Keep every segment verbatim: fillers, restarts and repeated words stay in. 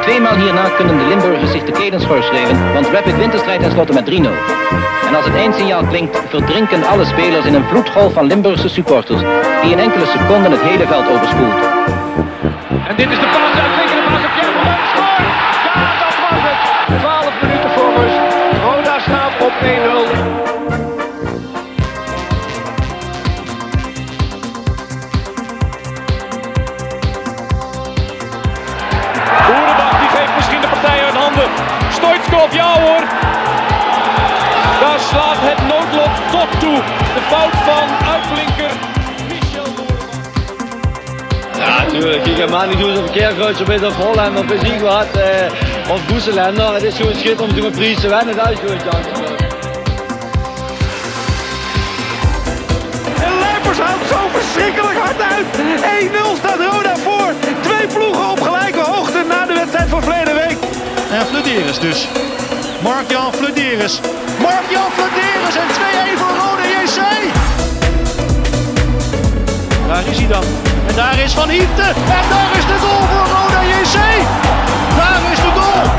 Tweemaal hierna kunnen de Limburgers zich de kelen schorschrijven, want Rapid wint de strijd tenslotte met drie nul. En als het eindsignaal klinkt, verdrinken alle spelers in een vloedgolf van Limburgse supporters, die in enkele seconden het hele veld overspoelt. En dit is de paas, de uitvinkende paas op Kemper. Scoort! Ja, dat was het! twaalf minuten voor rust. Roda staat op één nul. Oerenbach die geeft misschien de partij uit handen. Stoitskov, ja hoor. Daar slaat het noodlot tot toe. De fout van uitblinker Michel Oerenbach. Ja, natuurlijk. Ik ga maar niet doen of een Keerkruis of of Holland of is wat uh, of Boeselender. Het is gewoon schitterend om te een prijs te winnen. Dat is gewoon dank. En Leipers houdt zo verschrikkelijk hard uit. één nul staat Roda voor. Twee ploegen op gelijke hoogte na de wedstrijd van verleden week. En Flederis dus. Mark-Jan Flederis. Mark-Jan Flederis en twee-een voor Roda J C. Daar is hij dan. En daar is Van Hieten. En daar is de goal voor Roda J C. Daar is de goal.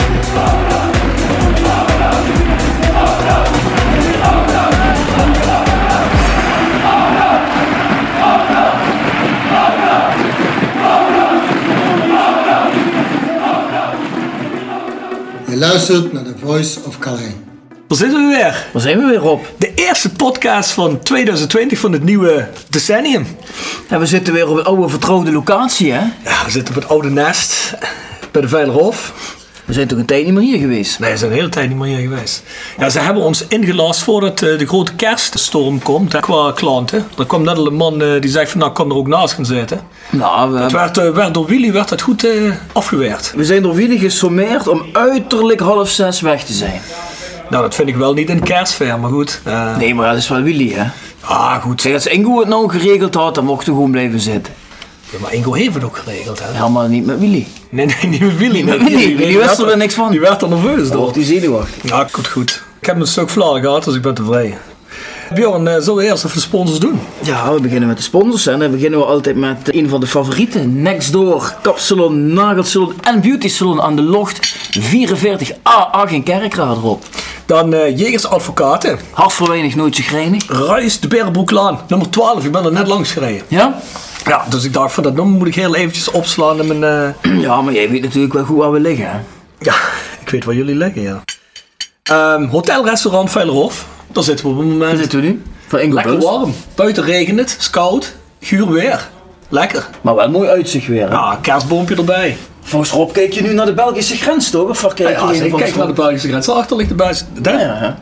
Je luistert naar The Voice of Calais. Daar zitten we weer. Daar zijn we weer op. De eerste podcast van twintig twintig van het nieuwe decennium. En we zitten weer op een oude vertrouwde locatie, hè? Ja, we zitten op het oude nest bij de Veilerhof. We zijn toch een tijd niet meer hier geweest? Nee, we zijn een hele tijd niet meer hier geweest. Ja, ze hebben ons ingelast voordat uh, de grote kerststorm komt hè, qua klanten. Er kwam net al een man uh, die zegt van nou, ik kan er ook naast gaan zitten. Nou, we het werd, uh, werd door Willy werd het goed uh, afgewerkt. We zijn door Willy gesommeerd om uiterlijk half zes weg te zijn. Nou, dat vind ik wel niet in kerstver, maar goed. Uh... Nee, maar dat is wel Willy, hè? Ah, goed. Zeg, als Ingo het nou geregeld had, dan mochten we gewoon blijven zitten. Ja, maar Ingo heeft het ook geregeld, hè? Ja, maar niet met Willy. Nee, nee, niet met Willy. Niet met Willy, die, die, die wist er weer niks van. Die werd er nerveus door. Wordt die zenuwachtig. Ja, goed, goed. Ik heb een stuk vlaar gehad, dus ik ben tevreden. Bjorn, uh, zullen we eerst even de sponsors doen? Ja, we beginnen met de sponsors. En dan beginnen we altijd met een van de favorieten. Nextdoor, kapsalon, nagelsalon en beauty salon aan de Locht. vierenveertig A acht in Kerkrade erop. Dan uh, Jegers Advocaten. Hart voor weinig, nooit chagrijnig. Ruis de Berenbroeklaan, nummer twaalf. Ik ben er net langs gereden. Ja? Ja, dus ik dacht van dat nummer moet ik heel eventjes opslaan in mijn... Uh... Ja, maar jij weet natuurlijk wel goed waar we liggen, hè? Ja, ik weet waar jullie liggen, ja. Um, Hotel Restaurant Veilerhof. Daar zitten we op het moment. Daar zitten we nu. Van Ingo Lekker Bus. warm. Buiten regent het, is koud, guur weer. Lekker. Maar wel mooi uitzicht weer, hè? Ja, kerstboompje erbij. Volgens Rob kijk je nu naar de Belgische grens, toch? Of waar kijk je ja, ja, heen van kijk naar de Belgische grens. Daarachter ligt de Belgische... Ja, ja.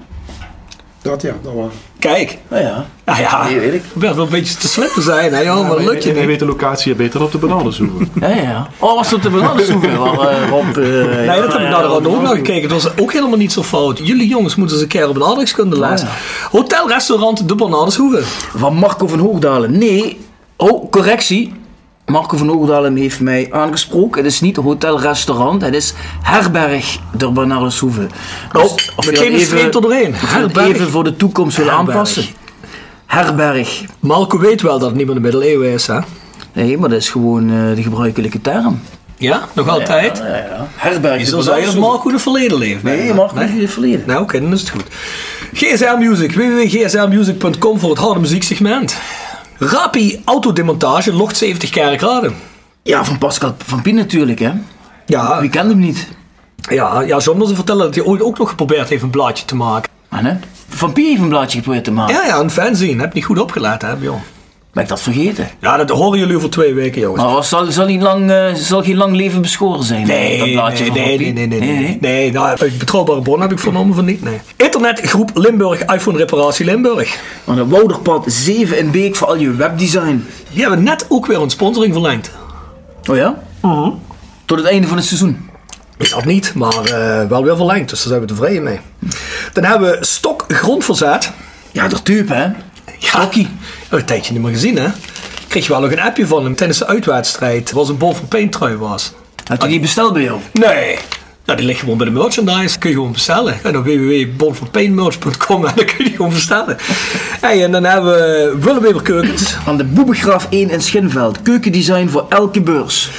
Dat ja, dat was. Kijk. Ja, ja. Ja, ja. Nee, weet ik. Ik ben wel een beetje te slim te zijn, hè, joh, maar dat lukt je Hij niet. weet de locatie beter op de bananensoeven. Ja, ja. Oh, was het op de bananensoeven? uh, Rob, uh, Nee, ja, dat heb ik ja, naar de ja, rand ook naar gekeken. Het was ook helemaal niet zo fout. Jullie jongens moeten eens een keer op een aardrijkskunde lezen. ja. Hotel Restaurant De Bananenshoeven. Van Marco van Hoogdalen. Nee. Oh, correctie. Marco van Hoogdalen heeft mij aangesproken. Het is niet hotel-restaurant, het is herberg der Bananenshoeven. Oh, meteen een streep er doorheen. Herberg. Even voor de toekomst willen Herberg. aanpassen. Herberg. Marco weet wel dat het niet meer de middeleeuwen is, hè? Nee, maar dat is gewoon uh, de gebruikelijke term. Ja, nog altijd? Ja, ja, ja. Herberg Je der zou zeggen dat Marco in het verleden leeft. Nee, Marco in het verleden. Nou, oké, okay, dan is het goed. G S R Music, w w w punt g s r music punt com voor het harde muzieksegment. Rapi Autodemontage, Locht zeventig Kerkrade. Ja, van Pascal van Pien natuurlijk, hè. Ja, Wie kent hem niet? ja, ja zonder te vertellen dat hij ooit ook nog geprobeerd heeft een blaadje te maken. Ah, nee? Van Pien heeft een blaadje geprobeerd te maken. Ja, ja, een fanzine. Heb niet goed opgelaten, hè, Bjorn? Ben ik dat vergeten? Ja, dat horen jullie over twee weken, jongens. Maar zal, zal, hij lang, uh, zal geen lang leven beschoren zijn? Nee, dat blaadje nee, van nee, Van nee, Pien? nee, nee, nee, nee. nee. Nou, uit betrouwbare bron heb ik vernomen van niet, nee. Internetgroep Limburg, iPhone Reparatie Limburg. Aan de Wouderpad zeven in Beek voor al je webdesign. Die hebben net ook weer een sponsoring verlengd. Oh ja? Uh-huh. Tot het einde van het seizoen. Dat niet, maar uh, wel weer verlengd, dus daar zijn we tevreden mee. Dan hebben we Stok Grondverzet. Ja, dat type, hè? Stokkie. Ja, een tijdje niet meer gezien, hè? Kreeg je wel nog een appje van hem tijdens de uitwedstrijd. Er was een Bon van Pain trui was. Had hij die besteld bij jou? Nee. Nou, die ligt gewoon bij de merchandise. Kun je gewoon bestellen. Ga naar w w w punt bon van pain merch punt com en dan kun je die gewoon bestellen. Hey, en dan hebben we Willeweber Keukens. Aan de Boebegraaf één in Schinveld. Keukendesign voor elke beurs.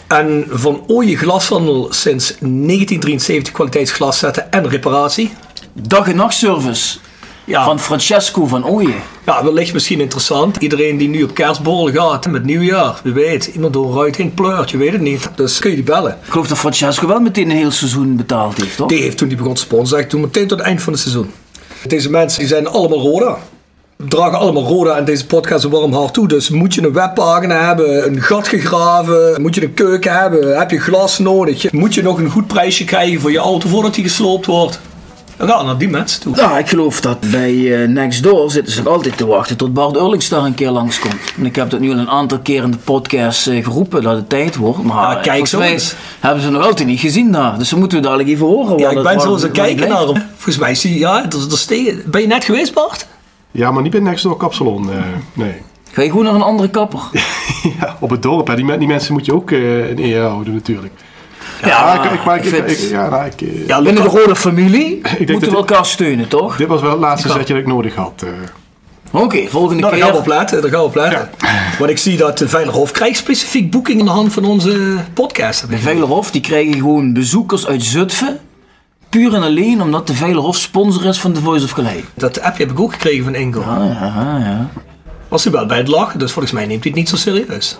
En Van Ooyen Glashandel sinds negentien drieënzeventig kwaliteitsglas zetten en reparatie. Dag- en nachtservice Ja. van Francesco van Ooyen. Ja, wellicht misschien interessant. Iedereen die nu op kerstborrel gaat met nieuwjaar, wie weet. Iemand door een ruit heen pleurt, je weet het niet. Dus kun je die bellen. Ik geloof dat Francesco wel meteen een heel seizoen betaald heeft, toch? Die heeft toen die begon te sponsoren, toen meteen tot het eind van het seizoen. Deze mensen die zijn allemaal Roda. Dragen allemaal Roda en deze podcast een warm hart toe. Dus moet je een webpagina hebben, een gat gegraven, moet je een keuken hebben, heb je glas nodig, moet je nog een goed prijsje krijgen voor je auto voordat die gesloopt wordt. Dan ga naar die mensen toe. Ja, ik geloof dat bij uh, Nextdoor zitten ze nog altijd te wachten tot Bart Eurlings daar een keer langskomt. En ik heb dat nu al een aantal keer in de podcast uh, geroepen dat het tijd wordt. Maar Ja, kijk volgens zo mij eens. hebben ze nog altijd niet gezien daar. Dus dan moeten we dadelijk even horen. Ja, waar ik dat- ben waar zo dat- eens aan waar kijken het naar blijft. hem. Volgens mij zie je, ja, dat, dat stegen. Ben je net geweest, Bart? Ja, maar niet bij Nextdoor Kapsalon. Uh, nee. Ga je gewoon naar een andere kapper? Ja, op het dorp. Hè. Die, die mensen moet je ook uh, in eer houden natuurlijk. Ja, Ja, ik, ik, maar ik, ik ik, vind- ik- ja, nou, ik, uh, Ja, Binnen de rode familie denk moeten dat we dit- elkaar steunen, toch? dit was wel het laatste setje dat ik nodig had. Uh. Oké, volgende Nou, daar keer. gaan we op letten. Daar gaan we op letten. Want ik zie dat de Veilerhof krijgt specifiek boeking aan de hand van onze podcast. De Veilerhof die krijgen gewoon bezoekers uit Zutphen. Puur en alleen omdat de Veilerhof sponsor is van The Voice of Calais. Dat appje heb ik ook gekregen van Ingo. Ah, ja, ja. Was hij wel bij het lachen, dus volgens mij neemt hij het niet zo serieus.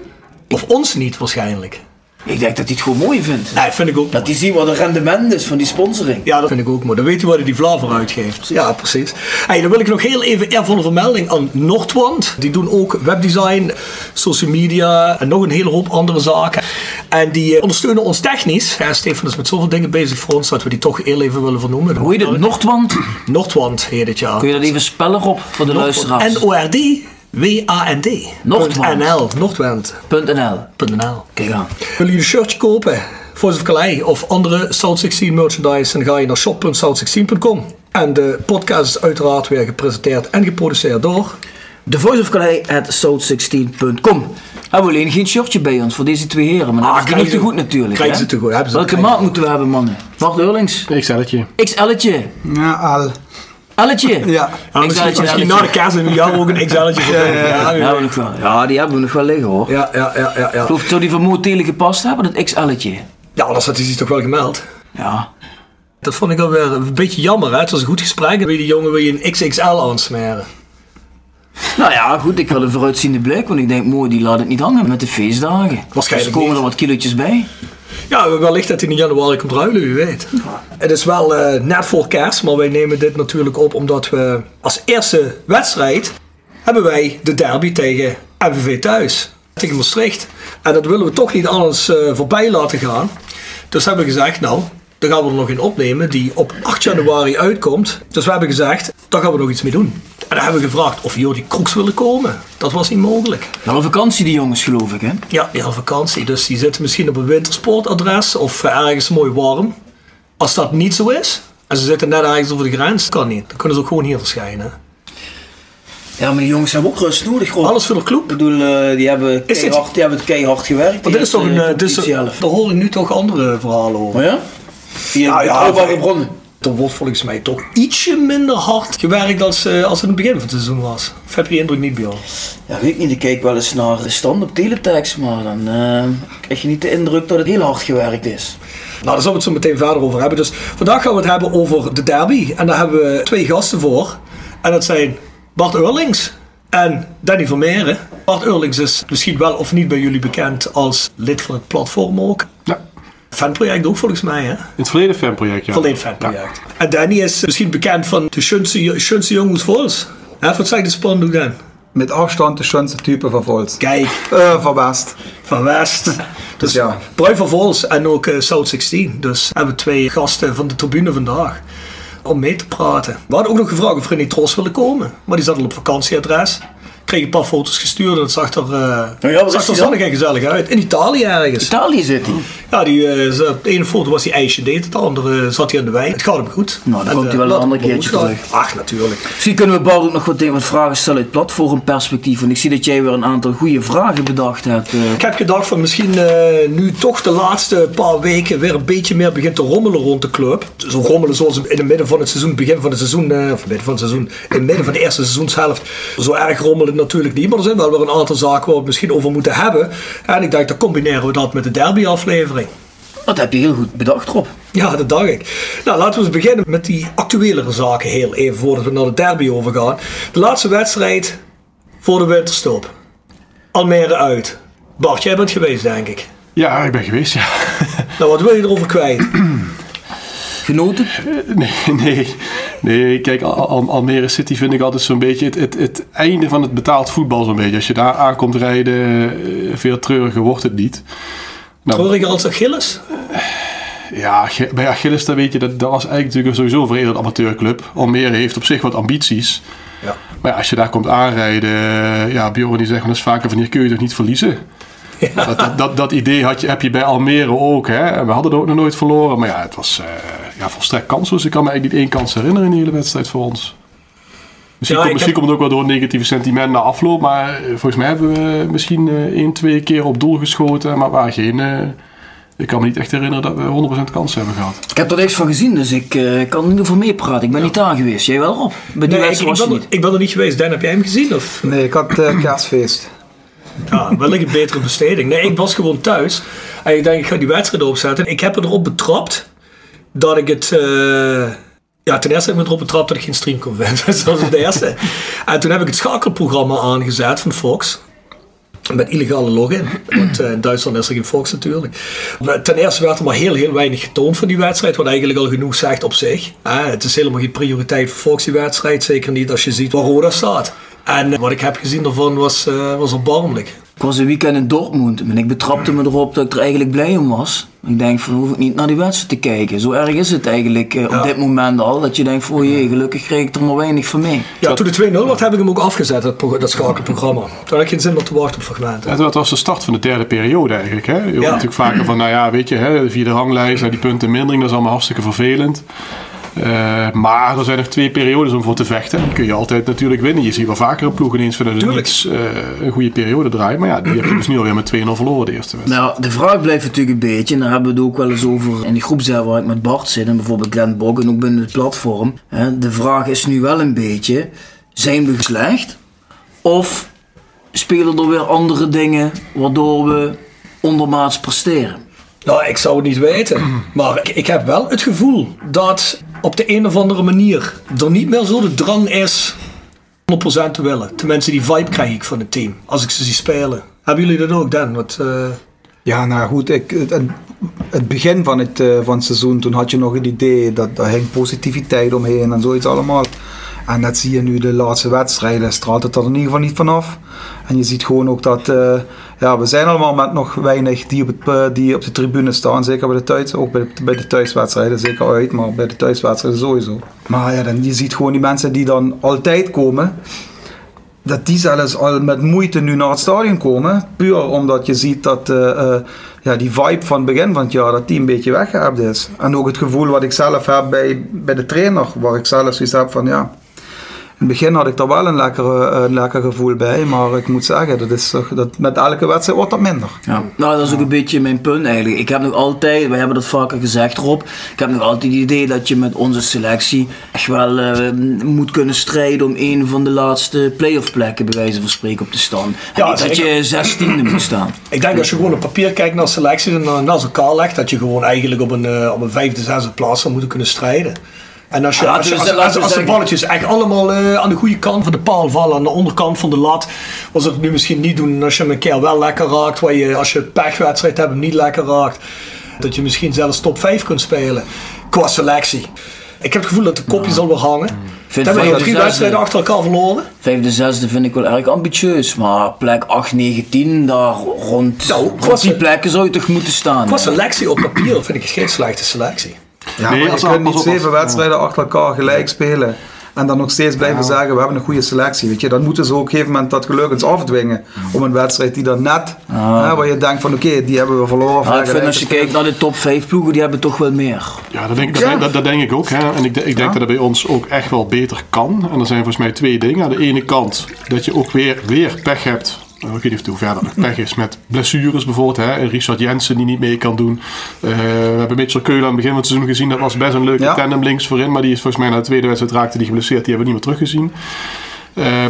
Of ons niet waarschijnlijk. Ik denk dat hij het gewoon mooi vindt. Nee, vind ik ook Dat mooi. hij ziet wat het rendement is van die sponsoring. Ja, dat vind ik ook mooi. Dan weet hij waar hij die vla voor uitgeeft. Ja, precies. Hey, dan wil ik nog heel even eervolle vermelding aan Noordwand. Die doen ook webdesign, social media en nog een hele hoop andere zaken. En die eh, ondersteunen ons technisch. Ja, Stefan is met zoveel dingen bezig voor ons dat we die toch heel even willen vernoemen. Hoe heet het? Noordwand? Noordwand heet het, ja. Kun je dat even spellen op voor de luisteraars? N O R D W A N D. Noordwand. N L. Noordwand. .nl. .nl. Kijk aan. Willen jullie een shirtje kopen? Voice of Calais of andere South zestien merchandise, dan ga je naar shop punt south zestien punt com. En de podcast is uiteraard weer gepresenteerd en geproduceerd door... The Voice of Calais at south zestien punt com. Hebben we alleen geen shirtje bij ons voor deze twee heren, maar dat Ah, is genoeg krijgen te ze- goed natuurlijk. krijgen hè? ze te goed, hebben ze- Welke krijgen maat ze. moeten we hebben, mannen? Bart Eurlings? Ik zei het je. X L'tje. Ja, al. L'tje? Ja. Ja, misschien X L'tje, misschien L'tje. na de kerst en jou ook een X L'tje voor. Ja, ja, Ja, hebben we nog wel. Ja, die hebben we nog wel liggen hoor. ja, ja, ja, ja, Ik ja. geloof, zou die van Mootelen gepast hebben, dat X L'tje? Ja, anders had hij zich toch wel gemeld. Ja. Dat vond ik alweer een beetje jammer. Hè? Het was een goed gesprek. En bij die jongen wil je een X X L aansmeren. Nou ja, goed, ik had een vooruitziende blik, want ik denk, mooi, die laat het niet hangen met de feestdagen. Waarschijnlijk Dus er komen niet. er wat kilootjes bij. Ja, wellicht dat hij in januari komt ruilen, wie weet. Het is wel eh, net voor kerst, maar wij nemen dit natuurlijk op omdat we als eerste wedstrijd hebben wij de derby tegen M V V thuis. Tegen Maastricht. En dat willen we toch niet anders eh, voorbij laten gaan. Dus hebben we gezegd, nou, dan gaan we er nog een opnemen die op acht januari uitkomt. Dus we hebben gezegd, daar gaan we nog iets mee doen. En dan hebben we gevraagd of Jordi Kroeks willen komen. Dat was niet mogelijk. Ja, een vakantie die jongens, geloof ik, hè? Ja, die hadden vakantie. Dus die zitten misschien op een wintersportadres of ergens mooi warm. Als dat niet zo is, en ze zitten net ergens over de grens, kan niet. Dan kunnen ze ook gewoon hier verschijnen. Ja, maar die jongens hebben ook rust nodig, hoor. Alles voor de club. Ik bedoel, eh, die, hebben Is dit- keihard, die hebben het keihard gewerkt. Want dit is toch een... eh, dit is, zelf. daar hoor ik nu toch andere verhalen over. Oh ja? Die Nou hebben ja, betrouwbare wij- bronnen. Er wordt volgens mij toch ietsje minder hard gewerkt als, eh, als het in het begin van het seizoen was. Of heb je die indruk niet, Bjorn? Ja, weet ik niet. Ik kijk wel eens naar de stand op teletext, maar dan eh, krijg je niet de indruk dat het heel hard gewerkt is. Nou, daar zullen we het zo meteen verder over hebben. Dus vandaag gaan we het hebben over de derby. En daar hebben we twee gasten voor. En dat zijn Bart Eurlings en Danny Vermeeren. Bart Eurlings is misschien wel of niet bij jullie bekend als lid van het platform ook. Ja. Fanproject ook volgens mij, hè? In het verleden fanproject, ja. Verleden fanproject. En Danny is misschien bekend van de schönste, schönste jongens Vols. Hè, wat zeg je de spandoek dan? Met afstand de schönste type van Vols. Kijk, Uh, van West. van West. Dus ja. Bruin van Vols en ook uh, South zestien. Dus hebben we twee gasten van de tribune vandaag om mee te praten. We hadden ook nog gevraagd of René Tros willen komen. Maar die zat al op vakantieadres. Kreeg een paar foto's gestuurd en het zag er, uh, waar zag is er die dan? zonnig en gezellig uit. In Italië ergens. Italië zit hij. Ja, die, uh, zat- op de ene foto was hij ijsje deed, het de andere zat hij aan de wijn. Het gaat hem goed. Nou, dan En, komt hij uh, wel een laat ander hem keertje goed gaan. terug. Ach, natuurlijk. Misschien kunnen we Bart ook nog wat, wat vragen stellen uit platformperspectief. Want ik zie dat jij weer een aantal goede vragen bedacht hebt. eh. Ik heb gedacht van misschien uh, nu toch de laatste paar weken weer een beetje meer begint te rommelen rond de club. Zo rommelen zoals in het midden van het seizoen, begin van het seizoen, uh, of midden van het seizoen, in het midden van de eerste seizoenshelft, zo erg rommelen natuurlijk niet. Maar er zijn wel weer een aantal zaken waar we het misschien over moeten hebben. En ik denk, dan combineren we dat met de derby-aflevering. Dat heb je heel goed bedacht, Rob. Ja, dat dacht ik. Nou, laten we eens beginnen met die actuelere zaken heel even voordat we naar de derby overgaan. De laatste wedstrijd voor de winterstop. Almere uit. Bart, jij bent geweest, denk ik. Ja, ik ben geweest, ja. Nou, wat wil je erover kwijt? Genoten? Nee, nee. nee kijk, Al- Al- Almere City vind ik altijd zo'n beetje het, het, het einde van het betaald voetbal zo'n beetje. Als je daar aankomt rijden, veel treuriger wordt het niet. Nou, treuriger als Achilles? Ja, bij Achilles, dan weet je, dat, dat was eigenlijk natuurlijk sowieso voor een amateurclub. Almere heeft op zich wat ambities. Ja. Maar ja, als je daar komt aanrijden, ja, Bjorn die zegt, dat is vaker van hier kun je toch niet verliezen. Ja. Dat, dat, dat, dat idee had je, heb je bij Almere ook. Hè? We hadden er ook nog nooit verloren. Maar ja, het was uh, ja, volstrekt kansloos. Ik kan me eigenlijk niet één kans herinneren in de hele wedstrijd voor ons. Misschien, ja, komt, misschien heb... komt het ook wel door het negatieve sentiment na afloop. Maar volgens mij hebben we misschien uh, één, twee keer op doel geschoten. Maar waar geen... Uh, ik kan me niet echt herinneren dat we honderd procent kans hebben gehad. Ik heb er niks van gezien, dus ik uh, kan er niet over meepraten. Ik ben ja. niet daar geweest. Jij wel, Rob? Bij die nee, ik, ik, ben er, ik ben er niet geweest. Dan, heb jij hem gezien? Of? Nee, ik had uh, kerstfeest. Ja, welke een betere besteding. Nee, ik was gewoon thuis. En ik denk, ik ga die wedstrijd opzetten. Ik heb erop betrapt dat ik het... Uh, ja, ten eerste heb ik me erop betrapt dat ik geen stream kon vinden. Dat was het eerste. En toen heb ik het schakelprogramma aangezet van Fox. Met illegale login. Want uh, in Duitsland is er geen Fox natuurlijk. Ten eerste werd er maar heel, heel weinig getoond van die wedstrijd. Wat eigenlijk al genoeg zegt op zich. Uh, het is helemaal geen prioriteit voor Fox die wedstrijd. Zeker niet als je ziet waar Roda staat. En uh, wat ik heb gezien daarvan was, uh, was erbarmelijk. Ik was een weekend in Dortmund en ik betrapte me erop dat ik er eigenlijk blij om was. Ik denk van, hoef ik niet naar die wedstrijd te kijken. Zo erg is het eigenlijk uh, ja. op dit moment al. Dat je denkt van, oh jee, gelukkig kreeg ik er maar weinig van mee. Ja, toen de twee nul werd heb ik hem ook afgezet, dat, dat schakelprogramma. Toen had ik geen zin meer te wachten op fragmenten. Ja, dat was de start van de derde periode eigenlijk. Hè? Je hoort ja. natuurlijk vaker van, nou ja, weet je, hè, de vierde ranglijst en die punten mindering, dat is allemaal hartstikke vervelend. Uh, maar er zijn nog twee periodes om voor te vechten. Die kun je altijd natuurlijk winnen. Je ziet wel vaker een ploeg ineens vinden dat het uh, een goede periode draait. Maar ja, die heb je dus nu alweer met twee nul verloren de eerste wedstrijd. Nou, de vraag blijft natuurlijk een beetje, en daar hebben we het ook wel eens over in die groepsdeel waar ik met Bart zit en bijvoorbeeld Glenn Bok en ook binnen het platform. Hè, de vraag is nu wel een beetje, zijn we slecht? Of spelen er weer andere dingen waardoor we ondermaats presteren? Nou, ik zou het niet weten. Maar ik, ik heb wel het gevoel dat op de een of andere manier er niet meer zo de drang is honderd procent te willen. Tenminste, die vibe krijg ik van het team als ik ze zie spelen. Hebben jullie dat ook, Dan? Wat, uh... Ja, nou goed. Ik, het, het begin van het, uh, van het seizoen, toen had je nog het idee dat daar hing positiviteit omheen en zoiets allemaal. En dat zie je nu de laatste wedstrijden, straalt het er in ieder geval niet vanaf. En je ziet gewoon ook dat, uh, ja, we zijn allemaal met nog weinig die op, het, uh, die op de tribune staan. Zeker bij de thuis, ook bij de, bij de thuiswedstrijden, zeker uit, maar bij de thuiswedstrijden sowieso. Maar ja, dan, je ziet gewoon die mensen die dan altijd komen, dat die zelfs al met moeite nu naar het stadion komen. Puur omdat je ziet dat uh, uh, ja, die vibe van het begin van het jaar, dat die een beetje weggehaald is. En ook het gevoel wat ik zelf heb bij, bij de trainer, waar ik zelf zoiets heb van ja... In het begin had ik daar wel een lekker, een lekker gevoel bij, maar ik moet zeggen, dat is toch, dat met elke wedstrijd wordt dat minder. Ja. Nou, dat is ook een beetje mijn punt eigenlijk. Ik heb nog altijd, wij hebben dat vaker gezegd, Rob, ik heb nog altijd het idee dat je met onze selectie echt wel uh, moet kunnen strijden om een van de laatste play-off plekken bij wijze van spreken op te staan. En ja, niet dat je zestiende moet staan. Ik denk als je gewoon op papier kijkt naar selecties en naast elkaar legt, dat je gewoon eigenlijk op een, uh, op een vijfde, zesde plaats zou moeten kunnen strijden. En als, je, ja, als, je, als, als, als de balletjes echt allemaal uh, aan de goede kant van de paal vallen, aan de onderkant van de lat, was het nu misschien niet doen. Als je hem een keer wel lekker raakt, waar je, als je pechwedstrijd hebt, hem niet lekker raakt, dat je misschien zelfs top vijf kunt spelen qua selectie. Ik heb het gevoel dat de kopjes ja. al weer hangen. Vind hebben we drie wedstrijden achter elkaar verloren. Vijfde, zesde vind ik wel erg ambitieus. Maar plek acht, negen, tien, daar rond, nou, rond die plekken zou je toch moeten staan. Qua selectie op papier vind ik het geen slechte selectie. Ja, nee, maar je kunt niet zeven wedstrijden achter elkaar gelijk spelen en dan nog steeds blijven ja. zeggen we hebben een goede selectie. Weet je, dan moeten ze ook op een gegeven moment dat geluk eens afdwingen om een wedstrijd die dan net, ja. hè, waar je denkt van oké, okay, die hebben we verloren. Ja, ik vind als je kijkt naar de top vijf ploegen, die hebben toch wel meer. Ja, dat denk, dat, ja. dat, dat denk ik ook. Hè. En ik, ik denk ja. dat het bij ons ook echt wel beter kan. En er zijn volgens mij twee dingen. Aan de ene kant dat je ook weer, weer pech hebt. Ik weet niet of het hoe verder pech is met blessures bijvoorbeeld. Hè? Richard Jensen die niet mee kan doen. Uh, we hebben Mitchell Keulen aan het begin van het seizoen gezien. Dat was best een leuke ja. tandem links voorin. Maar die is volgens mij na de tweede wedstrijd raakte die geblesseerd. Die hebben we niet meer teruggezien. Uh,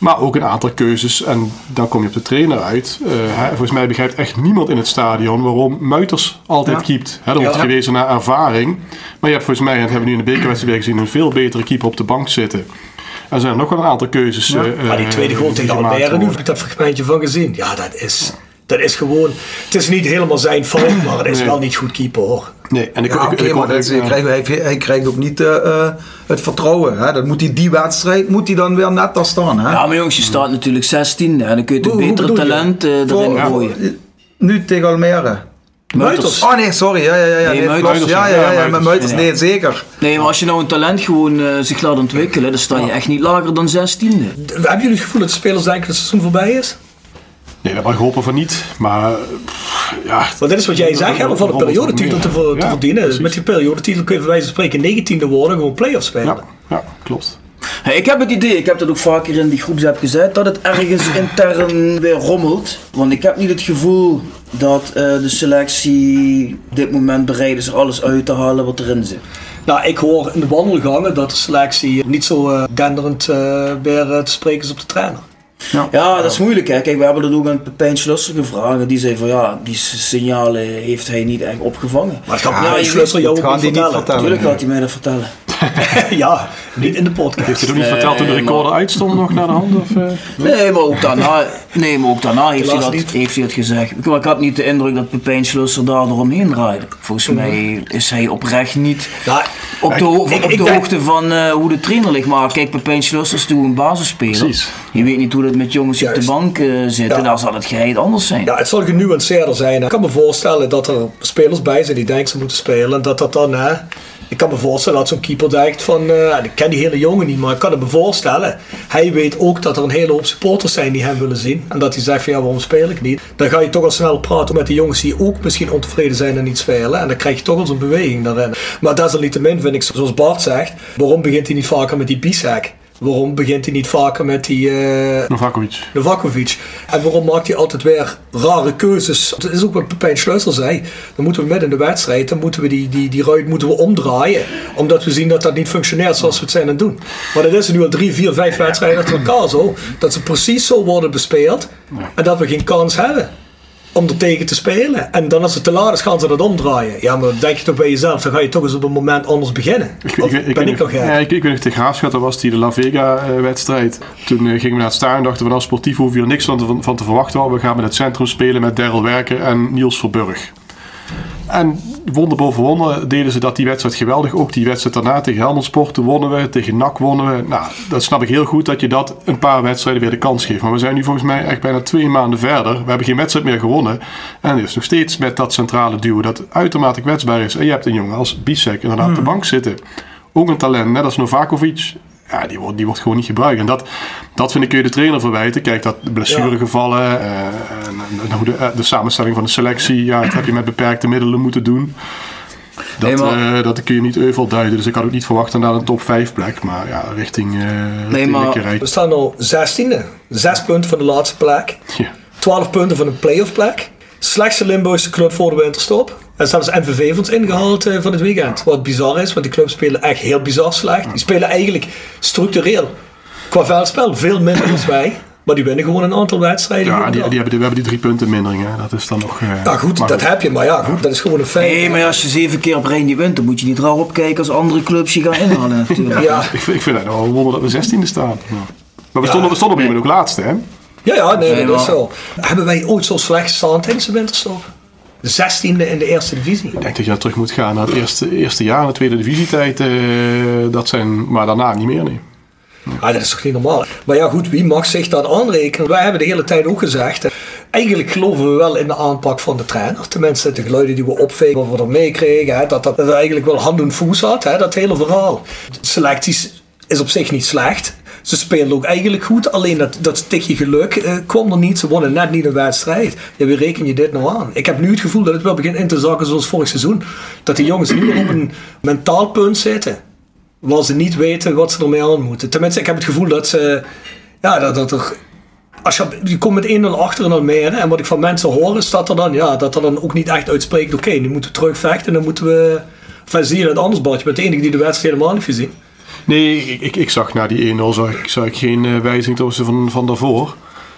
Maar ook een aantal keuzes. En dan kom je op de trainer uit. Uh, hè, volgens mij begrijpt echt niemand in het stadion waarom Muiters altijd ja. keept. Hè, er wordt ja. gewezen naar ervaring. Maar je hebt volgens mij, en dat hebben we nu in de bekerwedstrijd weer gezien, een veel betere keeper op de bank zitten. En er zijn nog wel een aantal keuzes. Ja. Uh, maar die tweede goal tegen Almere, nu heb ik dat fragmentje van gezien. Ja, dat is... Ja. Dat is gewoon, het is niet helemaal zijn fout, maar het is nee. wel niet goed keeper hoor. Nee, en ik, ja, ik, okay, ik, maar ik, ik, krijg, hij, hij krijgt ook niet uh, uh, het vertrouwen. Hè? Dat moet hij die wedstrijd moet hij dan weer net daar staan. Hè? Ja, maar jongens, je staat natuurlijk zestiende en dan kun je toch betere talent uh, erin gooien. Ja. Nu tegen Almere. Muiters. Oh nee, sorry. Ja, ja, ja, nee, nee, Muiters. Ja, ja, ja, ja, ja, Muiters, nee, zeker. Nee, maar als je nou een talent gewoon uh, zich laat ontwikkelen, dan sta je echt niet lager dan zestiende. Hebben jullie het gevoel dat de spelers denken dat het seizoen voorbij is? Nee, dat mag ik hopen van niet. Maar ja. Want dat is wat jij zegt, om van de periodetitel te, ver, te ja, verdienen. Precies. Met die periodetitel kun je bij wijze van spreken negentiende worden, gewoon play-offs spelen. Ja, ja klopt. Hey, ik heb het idee, ik heb dat ook vaker in die groepsapp gezegd, dat het ergens intern weer rommelt. Want ik heb niet het gevoel dat uh, de selectie op dit moment bereid is alles uit te halen wat erin zit. Nou, ik hoor in de wandelgangen dat de selectie niet zo uh, denderend uh, weer uh, te spreken is op de trainer. Ja. ja, dat is moeilijk hè. Kijk, we hebben dat ook aan Pepijn Schlusser gevraagd en die zei van ja, die signalen heeft hij niet echt opgevangen. Maar het gaat Pepijn Schlusser jou ook niet vertellen. vertellen. Natuurlijk gaat hij mij dat vertellen. Ja, niet in de podcast. Heeft hij toch niet nee, verteld toen de recorder maar... uitstond nog naar de hand? Of, uh... nee, maar ook daarna, nee, maar ook daarna heeft, hij dat, heeft hij dat gezegd. Ik, ik had niet de indruk dat Pepijn Schlusser daar eromheen draaide. Volgens mm. mij is hij oprecht niet ja, op de, ho- ik, op ik, de ik hoogte denk... van uh, hoe de trainer ligt. Maar kijk, Pepijn Schlusser is toen een basisspeler. Precies. Je weet niet hoe dat met jongens Juist. op de bank uh, zitten. Ja. Daar zal het geheid anders zijn. Ja, het zal genuanceerder zijn. Ik kan me voorstellen dat er spelers bij zijn die denken ze moeten spelen. En dat dat dan... Hè, ik kan me voorstellen dat zo'n keeper denkt van, uh, ik ken die hele jongen niet, maar ik kan het me voorstellen. Hij weet ook dat er een hele hoop supporters zijn die hem willen zien. En dat hij zegt van, ja, waarom speel ik niet? Dan ga je toch al snel praten met die jongens die ook misschien ontevreden zijn en niet spelen. En dan krijg je toch al zo'n beweging daarin. Maar desalniettemin vind ik, zoals Bart zegt, waarom begint hij niet vaker met die Bisek? Waarom begint hij niet vaker met die... Uh, Novakovic. Novakovic. En waarom maakt hij altijd weer rare keuzes? Dat is ook wat Pepijn Schlusser zei. Dan moeten we midden in de wedstrijd, dan moeten we die, die, die ruit moeten we omdraaien. Omdat we zien dat dat niet functioneert zoals we het zijn aan het doen. Maar dat is er nu al drie, vier, vijf wedstrijden achter elkaar zo. Dat ze precies zo worden bespeeld. En dat we geen kans hebben om er tegen te spelen. En dan als het te laat is, gaan ze dat omdraaien. Ja, maar dan denk je toch bij jezelf, dan ga je toch eens op een moment anders beginnen. Ik, ik, ik, ben ik, ik nog ja, ik, ik weet nog tegen Graafschap, dat was die de La Vega uh, wedstrijd. Toen uh, gingen we naar het stadion en dachten we, nou sportief hoeven we hier niks van te, van te verwachten. We gaan met het centrum spelen met Daryl Werker en Niels Verburg. En wonder boven wonder deden ze dat die wedstrijd geweldig. Ook die wedstrijd daarna tegen Helmond Sport wonnen we, tegen N A C wonnen we. Nou, dat snap ik heel goed dat je dat een paar wedstrijden weer de kans geeft. Maar we zijn nu volgens mij echt bijna twee maanden verder. We hebben geen wedstrijd meer gewonnen. En er is nog steeds met dat centrale duo dat uitermate kwetsbaar is. En je hebt een jongen als Bisek inderdaad op hmm. de bank zitten. Ook een talent, net als Novakovic. Ja, die wordt, die wordt gewoon niet gebruikt. En dat, dat vind ik kun je de trainer verwijten. Kijk, dat de blessuregevallen, ja. uh, en, en de, de samenstelling van de selectie, ja, dat heb je met beperkte middelen moeten doen. Dat, nee, maar, uh, dat kun je niet euvel duiden. Dus ik had ook niet verwacht naar een top vijf plek. Maar ja, richting, uh, richting nee, maar we staan al zestiende. Zes punten van de laatste plek. Ja. Twaalf punten van een play-off plek. Slechtste Limburgse club voor de winterstop. En zelfs M V V heeft ons ingehaald uh, van het weekend. Wat bizar is, want die clubs spelen echt heel bizar slecht. Die spelen eigenlijk structureel qua veldspel veel minder dan wij. Maar die winnen gewoon een aantal wedstrijden. Ja, die, die hebben, die, we hebben die drie punten mindering. Hè. Dat is dan nog... Uh, ja goed, dat goed. heb je. Maar ja, goed, dat is gewoon een feit. Nee, maar als je zeven keer op rij niet wint, dan moet je niet raar opkijken als andere clubs je gaan inhalen natuurlijk. Ja. ik, vind, ik vind het wel een wonder dat we zestiende staan. Ja. Maar we stonden, ja, we stonden op een moment ook laatste, hè? Ja, ja, nee, nee dat is zo. Hebben wij ooit zo slecht gestaan tijdens de winterstop? De zestiende in de eerste divisie. Ik denk dat je dan terug moet gaan naar het eerste, eerste jaar, de tweede divisietijd. Uh, dat zijn, maar daarna niet meer, nee. Ja. Ah, dat is toch niet normaal. Maar ja goed, wie mag zich dat aanrekenen? Wij hebben de hele tijd ook gezegd, eigenlijk geloven we wel in de aanpak van de trainer. Tenminste, de geluiden die we opvegen, wat we er meekregen, hè, dat, dat dat eigenlijk wel hand en voet had, hè, dat hele verhaal. De selectie is op zich niet slecht. Ze speelden ook eigenlijk goed, alleen dat, dat stukje geluk uh, kwam er niet. Ze wonnen net niet een wedstrijd. Ja, wie reken je dit nou aan? Ik heb nu het gevoel dat het wel begint in te zakken zoals vorig seizoen. Dat die jongens nu op een mentaal punt zitten, waar ze niet weten wat ze ermee aan moeten. Tenminste, ik heb het gevoel dat ze... Ja, dat, dat er... Als je, je komt met één nul achter in Almere, en wat ik van mensen hoor is dat er dan, ja, dat er dan ook niet echt uitspreekt, oké, okay, nu moeten we terugvechten en dan moeten we... Enfin, zie je het anders, Bart. Je bent de enige die de wedstrijd helemaal niet gezien. Nee, ik, ik, ik zag na die één nul zag ik, zag ik geen uh, wijziging ten opzichte van, van daarvoor.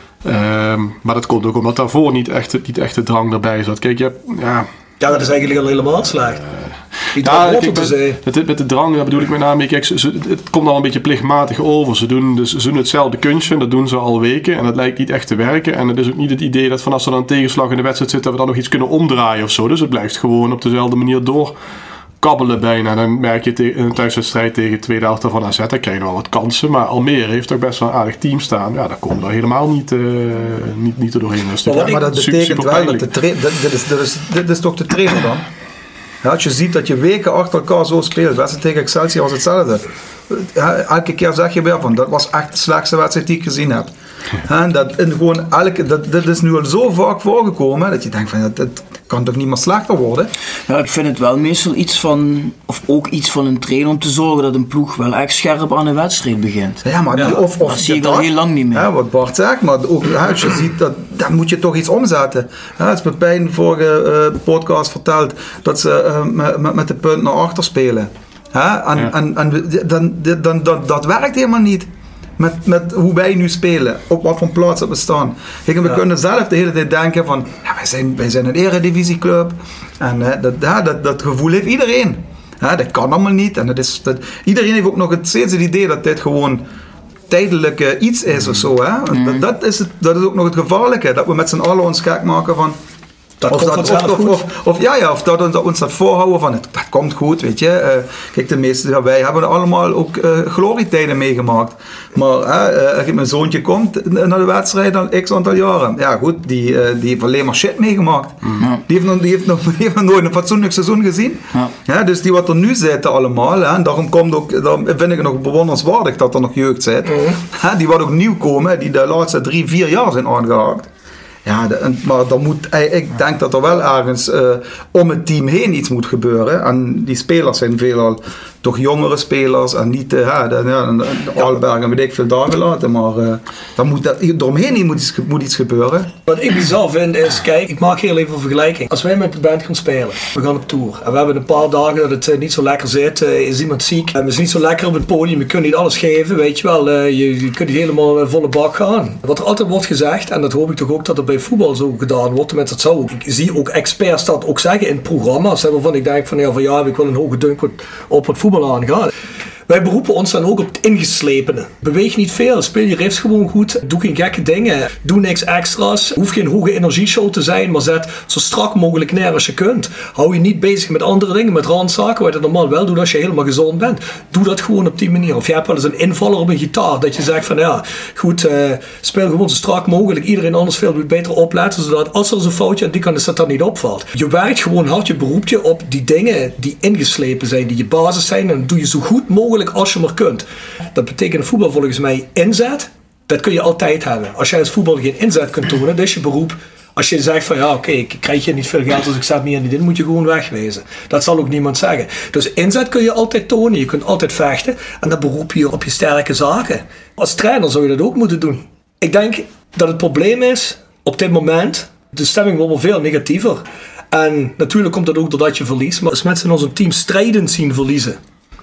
Um, maar dat komt ook omdat daarvoor niet echt, niet echt de drang erbij zat. Kijk, je hebt... Ja, ja, dat is eigenlijk al helemaal slecht. Die ja, kijk, met, met, met de drang ja, bedoel ik met name, kijk, ze, ze, het komt al een beetje plichtmatig over. Ze doen, dus, ze doen hetzelfde kunstje, dat doen ze al weken en dat lijkt niet echt te werken. En het is ook niet het idee dat van als er dan een tegenslag in de wedstrijd zit, dat we dan nog iets kunnen omdraaien of zo. Dus het blijft gewoon op dezelfde manier doorkabbelen bijna. En dan merk je te, in een thuiswedstrijd tegen de tweede helft van A Z, dan krijg je wel wat kansen. Maar Almere heeft toch best wel een aardig team staan. Ja, daar komt er helemaal niet, uh, niet, niet er doorheen. Dus maar, maar dat betekent wel dat de tra- dat, dit, is, dit, is, dit is toch de trainer dan? Ja, als je ziet dat je weken achter elkaar zo speelt, de wedstrijd tegen Excelsior was hetzelfde. Ja, elke keer zeg je weer van, dat was echt de slechtste wedstrijd die ik gezien heb. Ja, dat, en gewoon elke, dat, dat is nu al zo vaak voorgekomen, dat je denkt van, dat, dat kan toch niet meer slechter worden? Ja, ik vind het wel meestal iets van, of ook iets van een trainer om te zorgen dat een ploeg wel echt scherp aan een wedstrijd begint. Ja, maar die, of, of dat zie ik al heel lang niet meer. Ja, wat Bart zegt, maar ook ja, als je ziet, dat, dan moet je toch iets omzetten. Ja, het is Pepijn vorige uh, podcast verteld dat ze uh, met, met de punt naar achter spelen. Ja, en, ja. en, en dan, dan, dan, dat werkt helemaal niet. Met, met hoe wij nu spelen, op wat voor plaats we staan. Kijk, we ja. kunnen zelf de hele tijd denken van, ja, wij, zijn, wij zijn een eredivisieclub. En uh, dat, ja, dat, dat gevoel heeft iedereen. Ja, dat kan allemaal niet. En dat is, dat, iedereen heeft ook nog het, steeds het idee dat dit gewoon tijdelijk uh, iets is of zo. Hè? Mm. Dat, dat, is het, dat is ook nog het gevaarlijke. Dat we met z'n allen ons gek maken van... Dat of, komt dat, of, of, of, of ja, ja, of dat, dat ons dat voorhouden van het, dat komt goed, weet je. Uh, kijk, de meeste, ja, wij hebben allemaal ook uh, glorietijden meegemaakt. Maar uh, als mijn zoontje komt naar de wedstrijd dan x aantal jaren. Ja goed, die, uh, die heeft alleen maar shit meegemaakt. Mm. Die, heeft nog, die, heeft nog, die heeft nog nooit een fatsoenlijk seizoen gezien. Ja. Ja, dus die wat er nu zitten allemaal, hè, en daarom komt ook, daarom vind ik het nog bewonderenswaardig dat er nog jeugd zit. Mm. Hè, die wat ook nieuw komen, die de laatste drie, vier jaar zijn aangehaakt. Ja, de, maar dan moet, ik denk dat er wel ergens uh, om het team heen iets moet gebeuren. En die spelers zijn veelal toch jongere spelers en niet uh, ja, de, de, de Alberg en weet ik veel daar gelaten. Maar uh, dan moet dat, eromheen moet iets, moet iets gebeuren. Wat ik bizar vind is, kijk, ik maak heel even een vergelijking. Als wij met de band gaan spelen, we gaan op tour. En we hebben een paar dagen dat het uh, niet zo lekker zit. Uh, is iemand ziek? En we zijn niet zo lekker op het podium. We kunnen niet alles geven, weet je wel. Uh, je, je kunt niet helemaal uh, volle bak gaan. Wat er altijd wordt gezegd, en dat hoop ik toch ook dat er bij voetbal zo gedaan wordt. Tenminste, dat zou ook. Ik zie ook experts dat ook zeggen in programma's. Waarvan ik denk van ja, van ja, ik wil een hoge dunk op het voetbal aangaan. Wij beroepen ons dan ook op het ingeslepene. Beweeg niet veel, speel je riffs gewoon goed, doe geen gekke dingen, doe niks extra's, hoef geen hoge energieshow te zijn, maar zet zo strak mogelijk neer als je kunt. Hou je niet bezig met andere dingen, met randzaken, waar je dat normaal wel doet als je helemaal gezond bent. Doe dat gewoon op die manier. Of je hebt wel eens een invaller op een gitaar, dat je zegt van ja, goed, uh, speel gewoon zo strak mogelijk, iedereen anders veel beter opletten, zodat als er zo'n foutje aan die kant is, dat dat niet opvalt. Je werkt gewoon hard, je beroept je op die dingen die ingeslepen zijn, die je basis zijn, en dat doe je zo goed mogelijk als je maar kunt. Dat betekent voetbal volgens mij inzet. Dat kun je altijd hebben. Als jij als voetbal geen inzet kunt tonen, dat is je beroep. Als je zegt van ja, oké, okay, ik krijg je niet veel geld, dus ik zet me hier niet in, moet je gewoon wegwezen. Dat zal ook niemand zeggen. Dus inzet kun je altijd tonen, je kunt altijd vechten en dan beroep je op je sterke zaken. Als trainer zou je dat ook moeten doen. Ik denk dat het probleem is, op dit moment, de stemming wordt wel veel negatiever. En natuurlijk komt dat ook doordat je verliest, maar als mensen in ons team strijdend zien verliezen.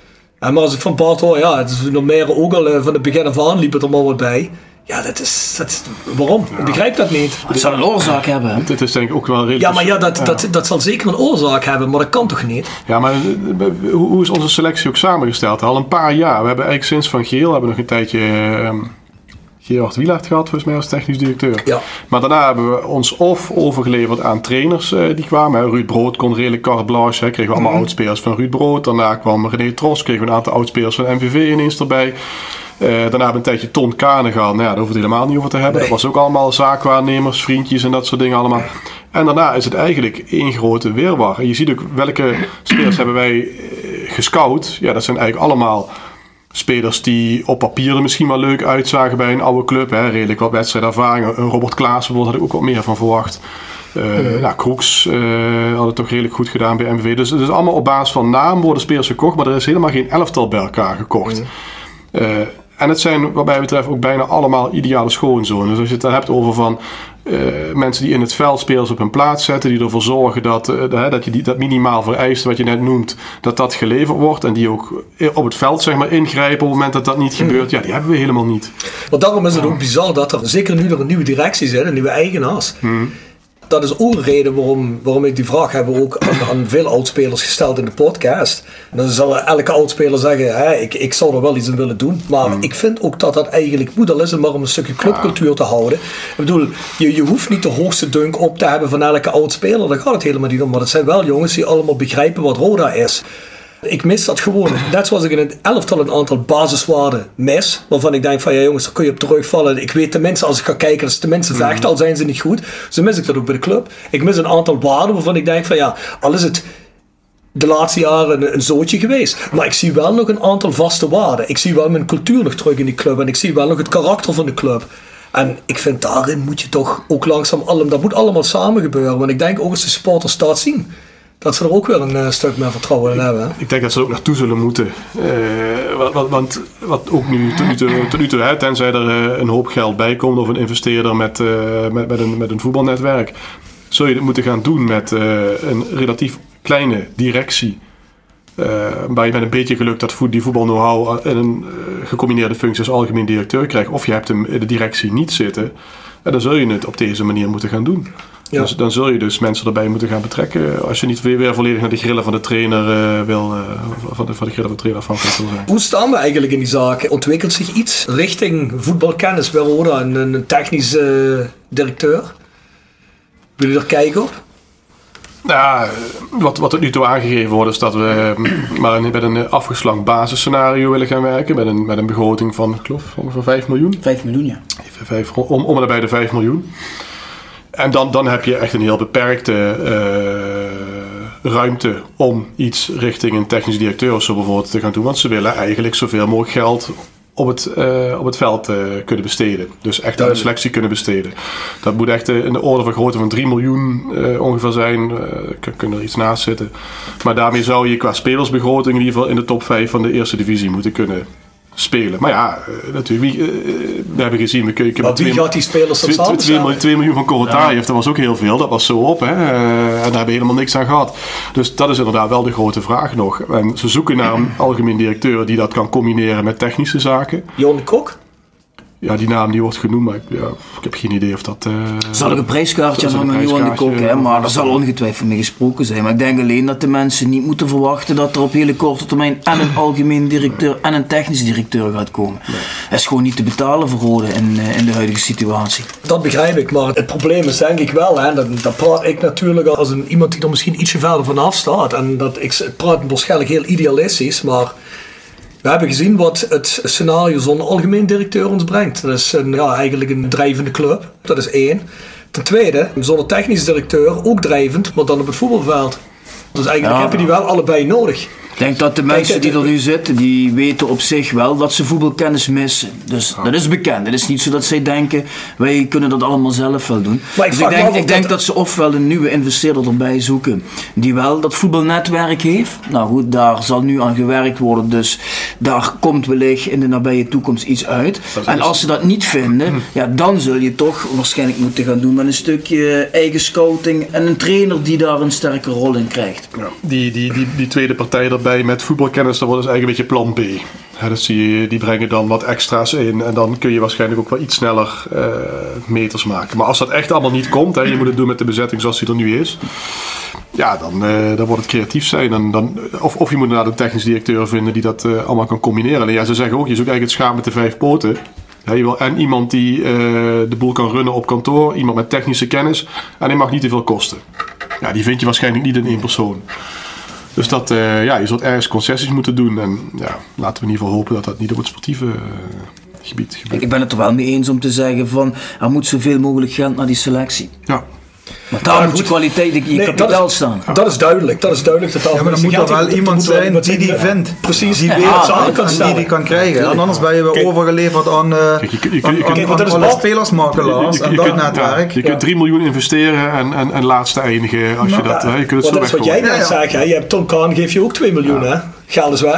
En maar als ik van Bart hoor, ja, het is nog meer ook al uh, van het begin af aan liep het er maar wat bij. Ja, dat is, dat is waarom? Ja. Ik begrijp dat niet. Het zal een oorzaak hebben. Dit is denk ik ook wel redelijk. Ja, maar ja, dat, ja. Dat, dat zal zeker een oorzaak hebben, maar dat kan toch niet? Ja, maar hoe is onze selectie ook samengesteld? Al een paar jaar. We hebben eigenlijk sinds Van Geel hebben we nog een tijdje Um, Gerard Wielaert gehad, volgens mij als technisch directeur. Ja. Maar daarna hebben we ons of overgeleverd aan trainers uh, die kwamen. Hè. Ruud Brood kon redelijk carte blanche. Hè. Kregen we allemaal mm-hmm. oudspelers van Ruud Brood. Daarna kwam René Tros. Kregen we een aantal oudspelers van M V V ineens erbij. Uh, daarna hebben we een tijdje Ton Kane gehad. Nou ja, daar hoeven we het helemaal niet over te hebben. Nee. Dat was ook allemaal zaakwaarnemers, vriendjes en dat soort dingen allemaal. En daarna is het eigenlijk één grote weerwar. En je ziet ook welke spelers hebben wij uh, gescout. Ja, dat zijn eigenlijk allemaal spelers die op papier er misschien wel leuk uitzagen bij een oude club. Hè. Redelijk wat wedstrijdervaring. Een Robert Klaassen had ik ook wat meer van verwacht. Uh, mm. nou, Kroeks uh, had het toch redelijk goed gedaan bij M V V. Dus het is allemaal op basis van naam worden spelers gekocht. Maar er is helemaal geen elftal bij elkaar gekocht. Mm. Uh, En het zijn wat mij betreft ook bijna allemaal ideale schoonzonen. Dus als je het dan hebt over van uh, mensen die in het veld spelers op hun plaats zetten, die ervoor zorgen dat, uh, dat je die, dat minimaal vereist wat je net noemt, dat dat geleverd wordt. En die ook op het veld zeg maar ingrijpen op het moment dat dat niet hmm. gebeurt. Ja, die hebben we helemaal niet. Maar daarom is het ook bizar dat er, zeker nu er een nieuwe directie zit, een nieuwe eigenaars. Hmm. Dat is ook een reden waarom, waarom ik die vraag heb ook aan, aan veel oudspelers gesteld in de podcast. En dan zal elke oudspeler zeggen, hè, ik, ik zou er wel iets aan willen doen. Maar mm. ik vind ook dat dat eigenlijk moet, al is het maar om een stukje clubcultuur te houden. Ik bedoel, je, je hoeft niet de hoogste dunk op te hebben van elke oudspeler. Daar gaat het helemaal niet om. Maar het zijn wel jongens die allemaal begrijpen wat Roda is. Ik mis dat gewoon. Net zoals ik in het elftal een aantal basiswaarden mis. Waarvan ik denk van ja jongens, daar kun je op terugvallen. Ik weet tenminste als ik ga kijken, dat is tenminste vechten, al zijn ze niet goed. Zo mis ik dat ook bij de club. Ik mis een aantal waarden waarvan ik denk van ja, al is het de laatste jaren een, een zootje geweest. Maar ik zie wel nog een aantal vaste waarden. Ik zie wel mijn cultuur nog terug in die club. En ik zie wel nog het karakter van de club. En ik vind daarin moet je toch ook langzaam allemaal, dat moet allemaal samen gebeuren. Want ik denk ook als de supporters dat zien, dat ze er ook wel een uh, stuk meer vertrouwen in hebben. Hè? Ik denk dat ze er ook naartoe zullen moeten. Uh, want, want, want wat ook nu tot nu toe, tot nu toe hè, tenzij er uh, een hoop geld bij komt of een investeerder met, uh, met, met, een, met een voetbalnetwerk, zul je dit moeten gaan doen met uh, een relatief kleine directie. Uh, waar je met een beetje geluk dat voet, die voetbal know-how in een uh, gecombineerde functie als algemeen directeur krijgt. Of je hebt hem in de directie niet zitten. En dan zul je het op deze manier moeten gaan doen. Ja. Dus dan zul je dus mensen erbij moeten gaan betrekken als je niet weer, weer volledig naar de grillen van de trainer uh, wil, uh, van, de, van de grillen van de trainer afhankelijk wil zijn. Hoe staan we eigenlijk in die zaak? Ontwikkelt zich iets richting voetbalkennis bij Roda, een, een technisch uh, directeur? Willen jullie er kijken op? Nou, wat, wat tot nu toe aangegeven wordt is dat we maar met een afgeslankte basisscenario willen gaan werken. Met een, met een begroting van, ik geloof, ongeveer vijf miljoen. vijf miljoen, ja. vijf, om, om en nabij de vijf miljoen. En dan, dan heb je echt een heel beperkte uh, ruimte om iets richting een technisch directeur of zo bijvoorbeeld te gaan doen. Want ze willen eigenlijk zoveel mogelijk geld op het, uh, op het veld uh, kunnen besteden. Dus echt aan de selectie kunnen besteden. Dat moet echt uh, in de orde van grootte van drie miljoen uh, ongeveer zijn. Uh, kunnen er iets naast zitten. Maar daarmee zou je qua spelersbegroting in ieder geval in de top vijf van de eerste divisie moeten kunnen spelen. Maar ja, uh, natuurlijk, wie, uh, we hebben gezien... We, ik heb maar wie gaat die spelers op samen? twee miljoen van Korotayev, ja. Dat was ook heel veel. Dat was zo op. Hè? Uh, en daar hebben we helemaal niks aan gehad. Dus dat is inderdaad wel de grote vraag nog. En ze zoeken naar een algemeen directeur die dat kan combineren met technische zaken. Jon de Kok? Ja, die naam die wordt genoemd, maar ik, ja, ik heb geen idee of dat... Uh, zal ik een prijskaartje aan hangen, Johan de Kok, hè? Maar er zal ongetwijfeld mee gesproken zijn. Maar ik denk alleen dat de mensen niet moeten verwachten dat er op hele korte termijn en een algemeen directeur en een technisch directeur gaat komen. Nee. Dat is gewoon niet te betalen voor Roda in, in de huidige situatie. Dat begrijp ik, maar het probleem is denk ik wel, hè, dat, dat praat ik natuurlijk als een, iemand die er misschien ietsje verder vanaf staat. En dat, ik praat waarschijnlijk heel idealistisch, maar... We hebben gezien wat het scenario zonder algemeen directeur ons brengt. Dat is een, ja, eigenlijk een drijvende club. Dat is één. Ten tweede, zonder technisch directeur ook drijvend, maar dan op het voetbalveld. Dus eigenlijk ja. heb je die wel allebei nodig. Ik denk dat de mensen die er nu zitten, die weten op zich wel dat ze voetbalkennis missen. Dus dat is bekend. Het is niet zo dat zij denken, wij kunnen dat allemaal zelf wel doen. Maar ik dus ik denk, ik dat denk dat ze ofwel een nieuwe investeerder erbij zoeken, die wel dat voetbalnetwerk heeft. Nou goed, daar zal nu aan gewerkt worden, dus daar komt wellicht in de nabije toekomst iets uit. En als ze dat niet vinden, ja, dan zul je toch waarschijnlijk moeten gaan doen met een stukje eigen scouting en een trainer die daar een sterke rol in krijgt. Ja, die, die, die, die tweede partij erbij met voetbalkennis, dat wordt dus eigenlijk een beetje plan B. Ja, dus die, die brengen dan wat extra's in en dan kun je waarschijnlijk ook wel iets sneller uh, meters maken. Maar als dat echt allemaal niet komt, hè, je moet het doen met de bezetting zoals die er nu is, ja, dan, uh, dan wordt het creatief zijn. En dan, of, of je moet inderdaad een technisch directeur vinden die dat uh, allemaal kan combineren. En ja, ze zeggen ook, je zoekt eigenlijk het schaap met de vijf poten. Ja, je wil en iemand die uh, de boel kan runnen op kantoor, iemand met technische kennis en die mag niet te veel kosten. Ja, die vind je waarschijnlijk niet in één persoon. Dus dat, uh, ja, je zult ergens concessies moeten doen. En ja, laten we in ieder geval hopen dat dat niet op het sportieve uh, gebied gebeurt. Ik ben het er wel mee eens om te zeggen van, er moet zoveel mogelijk geld naar die selectie. Ja. Maar daar ja, moet je kwaliteit in je nee, kapitaal staan. Dat is duidelijk. Dat is duidelijk dat ja, maar dan moet er wel iemand zijn die die vindt. Precies. Die weet samen kan stellen. Die die kan krijgen. En anders ben je weer overgeleverd aan alle spelersmakelaars en dat netwerk. Je kunt drie miljoen investeren en, en, en laatste eindigen als je dat... Je kunt het zo dat is wat jij net zegt. Je hebt Tom Kahn, geef je ook twee miljoen. Hè? Geld is weg.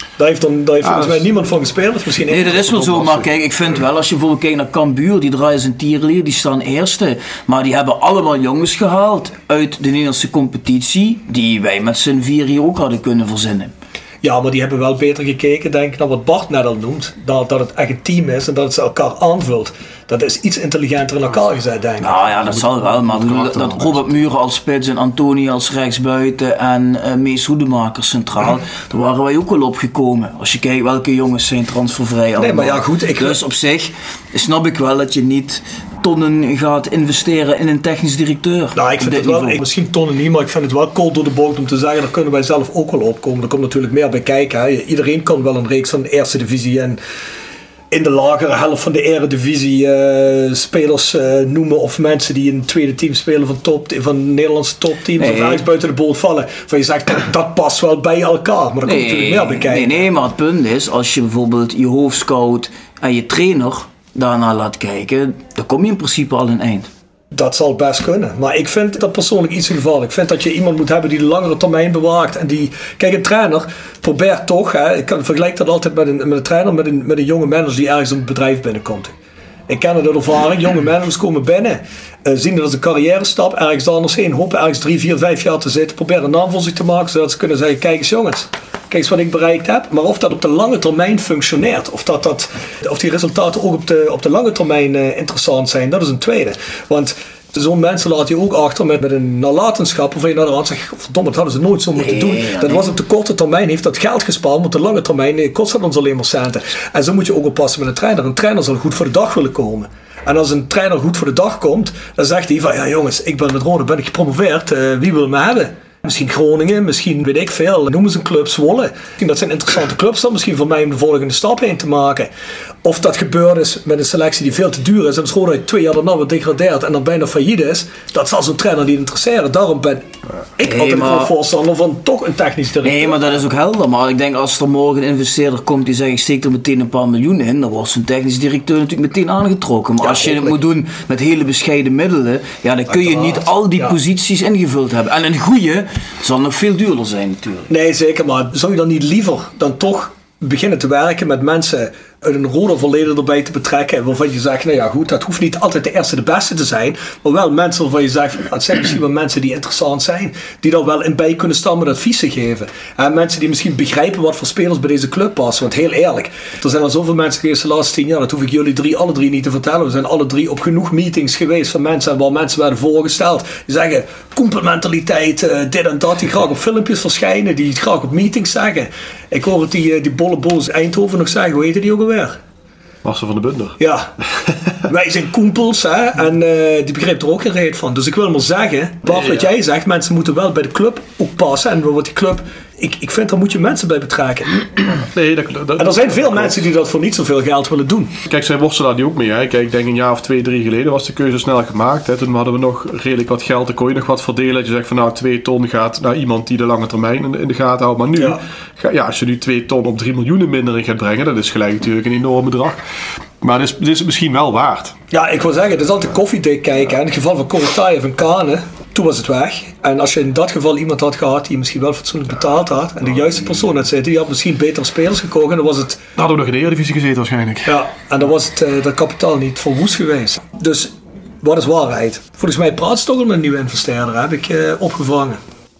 Daar heeft, dan, daar heeft Ah, volgens mij niemand van gespeeld. Of misschien Nee, dat is wel zo, maar kijk, ik vind wel, als je bijvoorbeeld kijkt naar Cambuur, die draaien zijn tierlier, die staan eerste. Maar die hebben allemaal jongens gehaald uit de Nederlandse competitie, die wij met z'n vier hier ook hadden kunnen verzinnen. Ja, maar die hebben wel beter gekeken, denk ik, naar wat Bart net al noemt. Dat, dat het echt een team is en dat het ze elkaar aanvult. Dat is iets intelligenter in elkaar gezet, denk ik. Nou ja, dat zal wel, maar bedoel, dat, dat Robert Muren als spits en Antoni als rechtsbuiten en uh, Mees Hoedemakers centraal, daar waren wij ook wel opgekomen. Als je kijkt welke jongens zijn transfervrij allemaal. Nee, maar ja, goed. Ik... Dus op zich snap ik wel dat je niet tonnen gaat investeren in een technisch directeur. Nou, ik vind het wel, ik, misschien tonnen niet, maar ik vind het wel koud door de bocht om te zeggen, daar kunnen wij zelf ook wel opkomen. Er komt natuurlijk meer bij kijken. Hè. Iedereen kan wel een reeks van de eerste divisie en in de lagere helft van de eredivisie uh, spelers uh, noemen of mensen die in het tweede team spelen van, top, van Nederlandse topteams nee. of ergens buiten de boot vallen. Van je zegt, dat, dat past wel bij elkaar, maar daar nee, komt natuurlijk meer bij kijken. Nee, nee, maar het punt is, als je bijvoorbeeld je hoofdscout en je trainer daarna laat kijken, dan kom je in principe al een eind. Dat zal best kunnen, maar ik vind dat persoonlijk iets te gevaarlijk. Ik vind dat je iemand moet hebben die de langere termijn bewaakt. En die, kijk, een trainer probeert toch, hè, ik vergelijk dat altijd met een, met een trainer, met een, met een jonge manager die ergens in het bedrijf binnenkomt. Ik ken het uit ervaring, jonge managers komen binnen, uh, zien dat als een carrière stap, ergens anders heen, hopen ergens drie, vier, vijf jaar te zitten, proberen een naam voor zich te maken, zodat ze kunnen zeggen, kijk eens jongens, kijk eens wat ik bereikt heb. Maar of dat op de lange termijn functioneert, of, dat, dat, of die resultaten ook op de, op de lange termijn uh, interessant zijn, dat is een tweede. Want zo'n mensen laat je ook achter met, met een nalatenschap waarvan je naar de hand zegt, verdomme, dat hadden ze nooit zo moeten nee, doen. Ja, dat nee. was op de korte termijn, heeft dat geld gespaard, maar op de lange termijn nee, kost dat ons alleen maar centen. En zo moet je ook oppassen met een trainer. Een trainer zal goed voor de dag willen komen. En als een trainer goed voor de dag komt, dan zegt hij van, ja jongens, ik ben met Rode, ben ik gepromoveerd, uh, wie wil me hebben? Misschien Groningen, misschien weet ik veel, noemen ze een club Zwolle. Dat zijn interessante clubs dan misschien voor mij om de volgende stap heen te maken. Of dat gebeurd is met een selectie die veel te duur is en als Roda twee jaar daarna wat degradeert en dan bijna failliet is, dat zal zo'n trainer niet interesseren. Daarom ben ik nee, altijd maar... een voorstander van toch een technisch directeur. Nee, maar dat is ook helder. Maar ik denk als er morgen een investeerder komt die zegt ik steek er meteen een paar miljoen in, dan wordt zo'n technisch directeur natuurlijk meteen aangetrokken. Maar ja, als je het moet doen met hele bescheiden middelen, ja, dan kun je niet al die ja. posities ingevuld hebben. En een goede zal nog veel duurder zijn natuurlijk. Nee, zeker. Maar zou je dan niet liever dan toch beginnen te werken met mensen uit een Roda verleden erbij te betrekken, waarvan je zegt, nou ja goed, dat hoeft niet altijd de eerste de beste te zijn, maar wel mensen waarvan je zegt, het zijn misschien wel mensen die interessant zijn, die daar wel in bij kunnen staan met adviezen geven. En mensen die misschien begrijpen wat voor spelers bij deze club passen, want heel eerlijk, er zijn al zoveel mensen geweest de laatste tien jaar, dat hoef ik jullie drie, alle drie niet te vertellen, we zijn alle drie op genoeg meetings geweest van mensen waar mensen werden voorgesteld, die zeggen, koempelmentaliteit, uh, dit en dat, die graag op filmpjes verschijnen, die graag op meetings zeggen. Ik hoor het die, die bolle boos Eindhoven nog zeggen, hoe heette die ook alweer? Marcel van de Bunder. Ja, wij zijn koempels hè? En uh, die begreep er ook geen reet van. Dus ik wil maar zeggen, Bart, wat jij zegt, mensen moeten wel bij de club ook passen. En wat die club, ik, ik vind daar moet je mensen bij betrekken. Nee, dat, dat, en er zijn veel mensen die dat voor niet zoveel geld willen doen. Kijk, zij worstelen daar die ook mee. Hè. Kijk, ik denk een jaar of twee, drie geleden was de keuze snel gemaakt. Hè. Toen hadden we nog redelijk wat geld, dan kon je nog wat verdelen. Dat je zegt van nou, twee ton gaat naar iemand die de lange termijn in, in de gaten houdt. Maar nu, ja. Ga, ja, als je nu twee ton op drie miljoen minder in gaat brengen, dat is gelijk natuurlijk een enorm bedrag. Maar dit is, dit is het misschien wel waard. Ja, ik wil zeggen, het is altijd koffiedik kijken. In het geval van Korotayev en Kane, toen was het weg. En als je in dat geval iemand had gehad die misschien wel fatsoenlijk betaald had en de juiste persoon had zitten, die had misschien betere spelers gekocht en dan was het... Dan hadden we nog in de Eredivisie gezeten waarschijnlijk. Ja, en dan was het uh, dat kapitaal niet verwoest geweest. Dus, wat is waarheid? Volgens mij praat ze toch om een nieuwe investeerder, heb ik uh, opgevangen.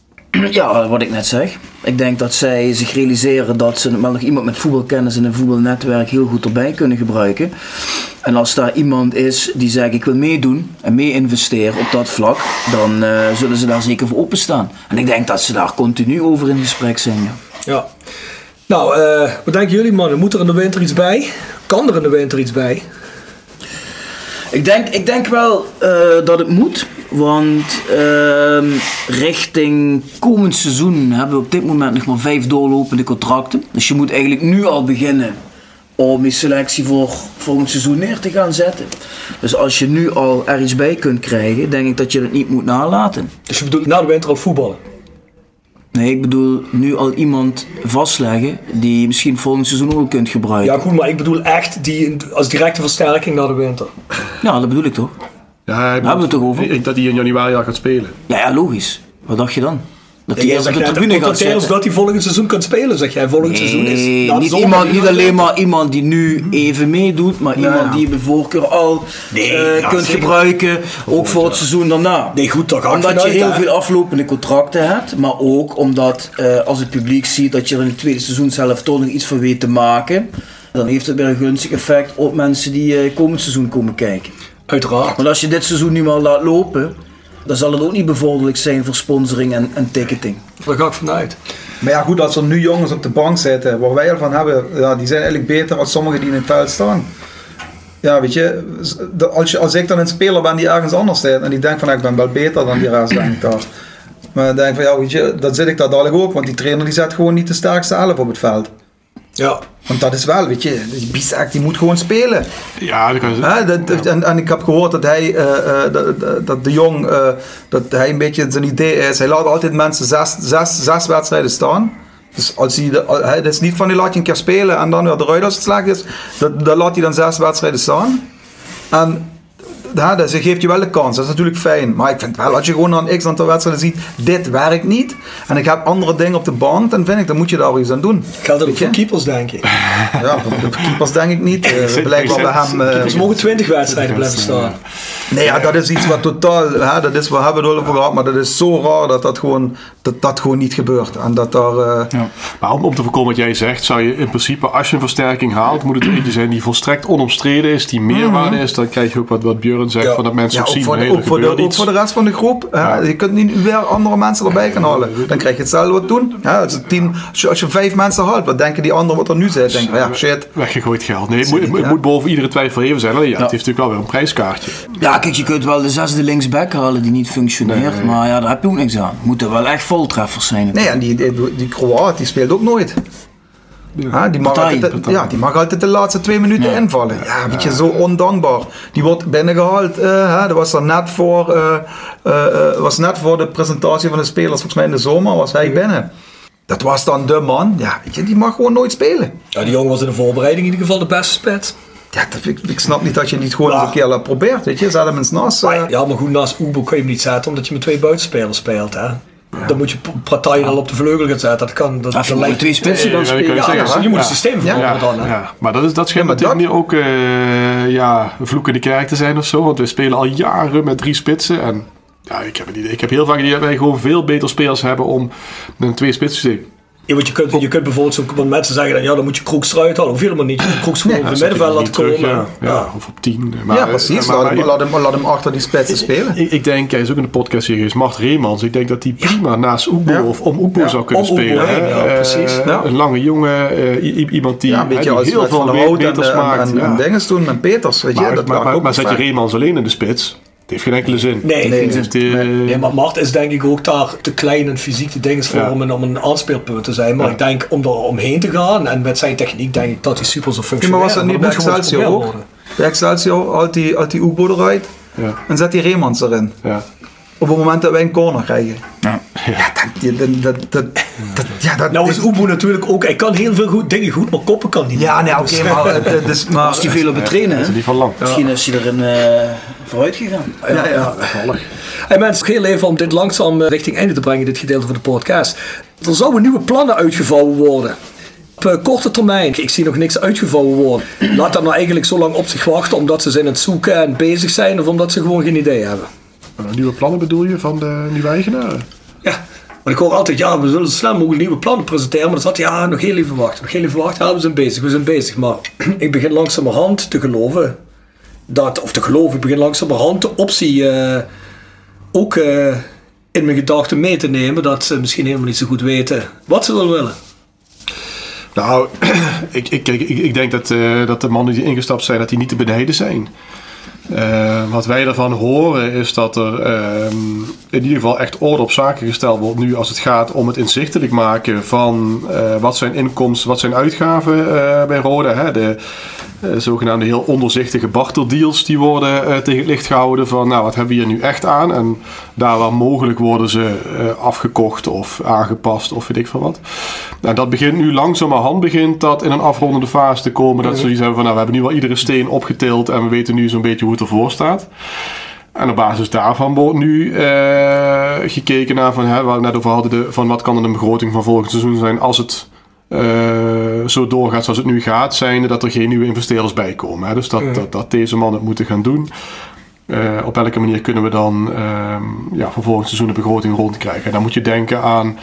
Ja, wat ik net zeg. Ik denk dat zij zich realiseren dat ze wel nog iemand met voetbalkennis en een voetbalnetwerk heel goed erbij kunnen gebruiken. En als daar iemand is die zegt ik wil meedoen en mee investeren op dat vlak, dan uh, zullen ze daar zeker voor openstaan. En ik denk dat ze daar continu over in gesprek zijn. Ja. Ja. Nou, uh, wat denken jullie mannen? Moet er in de winter iets bij? Kan er in de winter iets bij? Ik denk, ik denk wel uh, dat het moet, want uh, richting komend seizoen hebben we op dit moment nog maar vijf doorlopende contracten. Dus je moet eigenlijk nu al beginnen om je selectie voor volgend seizoen neer te gaan zetten. Dus als je nu al er iets bij kunt krijgen, denk ik dat je het niet moet nalaten. Dus je bedoelt na de winter al voetballen? Nee, ik bedoel nu al iemand vastleggen die je misschien volgend seizoen ook kunt gebruiken. Ja goed, maar ik bedoel echt die als directe versterking naar de winter. Ja, dat bedoel ik toch? Ja, daar hebben we het toch over? Ik denk dat hij in januari al gaat spelen. Ja, ja, logisch. Wat dacht je dan? Dat hij eerst op de tribune gaat zitten. Dat hij volgend seizoen kan spelen, zeg jij. Volgend nee, seizoen is... Nou, niet, iemand, niet alleen maar iemand die nu even meedoet, maar ja, iemand ja. die je bij voorkeur al nee, uh, ja, kunt zeker. gebruiken, ook voor het seizoen daarna. Nee, goed, toch omdat vanuit, je heel hè? veel aflopende contracten hebt, maar ook omdat uh, als het publiek ziet dat je er in het tweede seizoen zelf toch nog iets van weet te maken, dan heeft het weer een gunstig effect op mensen die uh, komend seizoen komen kijken. Uiteraard. Want als je dit seizoen nu maar laat lopen, dan zal het ook niet bevorderlijk zijn voor sponsoring en, en ticketing. Daar ga ik vanuit. Maar ja, goed, als er nu jongens op de bank zitten, waar wij al van hebben, ja, die zijn eigenlijk beter dan sommigen die in het veld staan. Ja, weet je, als, je, als ik dan een speler ben die ergens anders staat en die denkt van, ik ben wel beter dan die rest, denk ik daar. Maar dan denk ik van, ja, weet je, dan zit ik daar dadelijk ook, want die trainer die zet gewoon niet de sterkste elf op het veld. Ja. Want dat is wel, weet je, die Bisek die moet gewoon spelen. Ja, dat kan je He, dat, dat, en, en ik heb gehoord dat hij, uh, uh, dat, dat de Jong, uh, dat hij een beetje zijn idee is, hij laat altijd mensen zes, zes, zes wedstrijden staan. Dus als hij, de, hij, dat is niet van die laat je een keer spelen en dan weer eruit als het slecht is, dat, dat laat hij dan zes wedstrijden staan. En ja, dat geeft je wel de kans, dat is natuurlijk fijn. Maar ik vind wel, als je gewoon aan x aantal wedstrijden ziet, dit werkt niet. En ik heb andere dingen op de bank, dan vind ik, dan moet je daar iets aan doen. Geldt dat ook voor keepers, denk ik? Ja, voor keepers denk ik niet. Uh, blijkbaar bij hem... Uh, keepers mogen twintig wedstrijden blijven staan. Nee, ja, dat is iets wat totaal... Hè, dat is, we hebben het over gehad, maar dat is zo raar dat dat gewoon, dat, dat gewoon niet gebeurt. En dat daar... Uh, ja. Maar om, om te voorkomen wat jij zegt, zou je in principe, als je een versterking haalt, moet het eentje zijn die volstrekt onomstreden is, die meerwaarde mm-hmm. is. Dan krijg je ook wat, wat Björn zegt, ja. van dat mensen ja, ook zien, voor de, hey, ook, voor de, ook voor de rest van de groep. Ja. Uh, je kunt niet weer andere mensen erbij gaan halen. Dan krijg je hetzelfde wat doen. Ja, als, het team, als, je, als je vijf mensen haalt, wat denken die anderen wat er nu zit? Denk je, ja, shit. Weggegooid geld. Nee, het moet, het moet boven iedere twijfel even zijn. Ja, ja. Het heeft natuurlijk wel weer een prijskaartje. Ja, kijk, je kunt wel de zesde linksback halen die niet functioneert. Nee, nee. Maar ja, daar heb je ook niks aan. Moeten wel echt voltreffers zijn. Nee, en die, die, die Kroaat, die speelt ook nooit. Ja. Ha, die, mag altijd, ja, die mag altijd de laatste twee minuten ja. invallen. Ja, weet je, zo ondankbaar. Die wordt binnengehaald. Uh, hè, dat was er net voor, uh, uh, was net voor de presentatie van de spelers. Volgens mij in de zomer was hij binnen. Dat was dan de man. Ja, weet je, die mag gewoon nooit spelen. Ja, die jongen was in de voorbereiding in ieder geval de beste spits. Ja, dat, ik, ik snap niet dat je niet gewoon ja. eens een keer laat probeert. Weet je, zet hem eens naast. Uh... Ja, maar goed, naast Oebo kun je hem niet zetten omdat je met twee buitenspelers speelt. Hè. Ja. Dan moet je Partij al op de vleugel gaan zetten. Dat kan. Dat, dat lijkt twee spitsen dan spelen. Ja, ja, je moet het systeem veranderen ja. dan. Hè. Ja. Maar dat, is, dat schijnt ja, natuurlijk niet ook uh, ja, een vloek in de kerk te zijn of zo. Want we spelen al jaren met drie spitsen. En ja, ik heb, niet, ik heb heel vaak idee dat wij gewoon veel beter spelers hebben om met een twee spitsen systeem. Ja, want je kunt, je kunt bijvoorbeeld zo, want mensen zeggen dan, ja, dan moet je Kroeks eruit halen. Hoef je helemaal niet. Kroeks gewoon nee, over het middenveld laten komen. Terug, ja. Ja, ja. Of op tien. Maar, ja, precies. Maar, maar, maar, laat, hem, laat hem achter die spitsen spelen. Ik, ik denk, hij is ook in de podcast hier geweest, Mart Reemans. Ik denk dat hij prima ja. naast Oebo ja. of om Oebo ja. zou kunnen om spelen. Oebo, ja, uh, precies. Ja. Een lange jongen, uh, i- iemand die, ja, he, die als heel veel meters maakt. En, en, en dingen doen met Peters. Weet je, maar dat maar, maar, maar zet je fijn. Reemans alleen in de spits? Het heeft geen enkele zin. Nee, nee, nee, nee, nee. nee maar Mart is denk ik ook daar te klein en fysiek de dingen voor ja. om, een, om een aanspeelpunt te zijn. Maar ja. ik denk om er omheen te gaan en met zijn techniek denk ik dat hij super zo functioneert. Ja, maar was dat niet bij Excelsior ook? Bij Excelsior haalt die, haalt die Oebo eruit ja. en zet die Reemans erin. Ja. Op het moment dat wij een corner krijgen. Ja, ja dat, dat, dat, dat, dat, ja, dat nou is Oebo natuurlijk ook, hij kan heel veel goed, dingen goed, maar koppen kan niet. Ja, nee, oké, okay, maar, het, dus, maar... Als hij veel op het trainen, hè? Ja, lang. Misschien is hij erin uh, vooruit gegaan. Ja, ja. ja. Hey mensen, heel even om dit langzaam richting einde te brengen, dit gedeelte van de podcast. Er zouden nieuwe plannen uitgevouwen worden. Op uh, korte termijn, ik zie nog niks uitgevouwen worden. Laat dat nou eigenlijk zo lang op zich wachten, omdat ze zijn aan het zoeken en bezig zijn, of omdat ze gewoon geen idee hebben. Nieuwe plannen bedoel je van de nieuwe eigenaren? Ja, maar ik hoor altijd, ja, we zullen zo snel mogelijk nieuwe plannen presenteren. Maar dan zat ja, nog heel even wachten, nog heel even wachten. Ja, we zijn bezig, we zijn bezig. Maar ik begin langzamerhand te geloven, dat, of te geloven, ik begin langzamerhand de optie uh, ook uh, in mijn gedachten mee te nemen. Dat ze misschien helemaal niet zo goed weten wat ze wel willen. Nou, ik, ik, ik, ik denk dat, uh, dat de mannen die ingestapt zijn, dat die niet te beneden zijn. Uh, wat wij ervan horen is dat er uh, in ieder geval echt orde op zaken gesteld wordt nu als het gaat om het inzichtelijk maken van uh, wat zijn inkomsten, wat zijn uitgaven uh, bij Roda. Hè? De uh, zogenaamde heel onderzichtige barterdeals die worden uh, tegen het licht gehouden van nou wat hebben we hier nu echt aan en daar waar mogelijk worden ze uh, afgekocht of aangepast of weet ik veel wat. Nou, dat begint nu langzamerhand begint dat in een afrondende fase te komen dat ze zoiets hebben van nou we hebben nu wel iedere steen opgetild en we weten nu zo'n beetje hoe het ervoor staat. En op basis daarvan wordt nu uh, gekeken naar, van, hè, waar we net over hadden, de, van wat kan er de begroting van volgend seizoen zijn als het uh, zo doorgaat zoals het nu gaat, zijnde dat er geen nieuwe investeerders bij komen. Hè. Dus dat, mm. dat, dat deze mannen het moeten gaan doen. Uh, op welke manier kunnen we dan uh, ja, voor volgend seizoen de begroting rondkrijgen? En dan moet je denken aan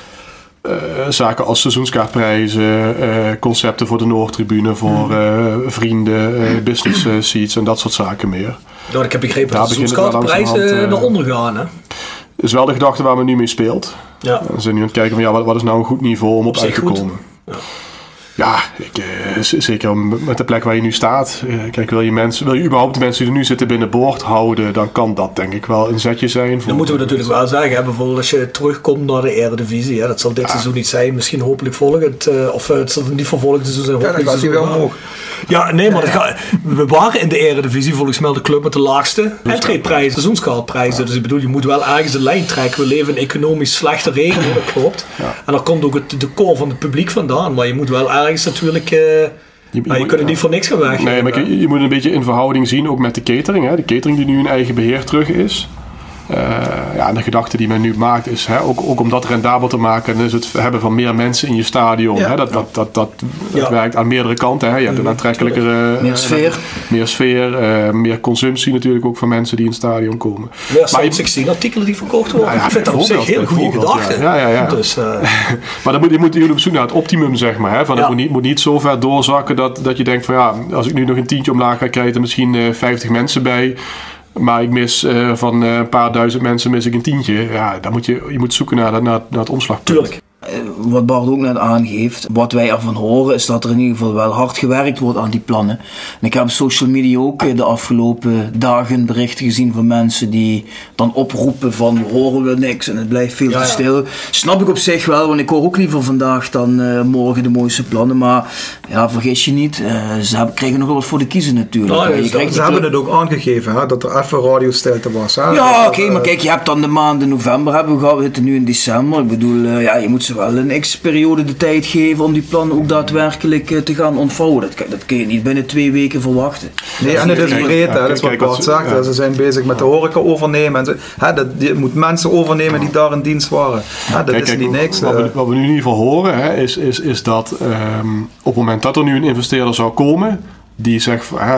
uh, zaken als seizoenskaartprijzen, uh, concepten voor de Noordtribune, voor uh, vrienden, uh, business uh, seats en dat soort zaken meer. Nou, ik heb begrepen dat de seizoenskaartprijzen naar onder gaan. Hè? Is wel de gedachte waar men nu mee speelt. Ja. We zijn nu aan het kijken van ja, wat, wat is nou een goed niveau om op, op uit te komen. Ja. Ja, ik, uh, zeker met de plek waar je nu staat. Uh, kijk, wil je, mensen, wil je überhaupt de mensen die er nu zitten binnen boord houden, dan kan dat denk ik wel een zetje zijn. Dan moeten we natuurlijk wel zeggen, hè, bijvoorbeeld als je terugkomt naar de Eredivisie, hè, dat zal dit ja. seizoen niet zijn, misschien hopelijk volgend, uh, of uh, het zal niet voor volgend seizoen zijn. Ja, dan gaat hij wel omhoog. Ja, nee, maar dat gaat, we waren in de Eredivisie volgens mij de club met de laagste entreeprijzen, seizoenskaartprijzen. Dus ik bedoel, je moet wel ergens de lijn trekken. We leven in een economisch slechte regio, dat klopt. Ja. En daar komt ook het de core van het publiek vandaan, maar je moet wel ergens natuurlijk... Uh, Je, je, nou, je kunt het niet voor niks gaan weg. Nee, maar je, je moet een beetje in verhouding zien, ook met de catering. Hè. De catering die nu in eigen beheer terug is. Uh, ja, en de gedachte die men nu maakt is, hè, ook, ook om dat rendabel te maken, is het hebben van meer mensen in je stadion. Ja. Hè. Dat, dat, dat, dat, dat ja. werkt aan meerdere kanten. Hè. Je hebt een aantrekkelijkere... Uh, meer sfeer. Meer sfeer, uh, meer consumptie natuurlijk ook van mensen die in het stadion komen. Ja, maar je zestien artikelen die verkocht worden. Nou ja, ik vind dat op zich heel goede gedachte. Ja, ja, ja. Dus, uh... maar dan moet je moet, je op zoek naar het optimum, zeg maar. Hè. Van, ja. Het moet niet, moet niet zo ver doorzakken dat, dat je denkt van ja, als ik nu nog een tientje omlaag ga, krijg je er misschien uh, vijftig mensen bij. Maar ik mis uh, van uh, een paar duizend mensen mis ik een tientje. Ja, dan moet je, je moet zoeken naar, naar, naar het omslagpunt. Tuurlijk. Wat Bart ook net aangeeft, wat wij ervan horen is dat er in ieder geval wel hard gewerkt wordt aan die plannen. En ik heb op social media ook de afgelopen dagen berichten gezien van mensen die dan oproepen van we horen we niks en het blijft veel ja, te stil. Ja. Snap ik op zich wel, want ik hoor ook liever vandaag dan uh, morgen de mooiste plannen. Maar ja, vergis je niet, uh, ze hebben, krijgen nog wel wat voor de kiezen natuurlijk. Oh, ja, je krijgt ze hebben het ook aangegeven, hè, dat er even radiostilte was. Hè? Ja, oké, okay, uh, maar kijk, je hebt dan de maanden november hebben we gehad, we zitten nu in december. Ik bedoel, uh, ja, je moet ze wel een x-periode de tijd geven om die plannen ook daadwerkelijk uh, te gaan ontvouwen. Dat, dat kun je niet binnen twee weken verwachten. Nee, en het is breed, dat is wat Bart zegt. Ja. Ze zijn bezig met de horeca overnemen. En ze, hè, dat, je moet mensen overnemen die daar in dienst waren. Hè, dat kijk, is kijk, niet niks. Wat we, wat we nu in ieder geval horen, hè, is, is, is dat um, op het moment dat er nu een investeerder zou komen, die zegt, hè,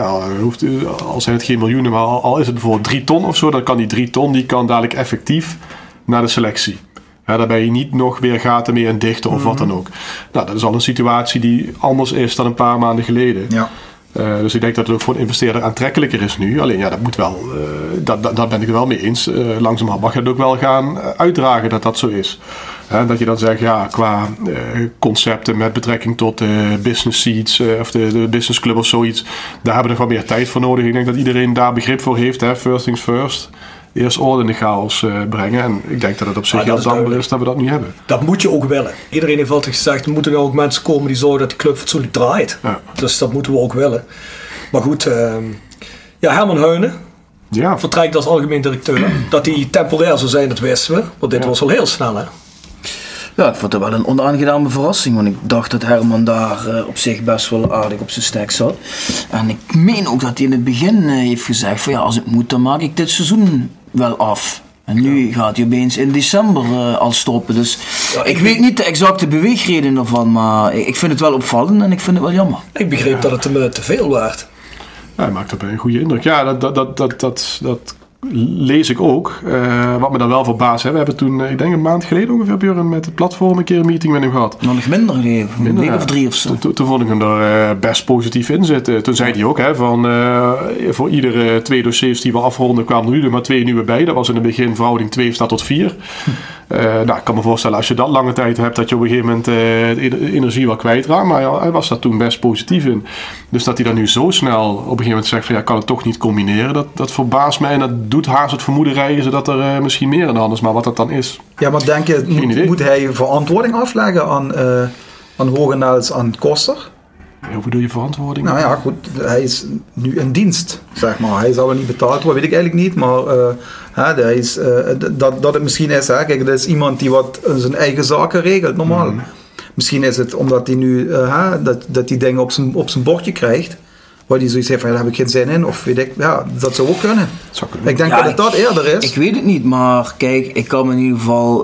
al zijn het geen miljoenen, maar al, al is het bijvoorbeeld drie ton of zo, dan kan die drie ton die kan dadelijk effectief naar de selectie. Ja, daar ben je niet nog weer gaten mee en dichten of mm-hmm. wat dan ook. Nou, dat is al een situatie die anders is dan een paar maanden geleden. Ja. Uh, dus ik denk dat het ook voor een investeerder aantrekkelijker is nu. Alleen ja, dat moet wel, uh, dat, dat, dat ben ik er wel mee eens. Uh, langzamerhand mag je het ook wel gaan uitdragen dat dat zo is. Uh, dat je dan zegt, ja, qua uh, concepten met betrekking tot de uh, business seats uh, of de, de business club of zoiets, daar hebben we nog wat meer tijd voor nodig. Ik denk dat iedereen daar begrip voor heeft. Hè? First things first. Eerst orde in de chaos uh, brengen. En ik denk dat het op zich ah, heel dankbaar is dat we dat nu hebben. Dat moet je ook willen. Iedereen heeft altijd gezegd, er moeten ook mensen komen die zorgen dat de club fatsoenlijk draait. Ja. Dus dat moeten we ook willen. Maar goed, uh, ja, Herman Heunen ja. vertrekt als algemeen directeur. Dat hij temporair zou zijn, dat wisten we. Want dit ja. was al heel snel, hè? Ja, ik vond het wel een onaangename verrassing, want ik dacht dat Herman daar uh, op zich best wel aardig op zijn stek zat. En ik meen ook dat hij in het begin uh, heeft gezegd van ja, als het moet dan maak ik dit seizoen wel af. En nu ja. gaat hij opeens in december uh, al stoppen, dus ja, ik, ik weet niet de exacte beweegreden ervan, maar ik vind het wel opvallend en ik vind het wel jammer. Ik begreep ja. dat het hem te veel werd. Ja, hij maakt daarbij een goede indruk. Ja, dat, dat, dat, dat, dat, dat lees ik ook. Uh, wat me dan wel verbaast. Hè. We hebben toen, ik denk een maand geleden ongeveer, Björn, met het platform een keer een meeting met hem gehad. Nog minder geleden, een week ja. of drie of zo. Toen, toen vond ik hem er uh, best positief in zitten. Toen zei hij ook, hè, van uh, voor iedere twee dossiers die we afronden kwamen er nu er maar twee nieuwe bij. Dat was in het begin verhouding twee staat tot vier. Uh, nou, ik kan me voorstellen, als je dat lange tijd hebt, dat je op een gegeven moment uh, de energie wel kwijtraakt. Maar ja, hij was daar toen best positief in. Dus dat hij dan nu zo snel op een gegeven moment zegt van ja, kan het toch niet combineren. Dat, dat verbaast mij en dat doet haast het vermoeden rijzen dat er uh, misschien meer aan de hand is. Maar wat dat dan is. Ja, maar denk je, moet, moet hij verantwoording afleggen aan, uh, aan Hogenels, aan Koster? Hoe bedoel je verantwoording? Nou ja, goed, hij is nu in dienst, zeg maar. Hij zal wel niet betaald worden, weet ik eigenlijk niet. Maar uh, hè, hij is, uh, dat, dat het misschien is, hè, kijk, dat is iemand die wat zijn eigen zaken regelt, normaal. Mm. Misschien is het omdat hij nu uh, hè, dat, dat die dingen op zijn, op zijn bordje krijgt, waar die zoiets heeft van, daar heb ik geen zin in. Of weet ik, ja, dat zou ook kunnen. Zou kunnen. Ik denk Ja, dat het dat eerder is. Ik weet het niet, maar kijk, ik kan me in ieder geval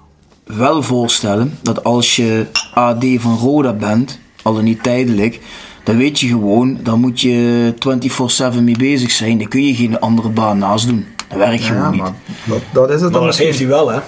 wel voorstellen dat als je A D van Roda bent, al dan niet tijdelijk, dan weet je gewoon, dan moet je vierentwintig zeven mee bezig zijn. Dan kun je geen andere baan naast doen. Dat werkt Ja, gewoon niet. maar dat, dat is het Maar dan. dat heeft hij wel, hè.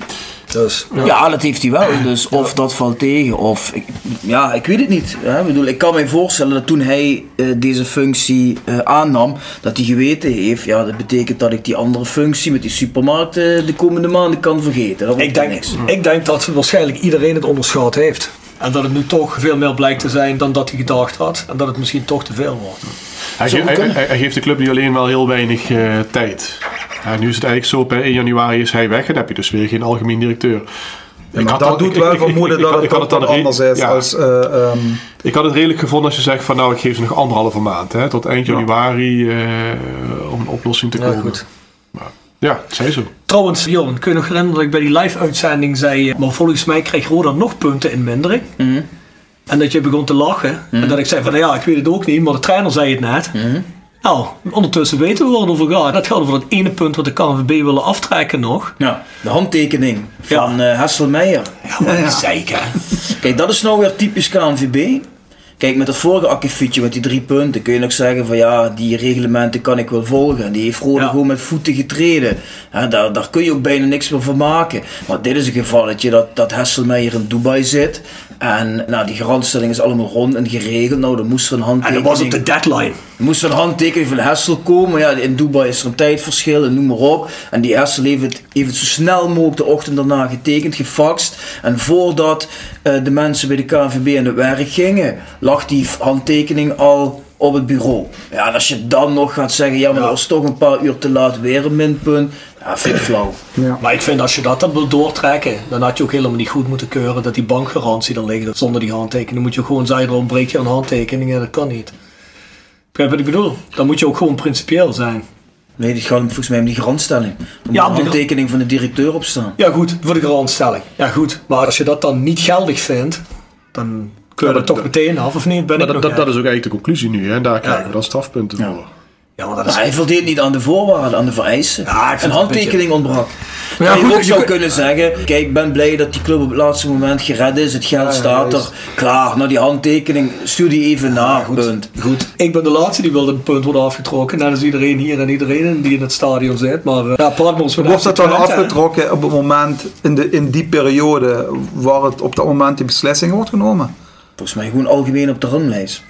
Dus, ja. Ja, dat heeft hij wel. Dus of dat valt tegen, of... Ik, ja, ik weet het niet. Hè. Ik bedoel, ik kan me voorstellen dat toen hij uh, deze functie uh, aannam, dat hij geweten heeft, ja, dat betekent dat ik die andere functie met die supermarkt uh, de komende maanden kan vergeten. Dat wordt Ik denk, niks. ik denk dat waarschijnlijk iedereen het onderschat heeft. En dat het nu toch veel meer blijkt te zijn dan dat hij gedacht had. En dat het misschien toch te veel wordt. Hij, ge- hij, hij, hij geeft de club niet alleen wel heel weinig uh, tijd. Ja, nu is het eigenlijk zo, per één januari is hij weg en dan heb je dus weer geen algemeen directeur. Ja, maar dat doet wel vermoeden dat het toch wat anders is ja. als... Uh, um, Ik had het redelijk gevonden als je zegt van nou ik geef ze nog anderhalve maand. Hè, tot eind januari uh, om een oplossing te komen. Ja, goed. Maar, ja, dat zei zo. Trouwens, Johan, kun je nog herinneren dat ik bij die live-uitzending zei... Maar volgens mij kreeg Roda nog punten in mindering. Mm-hmm. En dat je begon te lachen. Mm-hmm. En dat ik zei van, nou ja, ik weet het ook niet, maar de trainer zei het net. Mm-hmm. Nou, ondertussen weten we waar het over gaat. Dat gaat over dat ene punt wat de K N V B willen aftrekken nog. Ja, de handtekening van ja. uh, Hesselmeijer. Ja, maar die zeiken. Kijk, dat is nou weer typisch K N V B. Kijk, met het vorige akkefietje met die drie punten kun je nog zeggen van ja, die reglementen kan ik wel volgen. En die heeft Roda ja. gewoon met voeten getreden. He, daar, daar kun je ook bijna niks meer van maken. Maar dit is een gevalletje dat, dat Hesselmeijer in Dubai zit. En nou, die garantstelling is allemaal rond en geregeld. Nou, dan moest er een handtekening... En dat was op de deadline. Er moest er een handtekening van Hessel komen. Ja, in Dubai is er een tijdverschil en noem maar op. En die Hessel heeft het, heeft het zo snel mogelijk de ochtend daarna getekend, gefaxt. En voordat uh, de mensen bij de K N V B aan het werk gingen, lag die handtekening al op het bureau. Ja, en als je dan nog gaat zeggen, ja, maar ja. dat was toch een paar uur te laat, weer een minpunt. Ja, vind ik flauw. Ja. Maar ik vind als je dat dan wil doortrekken, dan had je ook helemaal niet goed moeten keuren dat die bankgarantie er ligt. Zonder die handtekening moet je gewoon zeggen, er ontbreekt je een handtekening en dat kan niet. Begrijp wat ik bedoel? Dan moet je ook gewoon principieel zijn. Nee, dit gaat volgens mij om die garantstelling. Er moet ja, een handtekening van de directeur op staan. Ja goed, voor de garantstelling. Ja goed, maar als je dat dan niet geldig vindt, dan kun je ja, dat, dat toch meteen af of niet? Ben maar ik dat, nog dat, dat is ook eigenlijk de conclusie nu. Hè? En daar krijgen ja. we dan strafpunten ja. voor. Ja, maar dat is... maar hij voldeed niet aan de voorwaarden, aan de vereisen. Ja, een handtekening beetje... ontbrak. Ja, ja, je goed, ook zou je... kunnen zeggen, kijk, ik ben blij dat die club op het laatste moment gered is. Het geld ja, staat er. Is... Klaar, nou die handtekening, stuur die even na. Ja, goed. Punt. Goed. Ik ben de laatste die wil dat een punt worden afgetrokken. Net als iedereen hier en iedereen die in het stadion zit. Maar uh, ja, Padmos wordt dat dan afgetrokken hè? Op het moment, in, de, in die periode, waar het op dat moment die beslissing wordt genomen? Volgens mij gewoon algemeen op de ranglijst.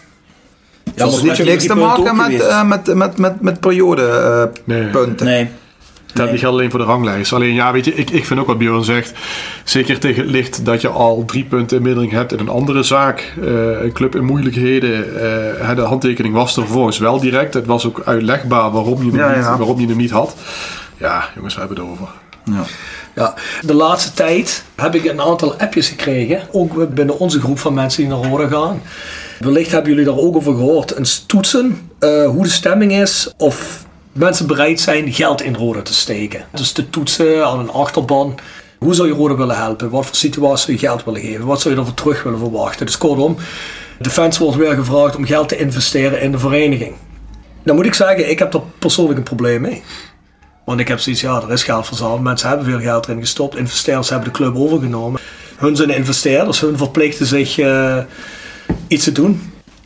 Ja, maar het heeft niks te maken met, uh, met, met, met, met periodepunten. Uh, nee. nee. Dat nee. geldt alleen voor de ranglijst. Alleen ja, weet je, ik, ik vind ook wat Björn zegt. Zeker tegen het licht dat je al drie punten in mindering hebt in een andere zaak. Uh, een club in moeilijkheden. Uh, de handtekening was er vervolgens wel direct. Het was ook uitlegbaar waarom je hem, ja, niet, ja. waarom je hem niet had. Ja, jongens, we hebben het over. Ja. Ja, de laatste tijd heb ik een aantal appjes gekregen. Ook binnen onze groep van mensen die naar Roda gaan. Wellicht hebben jullie daar ook over gehoord. Een toetsen, uh, hoe de stemming is. Of mensen bereid zijn geld in Roda te steken. Dus te toetsen aan een achterban. Hoe zou je Roda willen helpen? Wat voor situatie zou je geld willen geven? Wat zou je ervoor terug willen verwachten? Dus kortom, de fans wordt weer gevraagd om geld te investeren in de vereniging. Dan moet ik zeggen, ik heb er persoonlijk een probleem mee. Want ik heb zoiets, ja, er is geld verzameld. Mensen hebben veel geld erin gestopt. Investeerders hebben de club overgenomen. Hun zijn investeerders. Hun verplichten zich uh, iets te doen.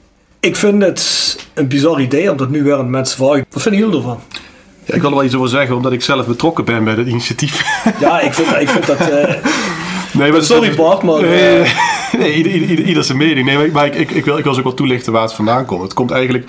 Ik vind het een bizar idee, omdat nu weer een mensen vragen. Wat vinden jullie ervan? Ja, ik wil er wel iets over zeggen, omdat ik zelf betrokken ben bij het initiatief. Ja, ik vind, ik vind dat... Uh, nee, maar sorry Bart, maar... Uh, nee, nee, ieder, ieder, ieder zijn mening. Nee, maar ik, ik, ik, wil, ik wil ook wel toelichten waar het vandaan komt. Het komt eigenlijk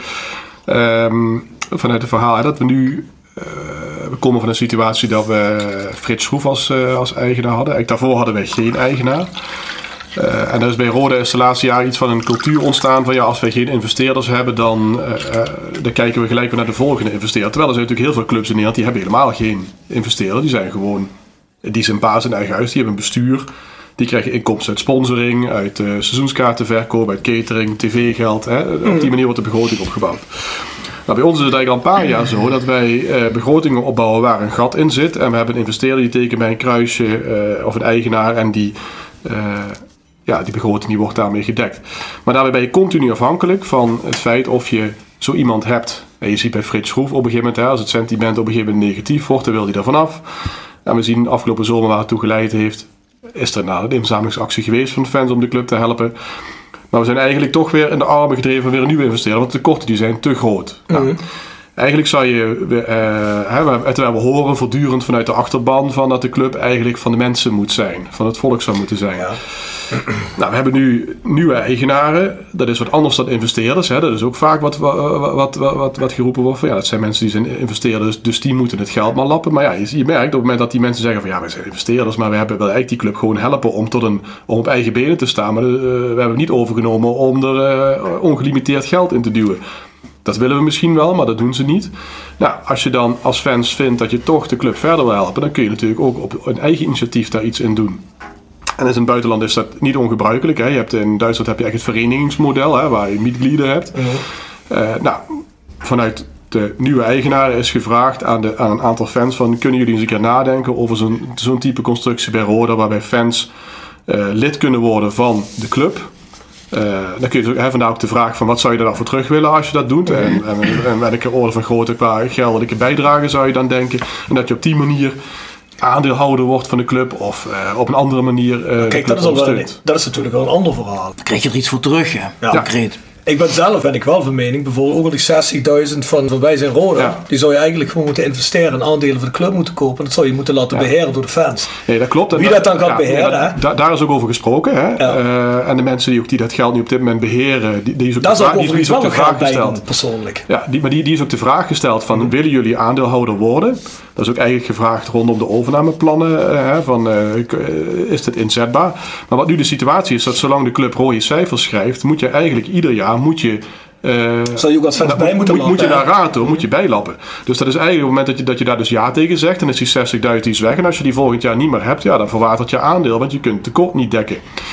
um, vanuit het verhaal hè, dat we nu... Uh, we komen van een situatie dat we Frits Schroef als, uh, als eigenaar hadden. Eigenlijk daarvoor hadden wij geen eigenaar. Uh, en er is bij Roda is de laatste jaren iets van een cultuur ontstaan van ja, als wij geen investeerders hebben, dan, uh, uh, dan kijken we gelijk weer naar de volgende investeerder. Terwijl er zijn natuurlijk heel veel clubs in Nederland die hebben helemaal geen investeerder. Die zijn gewoon, die zijn baas in eigen huis, die hebben een bestuur. Die krijgen inkomsten uit sponsoring, uit uh, seizoenskaartenverkoop, uit catering, tv-geld. Hè. Op die manier wordt de begroting opgebouwd. Nou, bij ons is het eigenlijk al een paar jaar zo dat wij uh, begrotingen opbouwen waar een gat in zit. En we hebben een investeerder die tekent bij een kruisje uh, of een eigenaar en die, uh, ja, die begroting die wordt daarmee gedekt. Maar daarbij ben je continu afhankelijk van het feit of je zo iemand hebt, en je ziet bij Frits Schroef op een gegeven moment, hè, als het sentiment op een gegeven moment negatief wordt, dan wil hij er vanaf. En we zien afgelopen zomer waar het toe geleid heeft, is er nou een inzamelingsactie geweest van de fans om de club te helpen. Maar we zijn eigenlijk toch weer in de armen gedreven van weer een nieuwe investeerder, want de tekorten die zijn te groot. Mm-hmm. Nou, eigenlijk zou je, uh, hè, terwijl we horen voortdurend vanuit de achterban van dat de club eigenlijk van de mensen moet zijn, van het volk zou moeten zijn. Ja. Nou, we hebben nu nieuwe eigenaren, dat is wat anders dan investeerders. Hè. Dat is ook vaak wat, wat, wat, wat, wat geroepen wordt van ja, dat zijn mensen die zijn investeerders, dus die moeten het geld maar lappen. Maar ja, je, je merkt op het moment dat die mensen zeggen van ja, wij zijn investeerders, maar we hebben wel eigenlijk die club gewoon helpen om, tot een, om op eigen benen te staan. Maar uh, we hebben het niet overgenomen om er uh, ongelimiteerd geld in te duwen. Dat willen we misschien wel, maar dat doen ze niet. Nou, als je dan als fans vindt dat je toch de club verder wil helpen, dan kun je natuurlijk ook op een eigen initiatief daar iets in doen. En in het buitenland is dat niet ongebruikelijk. Hè. Je hebt in Duitsland heb je echt het verenigingsmodel, hè, waar je Mitglieder hebt. Mm-hmm. Uh, nou, vanuit de nieuwe eigenaar is gevraagd aan, de, aan een aantal fans van kunnen jullie eens een keer nadenken over zo'n, zo'n type constructie bij Roda, waarbij fans uh, lid kunnen worden van de club. Uh, dan kun je hè, vandaar ook de vraag van wat zou je er dan voor terug willen als je dat doet. En, en, en welke orde van grootte qua geldelijke bijdrage zou je dan denken. En dat je op die manier aandeelhouder wordt van de club of uh, op een andere manier uh, Kijk, dat is, al wel een, dat is natuurlijk wel een ander verhaal. Dan krijg je er iets voor terug, ja. ja. Concreet. Ik ben zelf ben ik wel van mening, bijvoorbeeld ook al die zestigduizend van, van Wij Zijn Roda, ja. die zou je eigenlijk gewoon moeten investeren en aandelen van de club moeten kopen. Dat zou je moeten laten ja. beheren door de fans. Nee, dat klopt. En wie dat dan gaat ja, beheren. Ja, dat, da, daar is ook over gesproken. Hè? Ja. Uh, en de mensen die, ook, die dat geld nu op dit moment beheren, die, die is ook dat de vraag, is ook, die is ook de vraag gesteld. Bij, persoonlijk. Ja, die, maar die, die is ook de vraag gesteld van mm-hmm. willen jullie aandeelhouder worden? Dat is ook eigenlijk gevraagd rondom de overnameplannen. Uh, van, uh, is dit inzetbaar? Maar wat nu de situatie is, dat zolang de club rode cijfers schrijft, moet je eigenlijk ieder jaar moet je Uh, Zal je ook wat fans bij moeten moet, moet je daar raad door, moet je bijlappen. Dus dat is eigenlijk op het moment dat je, dat je daar dus ja tegen zegt, dan is die zestigduizend iets weg. En als je die volgend jaar niet meer hebt, ja, dan verwatert je aandeel, want je kunt het tekort niet dekken.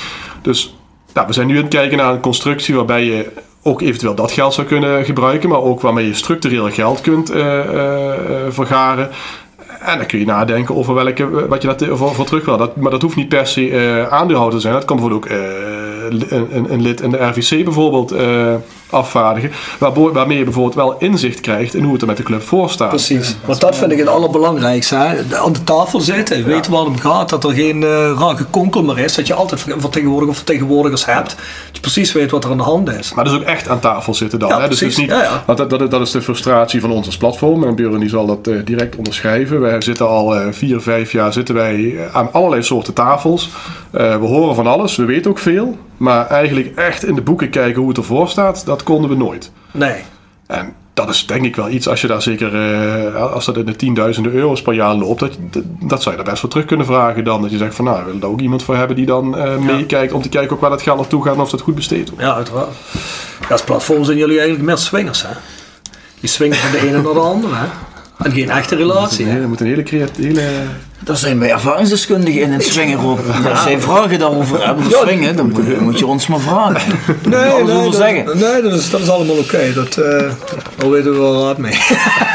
Dus nou, we zijn nu aan het kijken naar een constructie waarbij je ook eventueel dat geld zou kunnen gebruiken, maar ook waarmee je structureel geld kunt uh, uh, vergaren. En dan kun je nadenken over welke, wat je daar voor, voor terug wil. Dat, maar dat hoeft niet per se uh, aandeelhouder te zijn. Dat kan bijvoorbeeld ook uh, een, een lid in de R V C bijvoorbeeld uh, afvaardigen. Waar, waarmee je bijvoorbeeld wel inzicht krijgt in hoe het er met de club voor staat. Precies. Want dat vind ik het allerbelangrijkste. Hè? Aan de tafel zitten, ja. weten waar het om gaat. Dat er geen uh, raar gekonkel meer is. Dat je altijd vertegenwoordigers of vertegenwoordigers hebt. Dat je precies weet wat er aan de hand is. Maar dus ook echt aan tafel zitten dan. Ja, hè? Dus precies. niet, ja, ja. Want dat, dat, dat is de frustratie van ons als platform. En Björn die zal dat uh, direct onderschrijven. Wij zitten al uh, vier, vijf jaar zitten wij aan allerlei soorten tafels. Uh, we horen van alles. We weten ook veel. Maar eigenlijk echt in de boeken kijken hoe het ervoor staat, dat konden we nooit. Nee. En dat is denk ik wel iets, als je daar zeker, uh, als dat in de tienduizenden euro's per jaar loopt, dat, dat zou je daar best wel terug kunnen vragen dan. Dat je zegt van nou, we willen daar ook iemand voor hebben die dan uh, meekijkt om te kijken ook waar dat geld naartoe gaat en of dat goed besteed wordt. Ja, uiteraard. Ja, als platform zijn jullie eigenlijk meer swingers, hè? Die swingen van de ene naar de andere, hè? En geen echte relatie, hè? Je moet een hele creatieve... Daar zijn wij ervaringsdeskundigen in het swingen op. Ja. Als zij vragen daarover hebben voor swingen, dan moet, moet je ons maar vragen. Nee, nee, nee, dat, zeggen. nee dat, is, dat is allemaal oké. Okay. Dat, uh, daar weten we wel raad mee.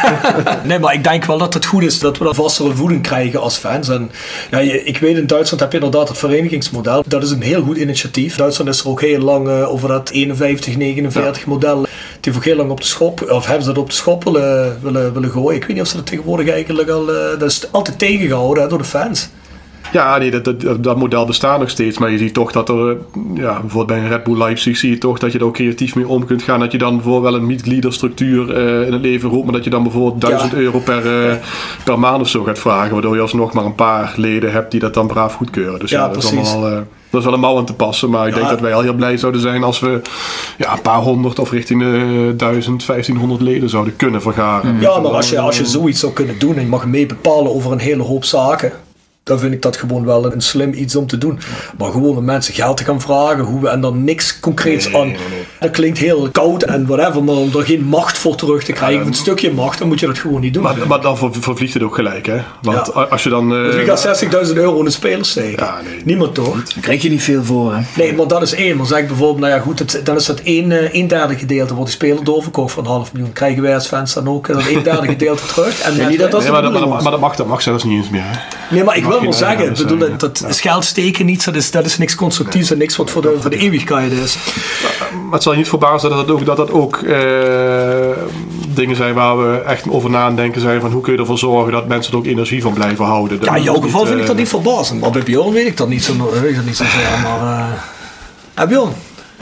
Nee, maar ik denk wel dat het goed is dat we dan vastere voeding krijgen als fans. En, ja, je, ik weet, in Duitsland heb je inderdaad het verenigingsmodel. Dat is een heel goed initiatief. Duitsland is er ook heel lang uh, over dat eenenvijftig negenenveertig ja. model. Die heeft ook heel lang op de schop, of hebben ze dat op de schop willen, willen, willen gooien. Ik weet niet of ze dat tegenwoordig eigenlijk al, uh, dat is altijd tegengehouden hè, door de fans. Ja, nee, dat, dat, dat model bestaat nog steeds, maar je ziet toch dat er, ja, bijvoorbeeld bij een Red Bull Leipzig zie je toch dat je er ook creatief mee om kunt gaan. Dat je dan bijvoorbeeld wel een Mitgliederstructuur uh, in het leven roept, maar dat je dan bijvoorbeeld duizend ja. euro per, uh, per maand of zo gaat vragen, waardoor je alsnog maar een paar leden hebt die dat dan braaf goedkeuren. Dus ja, ja dat is allemaal... Uh, Dat is wel een mouw aan te passen, maar ik ja. denk dat wij al heel blij zouden zijn als we ja, een paar honderd of richting de duizend, vijftienhonderd leden zouden kunnen vergaren. Ja, maar als je, als je zoiets zou kunnen doen en je mag mee bepalen over een hele hoop zaken, dan vind ik dat gewoon wel een slim iets om te doen. Maar gewoon om mensen geld te gaan vragen hoe we, en dan niks concreets nee, nee, aan. Nee, nee. Dat klinkt heel koud en whatever, maar om er geen macht voor terug te krijgen, ja, of een stukje macht, dan moet je dat gewoon niet doen. Maar, maar dan ver, vervliegt het ook gelijk, hè? Want ja. als je dan... Uh, wie gaat zestigduizend euro in een speler steken? Ja, nee. Niemand toch? Daar krijg je niet veel voor, hè? Nee, maar dat is één. Maar zeg bijvoorbeeld, nou ja goed, het, dan is dat één, uh, een derde gedeelte, wordt die speler doorverkocht voor een half miljoen. Krijgen wij als fans dan ook dat een derde gedeelte terug? En nee, niet dat, dat nee, maar, dat, maar, maar dat mag, dat mag zelfs niet eens meer, hè? Nee, maar ik wil wel zeggen, zeggen, bedoel, dat, dat is geld steken niet, dat is, dat is niks constructiefs en niks wat voor de, voor de eeuwigheid is. Maar het zal je niet verbazen dat dat ook, dat dat ook uh, dingen zijn waar we echt over na aan denken zijn van hoe kun je ervoor zorgen dat mensen er ook energie van blijven houden. Ja, in jouw geval vind ik dat niet verbazend, maar bij Bjorn weet ik dat niet zo, weet ik dat niet zo zeggen, maar... Uh, uh, Bjorn?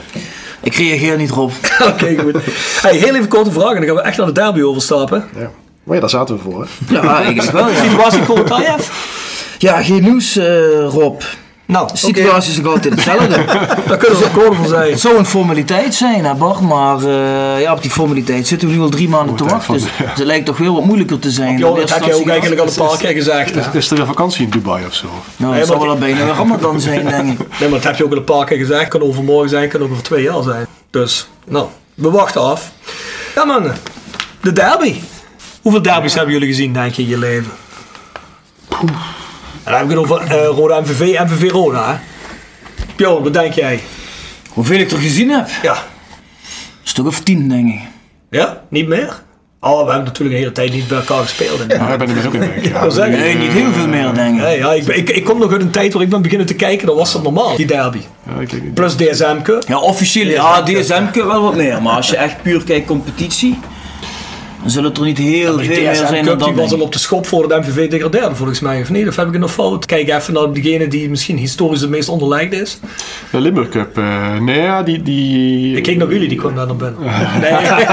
Ik reageer niet erop. Oké, okay, goed. Hey, heel even korte vraag en dan gaan we echt naar de derby overstappen. Ja. Maar ja, daar zaten we voor, hè? Ja, ik denk wel, ja. Situatie Kolotayev? Ja, geen nieuws, uh, Rob. Nou, de situatie okay. is nog altijd hetzelfde. Daar kunnen we akkoord van zijn. Het zou een formaliteit zijn, hè, Bart, maar uh, ja, op die formaliteit zitten we nu al drie maanden te wachten. Dus ja. Het lijkt toch heel wat moeilijker te zijn. Ja, dat heb je ook eigenlijk al een paar keer gezegd. Is, is er een vakantie in Dubai of zo? Nou, dat zou wel bijna een Ramadan zijn, denk ik. Nee, maar dat heb je ook al een paar keer gezegd. Kan overmorgen zijn, kan ook over twee jaar zijn. Dus, nou, we wachten af. Ja, man, de derby. Hoeveel derbies hebben jullie gezien, denk je, in je leven? Poeh. En dan heb ik het over uh, Roda M V V, M V V Roda, hè? Bjorn, wat denk jij? Hoeveel ik er gezien heb? Ja. Een stuk of tien, denk ik. Ja? Niet meer? Oh, we hebben natuurlijk een hele tijd niet bij elkaar gespeeld. Ja, daar ben ik ook in denk ik. Ja. Nee, niet heel veel meer, denk ik. Nee, ja, ik, ik, ik kom nog uit een tijd waar ik ben beginnen te kijken, dan was dat normaal, die derby. Ja, ik denk, plus D S M Cup. Ja, officieel, ja, D S M Cup wel wat meer. Maar als je echt puur kijkt competitie... dan zullen het er niet heel ja, veel meer zijn dan dat. Die was al op de schop voor het M V V degradeerde volgens mij, of niet? Of heb ik het nog fout? Kijk even naar degene die misschien historisch het meest onderlegd is. De Limburg Cup, uh, nee ja, die, die... Ik keek naar Willy, die kwam daar naar binnen. Nee.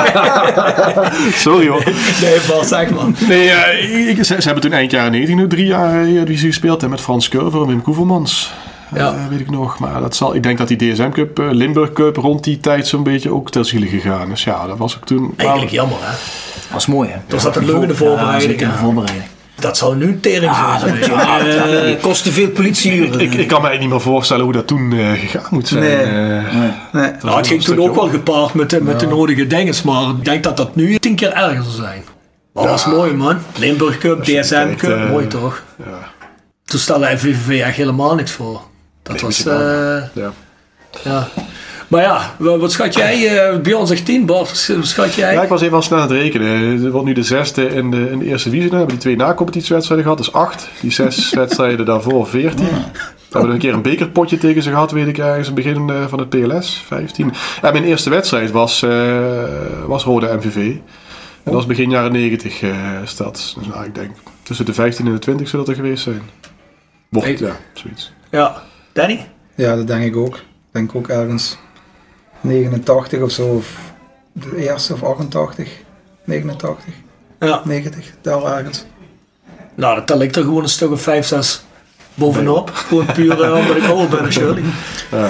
Sorry hoor. Nee, maar zeg maar. Nee, uh, ik, ze, ze hebben toen eind jaren negentig nu drie jaar uh, die ze gespeeld hè, met Frans Curver en Wim Koevermans. Ja. Uh, weet ik nog, maar dat zal, ik denk dat die D S M Cup, uh, Limburg Cup rond die tijd zo'n beetje ook ter ziele gegaan is. Ja, dat was ook toen... Eigenlijk maar, jammer, hè? Dat was mooi, hè? Dat zat een leuke voorbereiding. Ja, voorbereiding. Dat zou nu een tering ah, zijn. Dat ja, uh, kostte veel politieuren. Ik, ik kan me niet meer voorstellen hoe dat toen uh, gegaan moet zijn. Nee. Uh, nee. nee. Nou, het ging toen ook wel gepaard met de, met ja. de nodige dinges, maar ik denk dat dat nu tien keer erger zal zijn. Maar ja. dat was mooi, man. Limburg Cup, D S M Cup, uh, mooi toch? Ja. Toen stelde F V V echt helemaal niks voor. Dat nee, was... Uh, ja. ja. Maar ja, wat schat jij? Uh, Bjorn zegt tien, Bart, wat schat jij? Ja, ik was even al snel aan het rekenen. Het wordt nu de zesde in de, in de eerste divisie. We hebben die twee na-competitiewedstrijden gehad, dus acht. Die zes wedstrijden daarvoor, veertien. Ja. We hebben een keer een bekerpotje tegen ze gehad, weet ik ergens, in het begin uh, van het P L S, vijftien. En mijn eerste wedstrijd was, uh, was Roda M V V. En dat was begin jaren negentig uh, stad. Dus nou, ik denk tussen de vijftien en de twintig zou dat er geweest zijn. Wordt, ja, zoiets. Ja, Danny? Ja, dat denk ik ook. Ik denk ook ergens negenentachtig of zo, of de eerste of achtentachtig, negenentachtig, ja. negentig, daar ergens. Nou, dat tel ik er gewoon een stuk of vijf, zes bovenop. Nee. Gewoon puur uh, omdat ik ouder ben, Shirley. Ja.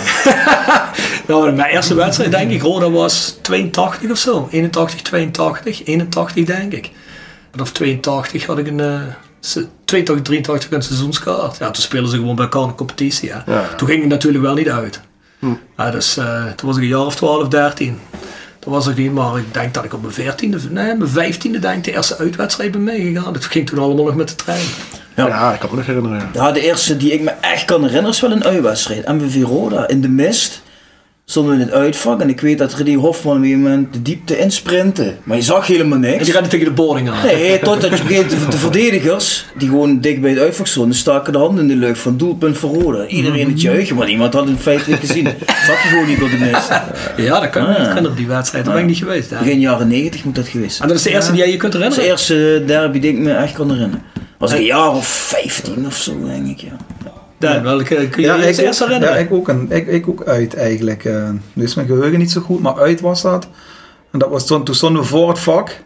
Nou, mijn eerste wedstrijd denk ik, Roda was tweeëntachtig of zo, eenentachtig, tweeëntachtig, eenentachtig denk ik. En of tweeëntachtig had ik een... Uh, tweeëntachtig, drieëntachtig een seizoenskaart. Ja, toen speelden ze gewoon bij elkaar in de competitie. Ja. Ja. Toen ging het natuurlijk wel niet uit. Hm. Ja, dus uh, toen was ik een jaar of twaalf, dertien. Toen was ik niet, maar ik denk dat ik op mijn veertiende, nee, mijn vijftiende denk ik de eerste uitwedstrijd ben meegegaan. Dat ging toen allemaal nog met de trein. Ja, ja ik kan me nog herinneren. Ja. ja, de eerste die ik me echt kan herinneren is wel een uitwedstrijd. M V V Roda in de mist. Stonden we in het uitvak en ik weet dat Rudy Hofman op een moment de diepte insprintte. Maar je zag helemaal niks. En die rende tegen de boarding aan. Nee, totdat je begint de, de verdedigers, die gewoon dik bij het uitvak stonden, staken de handen in de lucht van doelpunt voor Roda. Iedereen het juichen, maar niemand had het feitelijk gezien. Dat zag je gewoon niet door de mist. Ja, dat kan, ah, dat kan op die wedstrijd. Dat ben ik niet geweest. Hè. Begin jaren negentig moet dat geweest zijn. En dat is de eerste ja. die jij je kunt herinneren? Dat is de eerste derby die ik me echt kan herinneren. Was ik een jaar of vijftien of zo, denk ik, ja. Dan, welke kun je ja, je ik, eerst herinneren? Ja, ik ook, een, ik, ik ook uit eigenlijk. Uh, nu is mijn geheugen niet zo goed, maar uit was dat. En dat was toen, toen stonden we voor het vak.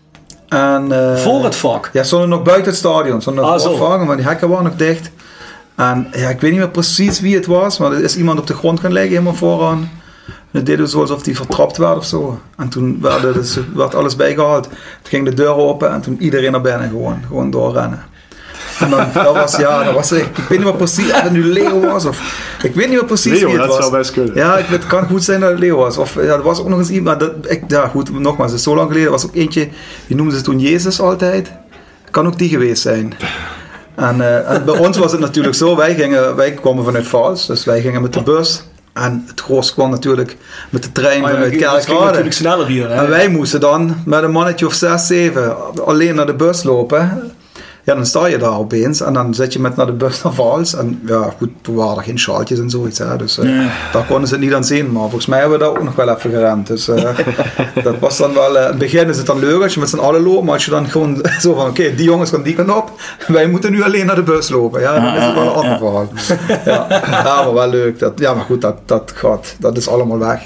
En, uh, voor het vak? Ja, stonden we nog buiten het stadion. Stonden ah, voor het vak, maar die hekken waren nog dicht. En ja, ik weet niet meer precies wie het was, maar er is iemand op de grond gaan liggen, helemaal vooraan. En dat deden we zo alsof die vertrapt werd of zo. En toen werd, dus, werd alles bijgehaald. Toen ging de deur open en toen iedereen naar binnen gewoon, gewoon doorrennen. En dan, dat was, ja, dat was, ik, ik weet niet meer precies of het nu Leo was of, ik weet niet meer precies Leo, wie het dat was. zou best kunnen. Ja, ik, het kan goed zijn dat het Leo was. Of, ja, er was ook nog eens iemand, dat, ik, ja goed, nogmaals, het is zo lang geleden, er was ook eentje, die noemden ze toen Jezus altijd. Kan ook die geweest zijn. En, uh, en bij ons was het natuurlijk zo, wij, gingen, wij kwamen vanuit Vaals, dus wij gingen met de bus. En het gros kwam natuurlijk met de trein maar vanuit ja, Kerkrade. natuurlijk sneller hier. Hè? En wij moesten dan met een mannetje of zes, zeven alleen naar de bus lopen. Ja, dan sta je daar opeens en dan zit je met naar de bus naar Vaals. En ja, goed, toen waren er geen sjaaltjes en zoiets. Hè, dus uh, nee. Daar konden ze het niet aan zien. Maar volgens mij hebben we daar ook nog wel even gerend. Dus uh, dat was dan wel... Uh, in het begin is het dan leuk als je met z'n allen loopt. Maar als je dan gewoon zo van, oké, okay, die jongens gaan die kant op. Wij moeten nu alleen naar de bus lopen. Ja, dan is het wel een ander verhaal. Ja, ja, maar wel leuk. Dat, ja, maar goed, dat, dat gaat. Dat is allemaal weg.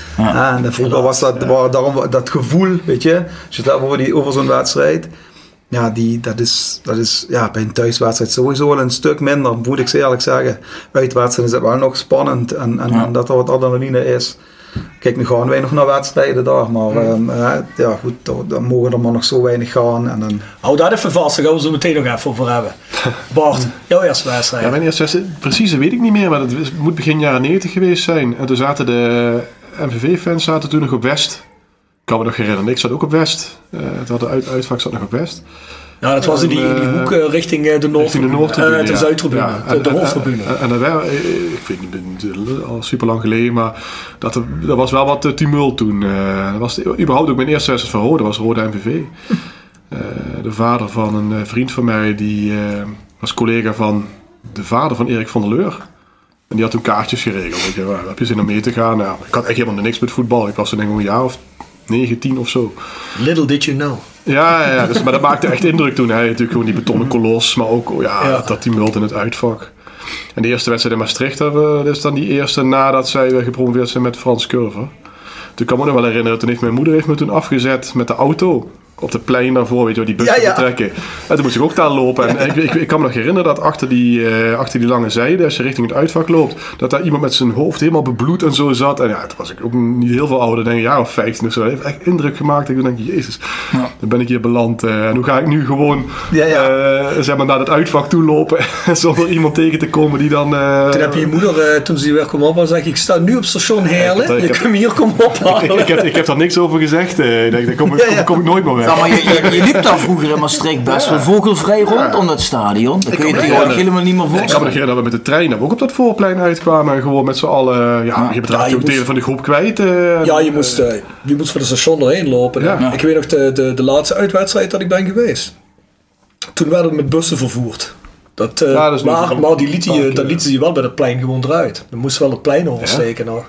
Ja, en vroeger was dat, waar, daarom, dat gevoel, weet je. Als je het hebt over, die, over zo'n wedstrijd... Ja, die, dat is, dat is ja, bij een thuiswedstrijd sowieso wel een stuk minder, moet ik eerlijk zeggen. Uitwedstrijden is het wel nog spannend en, en, ja. en dat er wat adrenaline is. Kijk, nu gaan wij nog naar wedstrijden daar, maar ja, um, ja goed, dan mogen er maar nog zo weinig gaan. En dan... Hou dat even vast, daar gaan we zo meteen nog even over hebben. Bart, jouw eerste wedstrijd? Ja, mijn eerste wedstrijd, precies weet ik niet meer, maar het moet begin jaren negentig geweest zijn. En toen zaten de M V V-fans zaten toen nog op West. Ik kan me nog herinneren, ik zat ook op West. Uh, het had de uit, uitvak zat nog op West. Ja, dat was in die, in die hoek uh, richting uh, de Noordtribune, uh, de ja. Zuidtribune, ja. de, de hoofdtribune. En, en, en, en ik weet niet, al super lang geleden, maar dat, er, dat was wel wat tumult toen. Uh, dat was überhaupt ook mijn eerste wedstrijd van Rode, was Rode M V V. Uh, de vader van een vriend van mij, die uh, was collega van de vader van Erik van der Leur. En die had toen kaartjes geregeld. Ik zei, heb je zin om mee te gaan? Nou, ik had echt helemaal niks met voetbal. Ik was toen denk ik een jaar of negen, tien of zo. Little did you know. Ja, ja dus, maar dat maakte echt indruk toen. Hij natuurlijk gewoon die betonnen kolos, maar ook oh ja, ja. dat tumult in het uitvak. En de eerste wedstrijd in Maastricht, dat is dan die eerste nadat zij gepromoveerd zijn met Frans Curver. Toen kan ik me nog wel herinneren, toen heeft mijn moeder heeft me toen afgezet met de auto. Op de plein daarvoor, weet je wel, die bus ja, ja. betrekken. En toen moest ik ook daar lopen. En ja. ik, ik, ik kan me nog herinneren dat achter die, uh, achter die lange zijde, als je richting het uitvak loopt, dat daar iemand met zijn hoofd helemaal bebloed en zo zat. En ja, toen was ik ook niet heel veel ouder, denk ik, een jaar of vijftien of zo. Dat heeft echt indruk gemaakt. Ik denk, jezus, ja. dan ben ik hier beland. Uh, en hoe ga ik nu gewoon ja, ja. Uh, zeg maar, naar het uitvak toe lopen zonder iemand tegen te komen die dan... Uh, toen heb je je moeder, uh, toen ze weer kwam op, zei ik, ik sta nu op station Heerlen. Je kunt me hier komen ophalen. Ik, ik, ik, heb, ik heb daar niks over gezegd. Uh, ik denk, daar kom, ja, ja. kom, kom ik nooit meer weg. Ja, maar je, je, je liep daar vroeger in Maastricht best ja. wel vogelvrij rondom ja. het stadion. Dat kun je tegenwoordig helemaal niet meer voorstellen. Ik kan me herinneren dat we met de trein ook op dat voorplein uitkwamen en gewoon met z'n allen, ja, ja. je bedraagt ja, ook delen van de groep kwijt. Uh, ja, je moest, uh, je moest voor de station erheen lopen. Ja. Ja. Ik weet nog de, de, de laatste uitwedstrijd dat ik ben geweest. Toen werden we met bussen vervoerd. Dat, uh, ja, dat maar maar die lieten je, dat lieten ze je wel bij het plein gewoon eruit. Dan moest wel het plein oversteken ja. nog.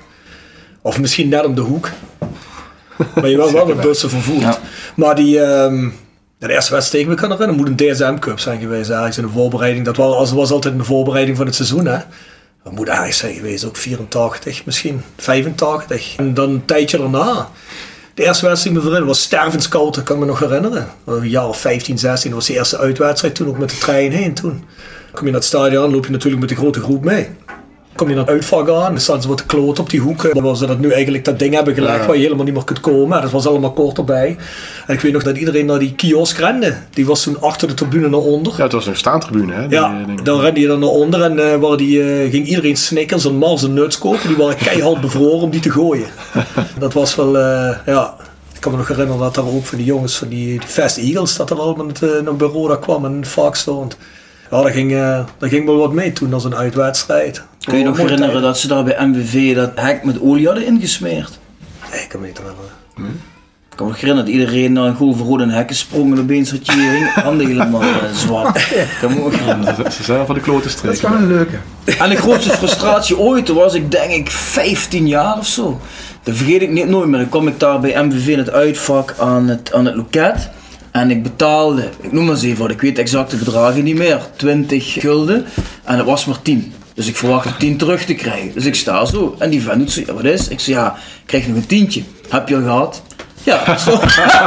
Of misschien net om de hoek. Maar je werd wel met bussen vervoerd. Ja. Maar die, um, de eerste wedstrijd, ik kan herinneren, moet een D S M Cup zijn geweest eigenlijk in de voorbereiding. Dat was, was altijd een voorbereiding van het seizoen. Hè. Dat moet eigenlijk zijn geweest, ook vierentachtig misschien, vijfentachtig. En dan een tijdje daarna. De eerste wedstrijd die me herinner was Stervenskoud, dat kan ik me nog herinneren. Een jaar of vijftien, zestien, dat was de eerste uitwedstrijd toen ook met de trein heen toen. Kom je naar het stadion, loop je natuurlijk met de grote groep mee. Kom je naar het uitvak aan, dan staan ze wat te kloot op die hoeken. Dan was ze dat nu eigenlijk dat ding hebben gelegd ja. waar je helemaal niet meer kunt komen. Dat was allemaal kort erbij. En ik weet nog dat iedereen naar die kiosk rende. Die was toen achter de tribune naar onder. Ja, het was een staantribune. Hè? Die, ja, denk ik. Dan rende je dan naar onder en uh, waar die, uh, ging iedereen Snickers en Mars en Nuts kopen. Die waren keihard bevroren om die te gooien. Dat was wel, uh, ja... Ik kan me nog herinneren dat er ook van die jongens van die, die Fast Eagles, dat er al met uh, naar bureau daar kwam en vaak stond. Ja, daar ging, uh, daar ging wel wat mee toen als een uitwedstrijd. Kun je nog herinneren tijd. Dat ze daar bij M V V dat hek met olie hadden ingesmeerd? Nee, ik kan me niet herinneren. Hm? Ik kan me nog herinneren dat iedereen naar een goal voor rode hekken sprong en opeens had je je handen helemaal uh, zwart. Ik kan me ook herinneren. Ze zijn van de klote streek. Dat is wel een leuke. En de grootste frustratie ooit, toen was ik denk ik vijftien jaar of zo. Dat vergeet ik niet nooit meer. Dan kwam ik daar bij M V V in het uitvak aan het, aan het loket. En ik betaalde, ik noem maar eens even, want ik weet de exacte bedragen niet meer, twintig gulden. En het was maar tien. Dus ik verwachtte tien terug te krijgen. Dus ik sta zo. En die vent doet zo, ja, wat is? Ik zeg, ja, ik krijg nog een tientje. Heb je al gehad? Ja, dat stond,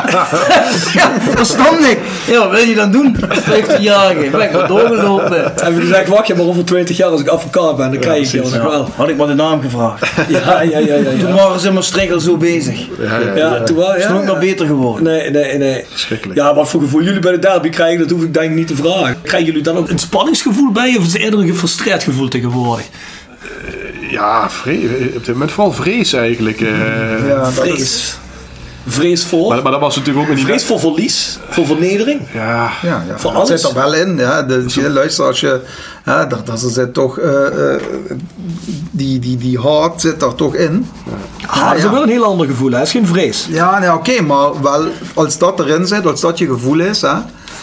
ja, dat stond ik. Ja, wat wil je dan doen? Als vijftienjarige. Ben ik maar doorgelopen. En we gezegd, wacht je maar over twintig jaar als ik advocaat ben, dan krijg ik je nog wel. Had ik maar de naam gevraagd. Ja, ja, ja. ja, ja. Toen waren ze in Maastricht al zo bezig. Ja, ja, ja. ja toen was het ja, nog ja. beter geworden. Nee, nee, nee. Schrikkelijk. Ja, wat voor gevoel jullie bij de derby krijgen, dat hoef ik denk ik niet te vragen. Krijgen jullie dan ook een spanningsgevoel bij, of is het eerder een gefrustreerd gevoel tegenwoordig? Uh, ja, vrees, op dit moment vooral vrees eigenlijk. Uh, ja, vrees. Is... Vrees voor. Maar, maar dat was natuurlijk ook een vrees voor verlies, voor vernedering. Ja, ja, ja. Voor dat alles. zit er wel in. Ja. De, je luister als je, ja, daar, daar zit toch uh, uh, die, die, die haat zit daar toch in. Ja. Ah, dat is ja. wel een heel ander gevoel, hè? Dat is geen vrees. Ja, nee, oké, okay, maar wel als dat erin zit, als dat je gevoel is, hè.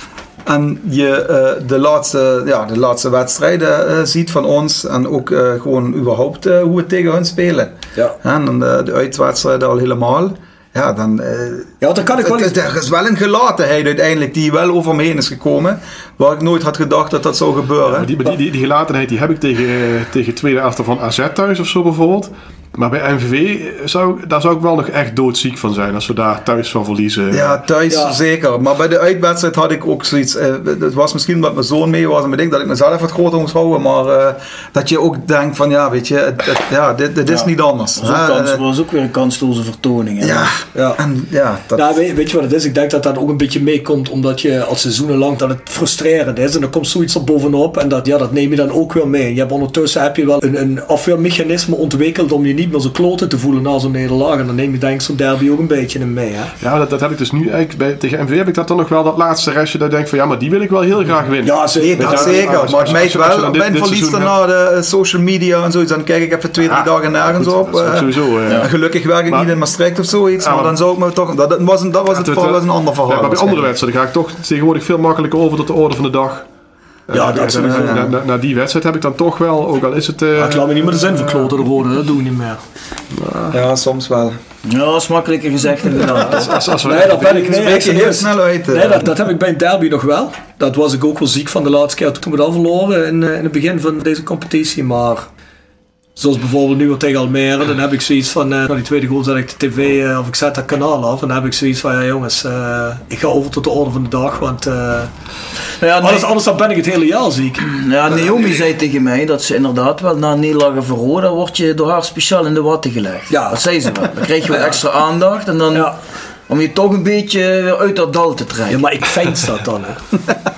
en je uh, de, laatste, ja, de laatste wedstrijden uh, ziet van ons en ook uh, gewoon überhaupt uh, hoe we tegen hun spelen. Ja. En dan uh, de uitwedstrijden al helemaal. Ja, dan, uh, ja, dan kan ik wel het, het, er is wel een gelatenheid uiteindelijk die wel over me heen is gekomen. Waar ik nooit had gedacht dat dat zou gebeuren. Ja, maar die, maar die, die, die gelatenheid die heb ik tegen, tegen tweede elftal van A Z thuis of zo bijvoorbeeld. Maar bij M V V, zou, daar zou ik wel nog echt doodziek van zijn als we daar thuis van verliezen. Ja, thuis ja. zeker. Maar bij de uitwedstrijd had ik ook zoiets. Uh, het was misschien omdat mijn zoon mee was en ik dat ik mezelf wat groter moest houden. Maar uh, dat je ook denkt van ja, weet je, het, het, ja, dit, dit is ja. niet anders. Dat was, kans, was ook weer een kansloze vertoning. Hè? Ja, ja. En, ja, dat... ja weet, weet je wat het is? Ik denk dat dat ook een beetje meekomt omdat je al seizoenenlang dat het frustrerend is. En dan komt zoiets er bovenop en dat, ja, dat neem je dan ook weer mee. Je hebt ondertussen heb je wel een, een afweermechanisme ontwikkeld om je niet meer zo kloten te voelen na zo'n nederlaag. En dan neem je denk ik zo'n derby ook een beetje in mee. Hè? Ja, dat, dat heb ik dus nu eigenlijk bij, tegen M V V heb ik dat dan nog wel dat laatste restje dat ik denk van ja, maar die wil ik wel heel graag winnen. Ja, zeker. Ja, zeker. Als, maar ik meet wel, ik ben verliefd naar de social media en zoiets. Dan kijk ik even twee, drie ja, dagen nergens goed, op. Uh, sowieso, uh, ja. Gelukkig werk ik maar, niet in Maastricht of zoiets. Ja, maar dan zou ik me toch... Dat, dat was, een, dat was het verhaal, dat was een ander verhaal. Ja, maar bij andere wedstrijden ga ik toch tegenwoordig veel makkelijker over tot de orde van de dag. Ja, dat uh, na, na, na, na die wedstrijd heb ik dan toch wel, ook al is het... Uh, ja, ik laat me niet meer de zin verkloten de rode, dat doe ik niet meer. Ja, ja soms wel. Ja, dat is makkelijker gezegd dan gedaan. als, als, als nee, dat ben ik nee, echt heel snel uit. Nee, dat, dat heb ik bij een derby nog wel. Dat was ik ook wel ziek van de laatste keer toen we dat verloren in, in het begin van deze competitie, maar... Zoals bijvoorbeeld nu weer tegen Almere, dan heb ik zoiets van, uh, na die tweede goal zet ik de tv uh, of ik zet dat kanaal af en dan heb ik zoiets van, ja jongens, uh, ik ga over tot de orde van de dag, want uh, ja, nee, anders, anders dan ben ik het hele jaar ziek. Ja, Naomi zei tegen mij dat ze inderdaad wel na een nederlaag voor Roda word je door haar speciaal in de watten gelegd. Ja. Dat zei ze wel. Dan krijg je wat extra aandacht en dan, ja. om je toch een beetje weer uit dat dal te trekken. Ja, maar ik feinst dat dan, hè.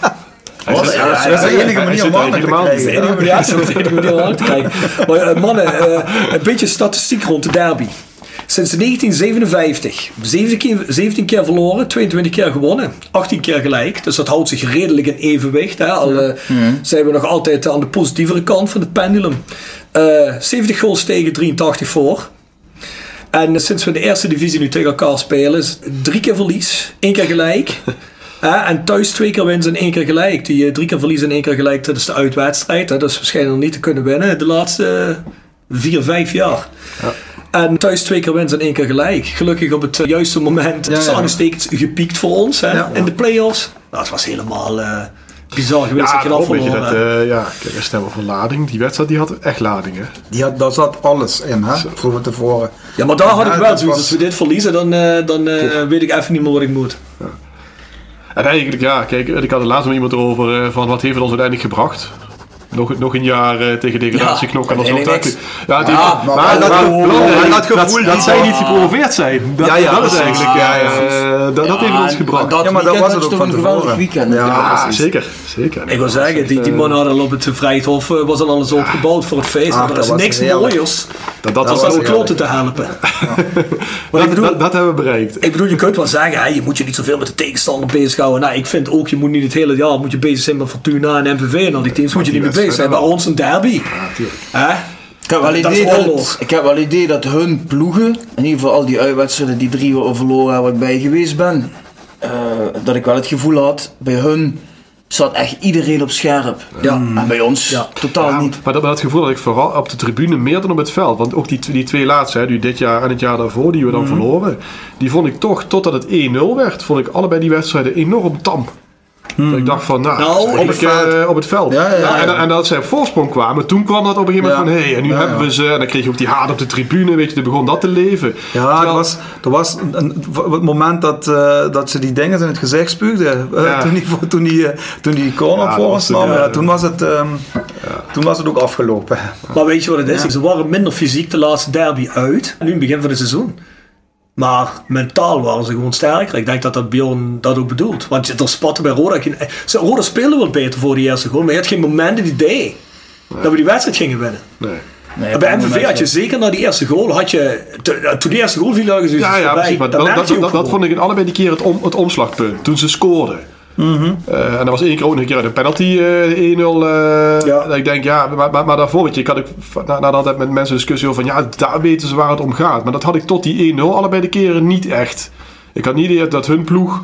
Dat is, ja, ja, dat is de enige manier om aan te krijgen. Ja, dat is de enige manier om aan te krijgen. Maar uh, mannen, uh, een beetje statistiek rond de derby. Sinds negentien zevenenvijftig, zeventien keer, zeventien keer verloren, tweeëntwintig keer gewonnen, achttien keer gelijk. Dus dat houdt zich redelijk in evenwicht. Hè. Al uh, mm. zijn we nog altijd aan de positievere kant van het pendulum. Uh, zeventig goals tegen, drieëntachtig voor. En uh, sinds we in de eerste divisie nu tegen elkaar spelen, is drie keer verlies, één keer gelijk. Uh, en thuis twee keer winnen en één keer gelijk. Die uh, drie keer verliezen en één keer gelijk, dat is de uitwedstrijd. Hè. Dat is waarschijnlijk nog niet te kunnen winnen de laatste uh, vier, vijf jaar. Ja. En thuis twee keer winnen en één keer gelijk. Gelukkig op het uh, juiste moment, ja, ja. aanstekens gepiekt voor ons hè, ja, ja. in de play-offs. Nou, het was helemaal uh, bizar geweest ja, dat je dat verloren. Dat, uh, ja, kijk, een stem over lading. Die wedstrijd die had echt lading. Hè? Die had, daar zat alles in, hè, voor tevoren. Ja, maar daar had ja, ik wel zoiets. Was... Als we dit verliezen, dan, uh, dan uh, weet ik even niet meer wat ik moet. Ja. En eigenlijk, ja, kijk, ik had het laatst met iemand erover uh, van wat heeft het ons uiteindelijk gebracht. Nog, nog een jaar uh, tegen degradatie ja, knokken. Ja, dat, ja, ja, maar, maar, maar, dat, maar dat gevoel dat, dat zij niet gepromoveerd zijn. Dat, ja, ja, dat is eigenlijk, ja, ja, uh, dat, dat heeft ons gebracht. Dat ja, maar dat was het ook van een geweldig weekend. Ja, ja zeker, zeker. Ik wil zeggen, die, die mannen hadden op het Vrijthof uh, was al alles opgebouwd voor het feest. Ah, maar er is niks mooiers. Dat, dat, dat was om kloten te helpen. dat, bedoel, dat, dat hebben we bereikt. Ik bedoel, je kunt wel zeggen, hey, je moet je niet zoveel met de tegenstander bezighouden. Nou, ik vind ook, je moet niet het hele jaar moet je bezig zijn met Fortuna en M V V en al die teams. Moet je niet mee bezig zijn. Bij ons een derby. Ja, ik heb wel idee dat, dat ik heb wel idee dat hun ploegen, in ieder geval al die uitwedstrijden, die drie we verloren waar ik bij geweest ben, uh, dat ik wel het gevoel had, bij hun zat echt iedereen op scherp. Ja. En bij ons ja. totaal ja, niet. Maar dat, dat gevoel had ik vooral op de tribune meer dan op het veld. Want ook die, die twee laatste, hè, die dit jaar en het jaar daarvoor, die we dan mm. verloren, die vond ik toch, totdat het één nul werd, vond ik allebei die wedstrijden enorm tam. Hmm. Dat ik dacht van, nou, nou op, het uh, op het veld. Ja, ja, ja, ja. En, en dat zij op voorsprong kwamen, toen kwam dat op een gegeven moment ja. van, hé, hey, en nu ja, hebben ja. we ze, en dan kreeg je ook die haat op de tribune, weet je, toen begon dat te leven. Ja, Terwijl, er was, er was een, een, het moment dat, uh, dat ze die dingen in het gezicht spuugden, uh, ja. toen, die, toen, die, uh, toen die corner ja, voor ons nam, ja, ja. toen, was het, um, ja. toen was het ook afgelopen. Maar weet je wat het is? Ja. Ze waren minder fysiek de laatste derby uit, nu in het begin van het seizoen. Maar mentaal waren ze gewoon sterker. Ik denk dat dat Bjorn dat ook bedoelt. Want er spatte bij Roda. Roda speelde wel beter voor die eerste goal. Maar je had geen moment in het idee nee. dat we die wedstrijd gingen winnen. Nee. Nee, bij M V V had je zeker na die eerste goal. Had je, toen die eerste goal viel, lag je ja, ja, precies, maar dat, dat, dat, dat vond ik in allebei die keer het, om, het omslagpunt. Toen ze scoorden. Mm-hmm. Uh, en dat was één keer ook nog een keer uit een penalty uh, één nul. Uh, ja. Dat ik denk, ja, maar, maar, maar daarvoor, weet je, ik had ik na, na dat met mensen discussie over van, ja, daar weten ze waar het om gaat. Maar dat had ik tot die één nul allebei de keren niet echt. Ik had niet idee dat hun ploeg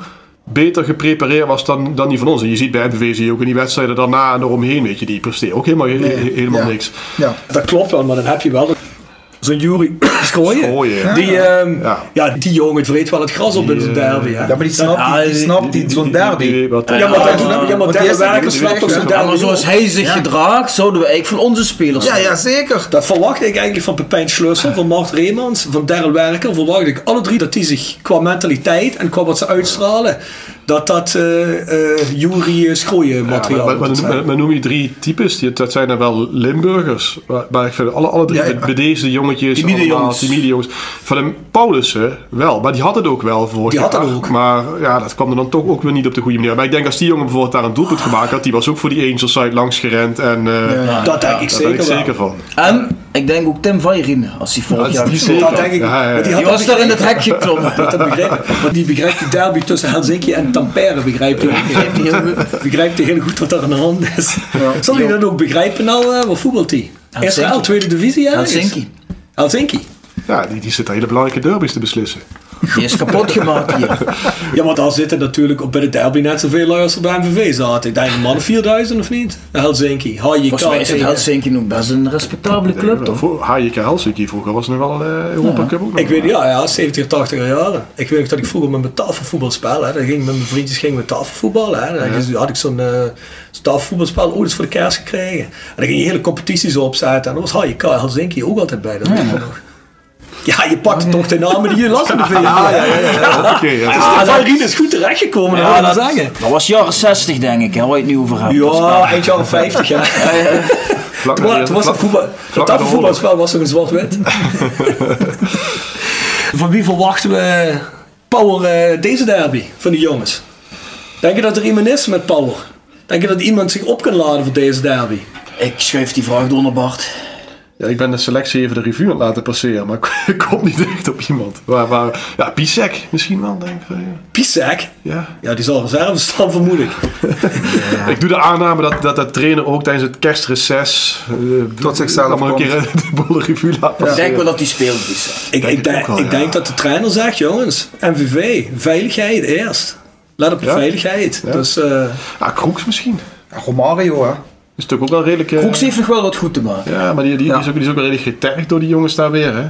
beter geprepareerd was dan, dan die van ons. En je ziet bij M V V zie je ook in die wedstrijden daarna en eromheen, weet je, die presteren ook helemaal, nee. he, helemaal ja. niks. Ja. Dat klopt wel, maar dan heb je wel zo'n Juri Schrooien. Schrooien, die, um, ja. ja, die jongen vreet wel het gras op in zijn derby. Ja, ja maar die snapt, die, die, snapt die, die, zo'n derby. Die, die, die, ja, maar dat doen ja, maar derde werkers snapt toch zo'n derby. Maar zoals hij zich ja. gedraagt, zouden we eigenlijk van onze spelers ja, ja, zeker. Dat verwacht ik eigenlijk van Pepijn Schlussel, van Mart Reemans, van Daryl Werker. Verwacht ik alle drie dat die zich qua mentaliteit en qua wat ze uitstralen, dat dat uh, uh, Juri Schrooien materiaal ja, maar, maar, maar, maar noem je drie types, die, dat zijn dan wel Limburgers. Maar, maar ik vind alle, alle drie ja, ja. bedeesde jongetjes, die middenjongens. Die middenjongens. Van de Paulussen wel, maar die had het ook wel vorig die jaar. Had het ook. Maar ja, dat kwam er dan toch ook weer niet op de goede manier. Maar ik denk als die jongen bijvoorbeeld daar een doelpunt gemaakt had, die was ook voor die Angel side langs gerend. En, uh, ja, dat denk ik ja, zeker, ik zeker van. En ik denk ook Tim Vajerine, als hij vorig jaar gespeeld had. denk ik. Ja, ja, ja. Die, die was daar in het hek geklommen. Want die begrijpt die derby tussen Helsinki en Tampere, begrijpt hij heel, begrijpt heel goed wat er aan de hand is. Ja. Zal je dat ook begrijpen nou? Uh, wat voetbalt hij? Eerste L, tweede divisie? Ja, Helsinki. Helsinki. Ja, die, die zit hele belangrijke derbies te beslissen. Die is kapot gemaakt hier. Ja, maar daar zitten natuurlijk op bij de derby net zoveel luisteren bij M V V zaten. Ik denk een man of vierduizend of niet? Helsinki. Volgens mij is het Helsinki nog best een respectabele club, toch? H J K Helsinki vroeger was nog wel een uh, Europa Cup ook nog. Ik weet ja, ja, zeventig, tachtig jaren. Ik weet nog dat ik vroeger met mijn tafelvoetbal speelde. Dan ging met mijn vriendjes gingen we tafelvoetballen. Hè. Dan ja. had ik zo'n uh, zo tafelvoetbalspel ooit eens voor de kerst gekregen. En dan ging je hele competities opzetten. En dan was H J K Helsinki ook altijd bij. Dat weet ik nog. Ja, je pakt oh, toch de namen die je las in de video. Ja, ja, ja. ja, ja. ja. Okay, ja. Dus de Valrien is goed terechtgekomen, ja, dat, dat, dat was jaren zestig, denk ik, hè, waar je het nu over hebt. Ja, eind jaren vijftig, ja. Toen was, was het voetbal, dat voetbalspel was nog een zwart-wit. Van wie verwachten we power uh, deze derby van die jongens? Denk je dat er iemand is met power? Denk je dat iemand zich op kan laden voor deze derby? Ik schuif die vraag door naar Bart. Ja, ik ben de selectie even de revue aan het laten passeren, maar ik kom niet echt op iemand. Waar, waar, ja, Pisek misschien wel, denk ik. Ja. Pisek? Ja. Ja, die zal reserve staan, vermoed ik. Ja. Ik doe de aanname dat, dat de trainer ook tijdens het kerstreces uh, tot zichzelf allemaal een keer de boel de revue laat passeren. Ik denk wel dat hij speelt, Pisek. Ik, denk, ik, denk, wel, ik ja. denk dat de trainer zegt, jongens, M V V, veiligheid eerst. Let op de ja? veiligheid. Ja. Dus, uh, ah, Kroeks misschien. Ja, Romario, hè. Is natuurlijk ook wel redelijk... Uh... Kroeks heeft nog wel wat goed te maken. Ja, maar die, die, ja. die, is, ook, die is ook wel redelijk getergd door die jongens daar weer, hè.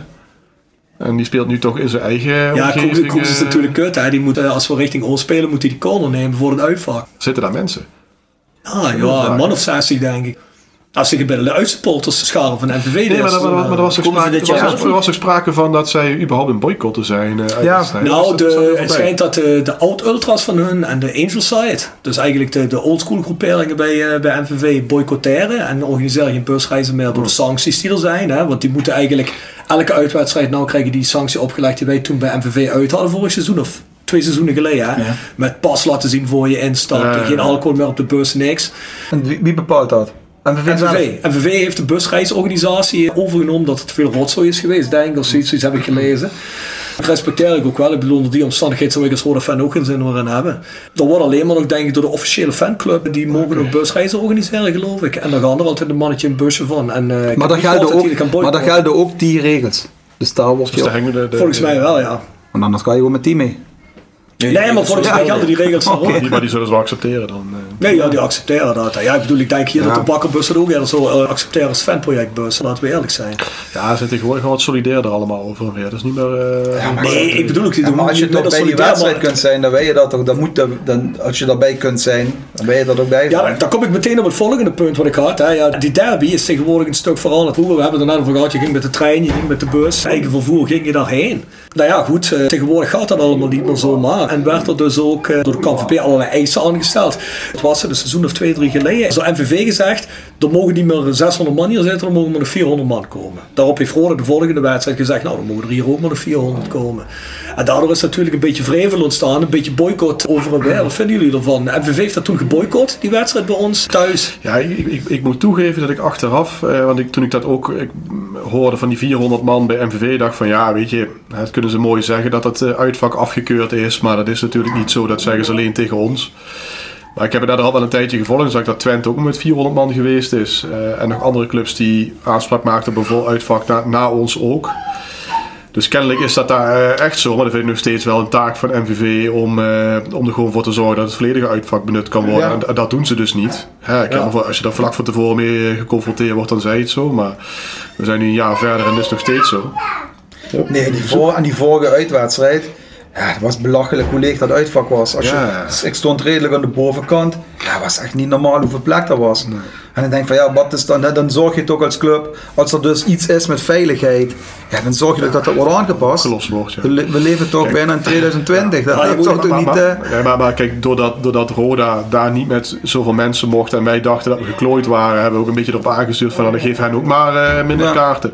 En die speelt nu toch in zijn eigen ja, omgeving. Kroeks is natuurlijk kut, hè. Die moet, als we richting Oost spelen, moet hij die corner nemen voor het uitvak. Zitten daar mensen? Ah, ja, ja, een man of zestig, denk ik. Als ze bij de uitsupporters scharen van M V V. Nee, maar, maar, maar er was ook sprake, er was, er was ook sprake van dat zij überhaupt een boycotten zijn. Uh, ja. Nou, de, het schijnt dat de, de oud-ultras van hun en de Angel Side, dus eigenlijk de, de oldschool groeperingen bij, uh, bij M V V boycotteren en organiseren geen busreizen meer door de sancties die er zijn. Hè, want die moeten eigenlijk elke uitwedstrijd nou krijgen die sanctie opgelegd die wij toen bij M V V uit hadden vorig seizoen of twee seizoenen geleden. Hè? Ja. Met pas laten zien voor je instapt, uh, geen alcohol meer op de bus, niks. En wie, wie bepaalt dat? M V V. M V V. M V V heeft de busreisorganisatie overgenomen dat het veel rotzooi is geweest, denk ik, of zoiets, zoiets heb ik gelezen. Dat respecteer ik ook wel. Ik bedoel, onder die omstandigheid zou ik als rode fan ook geen zin meer in hebben. Er wordt alleen maar nog, denk ik, door de officiële fanclub, die mogen okay. ook busreizen organiseren, geloof ik. En daar gaan er altijd een mannetje een busje van. En, uh, maar daar gelden ook, maar daar gelden ook die regels. Dus daar wordt dus daar de, de, volgens mij wel, ja. Want anders ga je gewoon met die mee. Nee, nee, maar volgens mij gelden die regels dan okay. ook. Maar die zullen ze wel accepteren dan? Uh. Nee, ja, die accepteren dat. Ja, ik bedoel, ik denk hier ja. dat de bakkerbussen ook eerder zo uh, accepteren als fanprojectbussen, laten we eerlijk zijn. Ja, ze zitten gewoon wat solidairder allemaal over en weer. Dat is niet meer... Uh, ja, maar nee, ik bedoel ook niet. Ja, maar als je toch bij die wedstrijd kunt zijn, dan weet je dat toch, dan moet dat, dan, als je daarbij kunt zijn, dan ben je dat ook bij. Ja, dan kom ik meteen op het volgende punt wat ik had. Hè. Ja, die derby is tegenwoordig een stuk veranderd. We hebben er net over gehad, je ging met de trein, je ging met de bus, eigen vervoer ging je daarheen. Nou ja, goed, uh, tegenwoordig gaat dat allemaal niet meer zomaar. En werd er dus ook uh, door de K N V B allerlei eisen aangesteld. Het was een seizoen of twee, drie geleden. Is door M V V gezegd, er mogen niet meer zeshonderd man hier zitten, er mogen maar nog vierhonderd man komen. Daarop heeft Roda de volgende wedstrijd gezegd, nou dan mogen er hier ook maar nog vierhonderd komen. En daardoor is natuurlijk een beetje vrevel ontstaan, een beetje boycott over en weer. Wat vinden jullie ervan? M V V heeft dat toen geboycott, die wedstrijd bij ons thuis. Ja, ik, ik, ik moet toegeven dat ik achteraf, eh, want ik, toen ik dat ook ik, hoorde van die vierhonderd man bij M V V, dacht van ja, weet je, het kunnen ze mooi zeggen dat het uitvak afgekeurd is, maar dat is natuurlijk niet zo, dat zeggen ze alleen tegen ons. Maar ik heb het daar al wel een tijdje gevolgd en zag dat Twente ook met vierhonderd man geweest is. Uh, en nog andere clubs die aanspraak maakten op een vol uitvak na, na ons ook. Dus kennelijk is dat daar uh, echt zo, maar dat vind ik nog steeds wel een taak van M V V om, uh, om er gewoon voor te zorgen dat het volledige uitvak benut kan worden. Ja. En, en dat doen ze dus niet. Ja, ik ja. Voor, als je daar vlak van tevoren mee geconfronteerd wordt, dan zei je het zo, maar we zijn nu een jaar verder en dat is nog steeds zo. Ja. Nee, die voor, aan die vorige uitwedstrijd, ja, het was belachelijk hoe leeg dat uitvak was. Als je, ja. Ik stond redelijk aan de bovenkant, ja, het was echt niet normaal hoeveel plek er was. Nee. En ik denk van ja, wat is dan, hè? Dan zorg je toch als club, als er dus iets is met veiligheid, ja, dan zorg je ja. dat dat wordt aangepast. Gelost wordt, ja. we, we leven toch kijk, bijna in twintig twintig. Ja. Dat ja, toch toch niet... Maar, uh... maar, maar kijk, doordat, doordat Roda daar niet met zoveel mensen mocht en wij dachten dat we geklooid waren, hebben we ook een beetje erop aangestuurd van dan geef hen ook maar uh, minder ja. kaarten.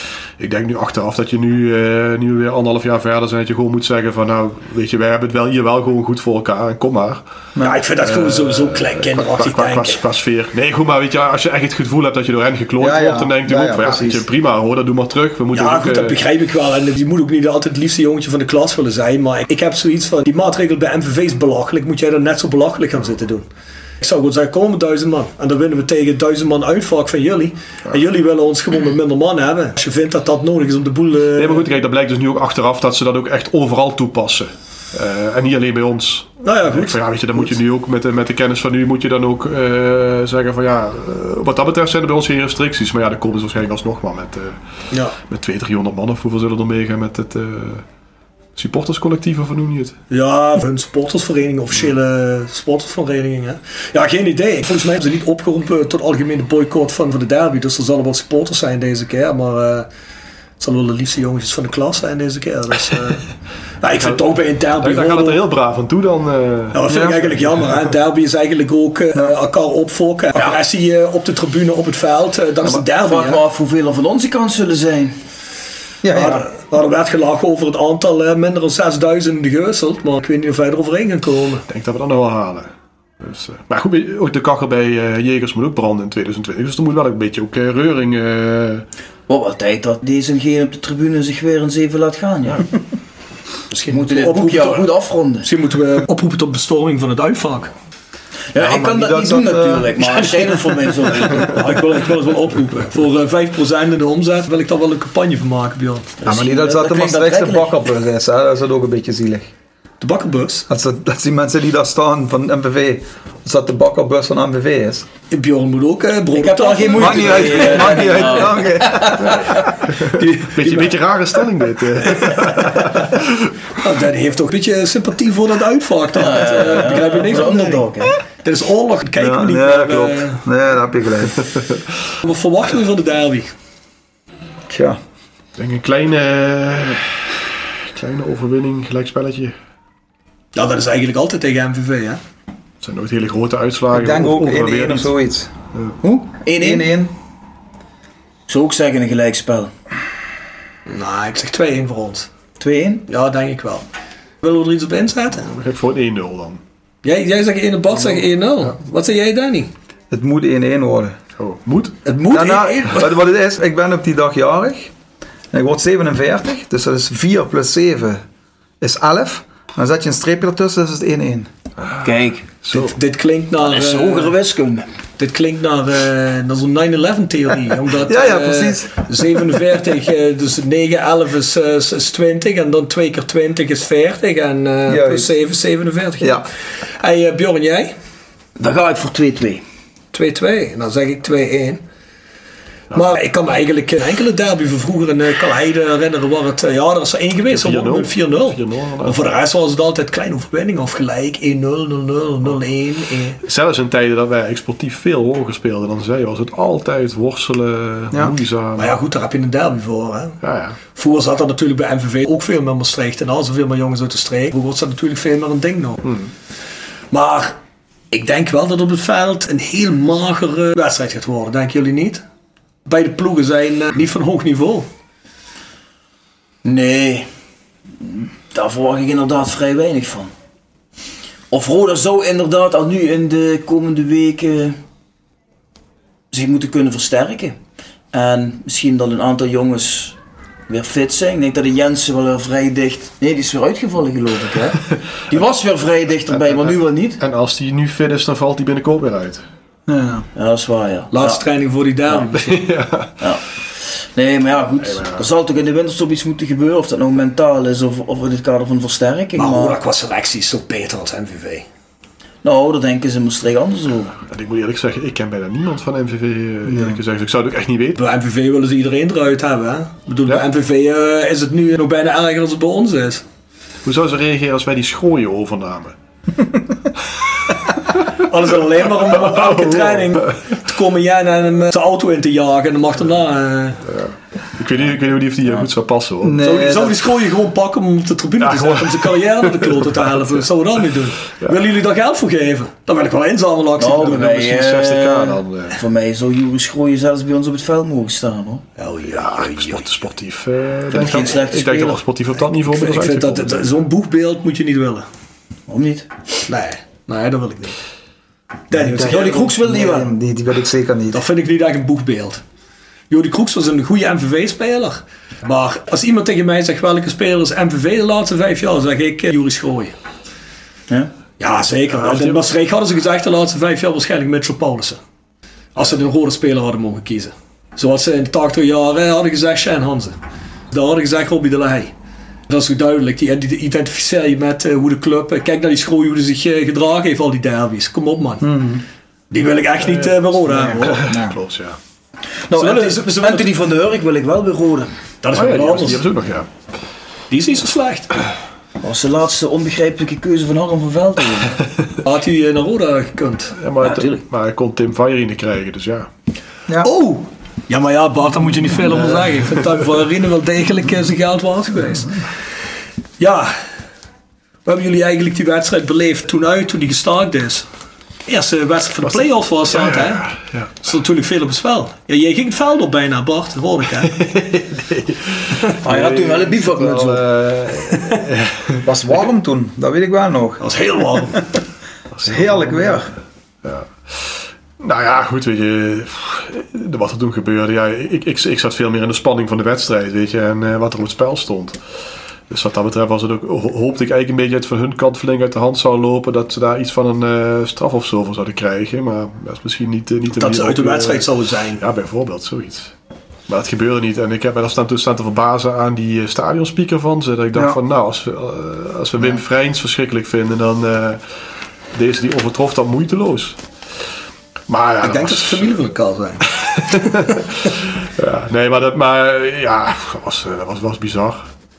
Ik denk nu achteraf dat je nu, uh, nu weer anderhalf jaar verder zijn, dat je gewoon moet zeggen van nou, weet je, wij hebben het wel hier wel gewoon goed voor elkaar en kom maar. Ja, ik vind dat uh, gewoon sowieso klein kinderachtig qua, qua, qua, qua sfeer. Nee, goed, maar weet je, als je echt het gevoel hebt dat je door hen geklooid ja, ja. wordt, dan denk je ja, ook ja, van ja, weet je, prima hoor, dat doe maar terug. We moeten ja, ook, goed, dat begrijp ik wel. En je moet ook niet altijd het liefste jongetje van de klas willen zijn, maar ik heb zoiets van, die maatregel bij M V V is belachelijk, moet jij dan net zo belachelijk gaan zitten doen. Ik zou gewoon zeggen, komen duizend man. En dan winnen we tegen duizend man uitvak van jullie. Ja. En jullie willen ons gewoon met minder man hebben. Als je vindt dat dat nodig is om de boel... Uh... Nee, maar goed, kijk, dat blijkt dus nu ook achteraf dat ze dat ook echt overal toepassen. Uh, en niet alleen bij ons. Nou ja, goed. Van, ja, weet je, dan goed. Moet je nu ook met de, met de kennis van nu, moet je dan ook uh, zeggen van ja, uh, wat dat betreft zijn er bij ons geen restricties. Maar ja, dan komen ze waarschijnlijk alsnog wel met, uh, ja. met tweehonderd, driehonderd man of hoeveel zullen er meegaan met het... Uh, supporterscollectief of hoe noem je het? Ja, een supportersvereniging, officiële supportersvereniging. Hè? Ja, geen idee. Volgens mij hebben ze niet opgeroepen tot algemene boycott van, van de derby. Dus er zullen wat supporters zijn deze keer. Maar uh, het zullen wel de liefste jongetjes van de klas zijn deze keer. Dus, uh, nou, ik vind het ook bij een derby... Dan gaat het er heel braaf aan toe dan. Uh, ja, dat vind ja. ik eigenlijk jammer. Hè? Een derby is eigenlijk ook uh, elkaar opfokken. Ja. Agressie uh, op de tribune, op het veld. Uh, dat ja, is een derby. Vraag me af hoeveel er van onze kant zullen zijn. Ja, ja. Maar, maar er werd gelachen over het aantal uh, minder dan zesduizend gewisseld, maar ik weet niet of wij er overheen gaan komen. Ik denk dat we dat nog wel halen. Dus, uh, maar goed, ook de kachel bij uh, Jegers moet ook branden in twintig twintig, dus er moet wel een beetje ook uh, reuring... Uh... Wat wel tijd dat deze en geen op de tribune zich weer eens even laat gaan, ja. Misschien moeten we dit boekje goed afronden. Misschien moeten we oproepen tot bestorming van het uitvak. Ja, ja, ik kan dat, dat niet doen dat, natuurlijk, uh, maar er zijn er voor mensen op. Ja, ik, wil, ik wil het wel oproepen. Voor uh, vijf procent in de omzet wil ik daar wel een campagne van maken, Bjorn. Ja, maar niet dat dat de Maastrichtse bakkerbus is, hè? Dat is dat ook een beetje zielig. De bakkerbus? Dat, dat, dat die mensen die daar staan van M V V, als dat de bakkerbus van M V V is. Bjorn moet ook uh, brood. Ik heb daar geen moeite mee. Maakt niet uit, maakt niet uit. Okay. Beetje, beetje rare stelling dit. Nou, dat heeft toch een beetje sympathie voor dat uitvak. Dat ja, ja, ja. Begrijp je niks van underdog, hè? Dit is oorlog, kijken ja, we niet nee, meer. Dat klopt. Uh, nee, dat heb je gelijk. Wat verwachten we van de derby? Tja. Ik denk een kleine, kleine overwinning, gelijkspelletje. Ja, dat is eigenlijk altijd tegen M V V, hè? Het zijn nooit hele grote uitslagen. Ik denk ook één-één of zoiets. Uh. Hoe? één-één. Ik zou ook zeggen een gelijkspel. Nou, ik zeg twee-één voor ons. twee-één? Ja, denk ik wel. Willen we er iets op inzetten? Ik heb voor één nul dan. Jij, jij zegt één en Bart zegt één nul. Ja. Wat zeg jij, Danny? Het moet één-één worden. Oh, moet? Het moet één-één ja, nou, wat het is, ik ben op die dag jarig. En ik word zevenenveertig. Dus dat is vier plus zeven is elf. Dan zet je een streepje ertussen, dus is het één-één. Kijk, dit, dit klinkt naar... Dat is uh, hogere wiskunde. Dit klinkt naar, uh, naar zo'n nine eleven theorie. Omdat, ja, ja, precies. Uh, zevenenveertig, uh, dus negen, elf is, uh, is twintig. En dan twee keer twintig is veertig. En uh, plus zeven is zevenenveertig. Ja. Hey, uh, Bjorn, jij? Dan ga ik voor twee-twee. twee-twee, dan zeg ik twee-één. Ja. Maar ik kan me eigenlijk een enkele derby van vroeger in uh, Kalheide herinneren waar het, uh, ja, er is er één geweest, vier nul. vier nul. Maar voor de rest was het altijd kleine overwinning of gelijk, één nul, nul nul, nul-één. Zelfs in tijden dat wij exportief veel hoger speelden dan zij, was het altijd worstelen, ja. moeizaam. Maar ja goed, daar heb je een derby voor. Hè? Ja, ja. Vroeger zat er natuurlijk bij M V V ook veel meer Maastricht en al zoveel meer jongens uit de streek. Vroeger was dat natuurlijk veel meer een ding nog. Hmm. Maar ik denk wel dat op het veld een heel magere wedstrijd gaat worden, denken jullie niet? Beide ploegen zijn uh, niet van hoog niveau. Nee, daar verwacht ik inderdaad vrij weinig van. Of Roda zou inderdaad al nu in de komende weken zich moeten kunnen versterken. En misschien dat een aantal jongens weer fit zijn. Ik denk dat de Jensen wel weer vrij dicht... Nee, die is weer uitgevallen geloof ik. Hè? Die was weer vrij dichterbij, maar nu wel niet. En als die nu fit is, dan valt die binnenkort weer uit. Ja, ja dat is waar, ja. Laatste ja. training voor die derby. Ja. Ja. Nee, maar ja, goed. Nee, maar ja. Er zal toch in de winterstop iets moeten gebeuren, of dat nou mentaal is of, of in het kader van versterking. Maar, maar... Roda qua selectie is toch beter dan M V V? Nou, daar denken ze in Maastricht anders over. En ik moet eerlijk zeggen, ik ken bijna niemand van M V V, eerlijk ja. gezegd. Ik zou het ook echt niet weten. Bij M V V willen ze iedereen eruit hebben, hè? Ik bedoel, ja. Bij M V V uh, is het nu nog bijna erger dan het bij ons is. Hoe zouden ze reageren als wij die schooien overnamen? Alles alleen maar om op elke training te komen jij naar hem zijn auto in te jagen en dan mag daarna... Uh... Ja. Ik weet niet, ik weet niet of die ja. goed zou passen hoor. Nee, zou die, zou die schooien gewoon pakken om op de tribune ja, te zetten om zijn carrière naar de kloten te helpen? Dat zouden we dan niet doen. Ja. Willen jullie daar geld voor geven? Dan wil ik wel inzamelactie nou, doen. Mij, misschien zestig k dan. Uh. Voor mij zou Joris Schooien zelfs bij ons op het veld mogen staan hoor. Oh ja, sport, sportief. Uh, ik denk geen slechte Ik denk dat we sportief op dat niveau ik vind, ik vind dat, dat zo'n boegbeeld moet je niet willen. Waarom niet? Nee, nee, dat wil ik niet. Danny, nee, Jody Kroeks wil die wel. Nee, die wil ik zeker niet. Dat vind ik niet echt een boegbeeld. Jody Kroeks was een goede M V V-speler. Maar als iemand tegen mij zegt welke speler is M V V de laatste vijf jaar, zeg ik uh, Joris Schooien. Ja? Ja, zeker. Ja, in Maastricht hadden ze gezegd de laatste vijf jaar waarschijnlijk Mitchell Paulussen. Als ze een rode speler hadden mogen kiezen. Zoals ze in de tachtig jaren hadden gezegd Shane Hanze. Daar hadden gezegd Robbie de Leij. Dat is ook duidelijk. Die, die identificeer je met uh, hoe de club... Uh, kijk naar die Schooien, hoe hij zich uh, gedragen heeft, al die derbies. Kom op man. Mm-hmm. Die wil ik echt niet uh, bij Roda hebben hoor. Ja, klopt ja. Nou, Anthony, Anthony, ze, Anthony van der Hurk wil ik wel bij Roda. Dat is oh, wel ja, anders. Die hebben ze ook nog, ja. Die is niet zo slecht. Dat was de laatste onbegrijpelijke keuze van Harm van Velden. Had hij uh, naar Roda gekund? Ja, maar, ja, het, maar hij kon Tim Vajerine krijgen, dus ja. ja. Oh! Ja, maar ja, Bart, daar moet je niet veel over zeggen. Ik vind Tim Vajerine wel degelijk uh, zijn geld waard geweest. Ja. Hoe hebben jullie eigenlijk die wedstrijd beleefd toen uit, toen die gestaakt is? De eerste wedstrijd van de play-offs was dat, ja, hè? Ja, ja. Er stond natuurlijk veel op het spel. Ja, jij ging het veld op bijna, Bart, dat hoorde ik, hè? nee. Ah, je had toen wel een bivakmuts op. Het was warm toen, dat weet ik wel nog. Het was heel warm. Het was heerlijk weer. Ja. Nou ja, goed, weet je, wat er toen gebeurde. Ja, ik, ik, ik zat veel meer in de spanning van de wedstrijd, weet je, en uh, wat er op het spel stond. Dus wat dat betreft was het ook, hoopte ik eigenlijk een beetje het van hun kant flink uit de hand zou lopen. Dat ze daar iets van een uh, straf of zo voor zouden krijgen. Maar dat is misschien niet, uh, niet de Dat ze uit de wedstrijd uh, zouden zijn. Ja, bijvoorbeeld, zoiets. Maar dat gebeurde niet. En ik heb me daar staan, toen staan te verbazen aan die uh, stadionspeaker van ze. Dat ik dacht ja. van, nou, als we, uh, als we Wim ja. Vrijns verschrikkelijk vinden, dan uh, deze die overtrof dat moeiteloos. Maar ja, ik dat denk was... dat ze familie van elkaar zijn. ja, nee, maar dat, maar, ja, dat was, dat was, was bizar.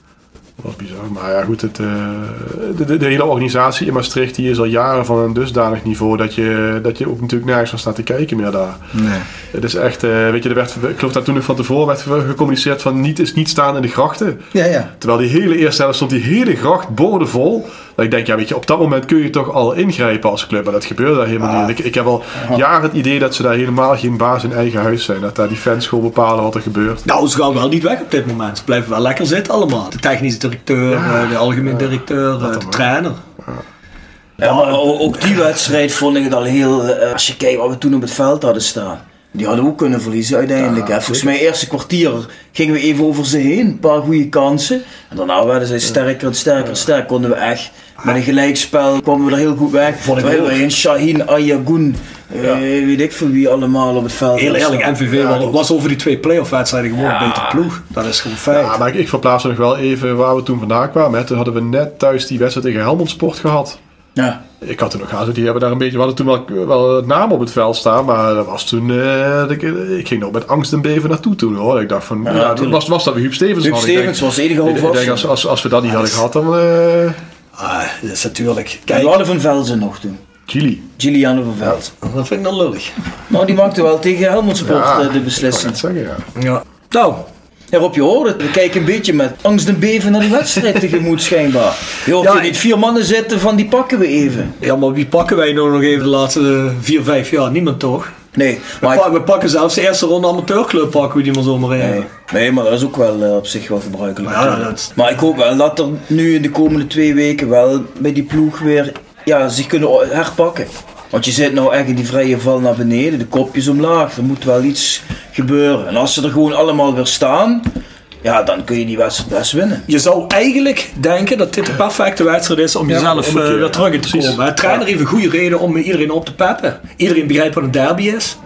Dat was bizar, maar ja goed, het, uh, de, de, de hele organisatie in Maastricht die is al jaren van een dusdanig niveau dat je, dat je ook natuurlijk nergens van staat te kijken meer daar. Nee. Het is echt, uh, weet je, er werd, ik geloof dat toen nog van tevoren werd gecommuniceerd van niet is niet staan in de grachten. Ja, ja. Terwijl die hele eerste helft stond die hele gracht boordevol. Dat ik denk, ja weet je, op dat moment kun je toch al ingrijpen als club, maar dat gebeurde daar helemaal ah. niet. Ik, ik heb al jaren het idee dat ze daar helemaal geen baas in eigen huis zijn, dat daar die fans gewoon bepalen wat er gebeurt. Nou, ze gaan wel niet weg op dit moment, ze blijven wel lekker zitten allemaal. De technische directeur, ja, de algemeen directeur, ja, de trainer. Ja. Ja, maar ook die wedstrijd vond ik het al heel, als je kijkt wat we toen op het veld hadden staan. Die hadden we ook kunnen verliezen uiteindelijk. Ja, volgens mij eerste kwartier gingen we even over ze heen. Een paar goede kansen. En daarna werden ze sterker en sterker en sterker. Konden we echt met een gelijkspel kwamen we er heel goed weg. Terwijl we een Shaheen, Ayagoun, ja. uh, weet ik veel wie allemaal op het veld. Heel eerlijk, M V V ja. was over die twee play-off wedstrijden gewoon ja. een beter ploeg. Dat is gewoon feit. Ja, maar ik, ik verplaats nog wel even waar we toen vandaan kwamen. Toen hadden we net thuis die wedstrijd tegen Helmond Sport gehad. Ja. Ik had er nog haast, die hebben daar een beetje, we hadden toen wel, wel namen op het veld staan, maar dat was toen, uh, ik, ik ging nog met angst en beven naartoe toen hoor. Ik dacht van, ja, ja was, was dat we Huub Stevens Huub hadden. Huub Stevens was enige hoofd. Ik denk, als, als, als we dat niet hadden gehad, dan... Uh... Ah, dat is natuurlijk... Kijk, we hadden Van Velzen nog toen. Gilly. Giuliano van Velzen. Ja, dat vind ik dan lullig. Nou, die maakte wel tegen Helmond Sport ja, de beslissing. Ik kan het zeggen, ja. Ja. Nou... Ja, Rob, je hoort het. We kijken een beetje met angst en beven naar die wedstrijd tegemoet schijnbaar. Je hoort ja, hier niet vier mannen zitten van die pakken we even. Ja, maar wie pakken wij nou nog even de laatste vier, vijf jaar? Niemand toch? Nee. Maar we, pa- we pakken zelfs de eerste ronde amateurclub pakken we die maar zomaar even. Nee. nee, maar dat is ook wel uh, op zich wel gebruikelijk. Maar, ja, dat... maar ik hoop wel dat er nu in de komende twee weken wel bij die ploeg weer ja, zich kunnen herpakken. Want je zit nou echt in die vrije val naar beneden, de kopjes omlaag, er moet wel iets gebeuren. En als ze er gewoon allemaal weer staan, ja, dan kun je die wedstrijd best winnen. Je zou eigenlijk denken dat dit de perfecte wedstrijd is om ja, jezelf uh, weer terug in te komen. De trainer heeft een goede reden om iedereen op te peppen. Iedereen begrijpt wat een derby is.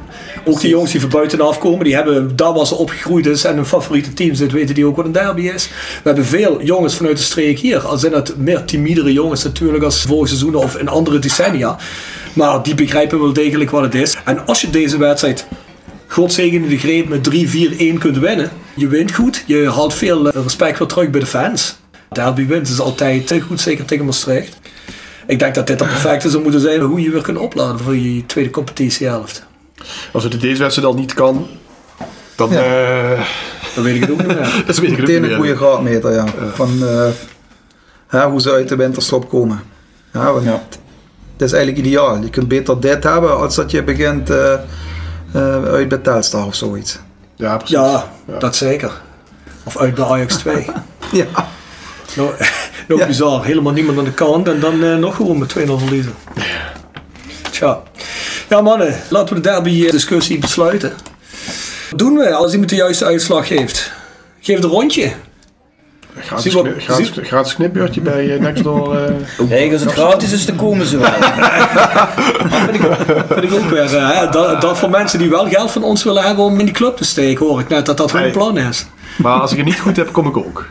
Ook die jongens die van buitenaf komen, die hebben daar waar ze opgegroeid is en hun favoriete team zit, weten die ook wat een derby is. We hebben veel jongens vanuit de streek hier, al zijn het meer timidere jongens natuurlijk als vorige seizoenen of in andere decennia. Maar die begrijpen wel degelijk wat het is. En als je deze wedstrijd, God zegene de greep, met drie vier een kunt winnen, je wint goed, je haalt veel respect weer terug bij de fans. Derby wint is altijd goed, zeker tegen Maastricht. Ik denk dat dit de perfecte zou moeten zijn hoe je weer kunt opladen voor je tweede competitiehelft. Als het in deze wedstrijd al niet kan, dan... Ja. Uh, dan weet ik het ook niet meer. dat weet ik meteen ook niet een goede graadmeter, ja. ja. Van uh, ja, hoe ze uit de winterstop komen. Ja, want ja. Het is eigenlijk ideaal. Je kunt beter dit hebben als dat je begint uh, uh, uit bij Telstar of zoiets. Ja, precies. Ja, ja, dat zeker. Of uit bij Ajax twee. ja. Nou, nog ja. bizar. Helemaal niemand aan de kant en dan uh, nog gewoon met twee nul verliezen. Tja. Ja mannen, laten we de derby discussie besluiten. Wat doen we als iemand de juiste uitslag geeft? Geef het een rondje. Gratis, wat, gratis, gratis knipbeurtje bij uh, Nextdoor. Uh, Kijk, als het gratis is, dan komen ze wel. Dat vind ik, vind ik ook weer. Uh, dat, dat voor mensen die wel geld van ons willen hebben om in die club te steken, hoor ik net dat dat hun plan is. Maar als ik het niet goed heb, kom ik ook.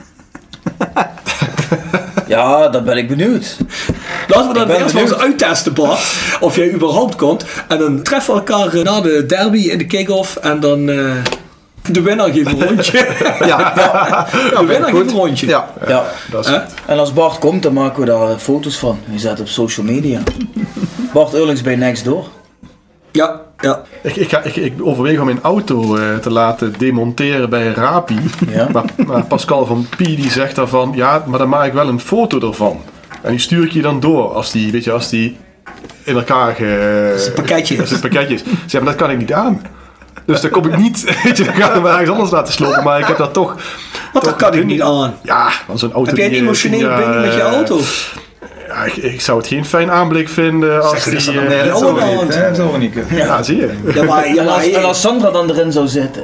Ja, dan ben ik benieuwd. Laten we dat eerst maar eens uittesten, Bart. Of jij überhaupt komt. En dan treffen we elkaar na de derby in de kick-off. En dan uh, de winnaar geeft een rondje. Ja, ja. De winnaar geeft een rondje. Ja. Ja. Dat is uh? En als Bart komt, dan maken we daar foto's van. Je zet op social media. Bart Eurlings bij Nextdoor. Ja, ja. Ik, ik, ga, ik, ik overweeg om mijn auto uh, te laten demonteren bij Rapi. Ja. Maar, maar Pascal van Pie die zegt daarvan, ja, maar dan maak ik wel een foto ervan. En die stuur ik je dan door als die, weet je, als die in elkaar ge... Dat is een pakketje. Dat is een pakketje. Zeg, maar dat kan ik niet aan. Dus dan kom ik niet, weet je, dan ga ik hem ergens anders laten slopen. Maar ik heb dat toch... Wat dat kan ik niet aan? Ja, want zo'n auto... Heb jij een emotionele ja, binding met je auto? Ja, ik, ik zou het geen fijn aanblik vinden als zeg, die... Uh, nee, dat zou niet, niet, dat zou niet kunnen. Ja, ja, zie je. Ja, maar, ja, maar, en als Sandra dan erin zou zitten...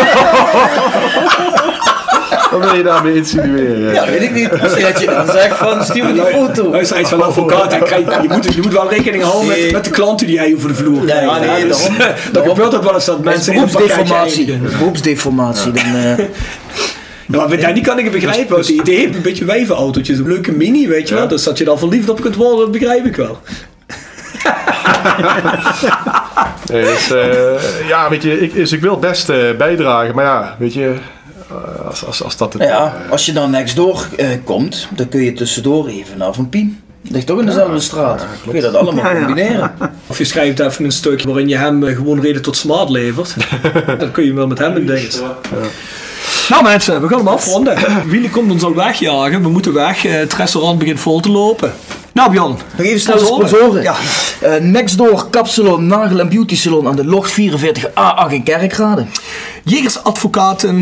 Wat wil je daarmee insinueren? Ja, weet ik niet. Misschien dat je dan zegt van, stuur me die foto. Hij is iets van advocaat. Je moet, je moet wel rekening houden nee. met, met de klanten die hij over de vloer ja, ja, nee, dus, daarom, dat daarom, gebeurt ook wel eens dat mensen... Beroepsdeformatie. Beroepsdeformatie. Dan... Uh, Ja, maar ja, die kan ik begrijpen, want die heeft een beetje wijvenautootjes, een leuke mini, weet je ja. wel. Dus dat je dan verliefd op kunt worden, dat begrijp ik wel. nee, dus, uh, ja, weet je, ik, dus ik wil best uh, bijdragen, maar ja, weet je, uh, als, als, als dat... Het, ja, uh, als je dan Nextdoor uh, komt, dan kun je tussendoor even naar Van Pien. Dat ligt toch in dezelfde ja, straat. Ja, kun je dat allemaal ja, ja. combineren. Of je schrijft even een stukje waarin je hem uh, gewoon reden tot smart levert. Dan kun je wel met hem in dingen. Ja. Nou mensen, we gaan hem afronden. Willy komt ons al wegjagen. We moeten weg. Het restaurant begint vol te lopen. Nou Bjorn. Nog even snel de sponsoren. Ja. Uh, Nextdoor Kapsalon, Nagel en Beauty Salon aan de Locht vierenveertig A acht in Kerkrade. Jegers Advocaten.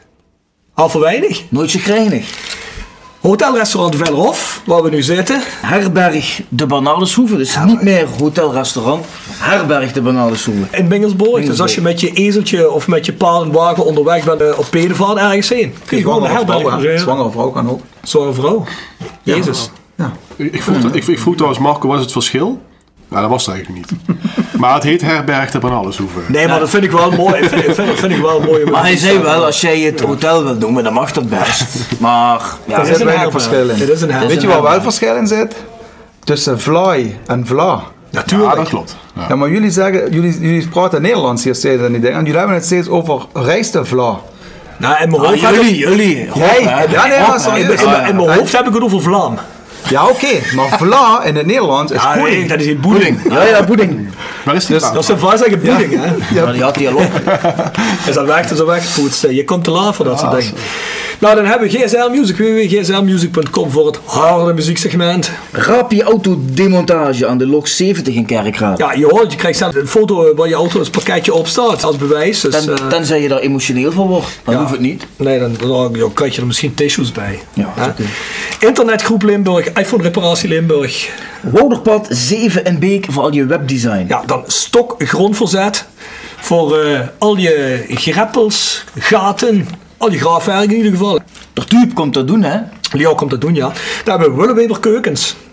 Halve weinig. Nooit chagrijnig. Hotelrestaurant Vellerhof, waar we nu zitten. Herberg de Bernardeshoeve, dus ja, niet meer hotelrestaurant. Herberg de Bernardeshoeve. In Bingelsborg, dus als je met je ezeltje of met je paardenwagen onderweg bent uh, op pedenvaart ergens heen. Kun je gewoon de herberg. Zwangere vrouw kan ook. Zwangere vrouw. Jezus. Ja. Ja. Ik, vroeg, ik, ik vroeg trouwens Marco, wat is het verschil? Nou, dat was het eigenlijk niet. Maar het heet Herberg de Bernardeshoeve. Nee, maar ja. dat vind ik wel mooi. Vind, vind, vind ik wel mooi. Maar hij zei wel, als jij het hotel wil doen, dan mag dat best. Maar ja, er zit weinig verschil in. Is een Weet je waar wel verschil in zit? Tussen vlaai en vla. Natuurlijk. Ja, dat klopt. Ja. Ja, maar jullie zeggen, jullie, jullie praten Nederlands hier steeds en die dingen. En jullie hebben het steeds over rijste vla. Nou, in mijn hoofd ah, jullie, jullie. Jij? Ja, nee, maar sorry. In, in, in mijn hoofd heb ik het over Vlaam. Ja, oké, okay. Maar vla in het Nederlands is ja, pudding. Nee, dat is geen boeding. Ja, ja, boeding. Waar is die dus, dat is een vaas zeggen boeding, ja. hè? Ja, maar die had die al op. Is dat weg, is dat weggepoetst. Je komt te laat voor dat soort dingen. Nou, dan hebben we G S L Music, w w w punt g s l music punt com voor het harde muzieksegment. Rapi autodemontage aan de Log zeventig in Kerkrade. Ja, je hoort, je krijgt zelf een foto waar je auto als pakketje op staat, als bewijs. Dus, Ten, uh, tenzij je daar emotioneel van wordt, dan ja. hoeft het niet. Nee, dan, dan, dan krijg je er misschien tissues bij. Ja, ja. Okay. Internetgroep Limburg, iPhone reparatie Limburg. Wouderpad zeven en Beek voor al je webdesign. Ja, dan Stok grondverzet voor uh, al je greppels, gaten, al je graafwerk in ieder geval. Tertuub komt dat doen, hè? Leo komt dat doen, ja. Daar hebben we Willeweber Keukens.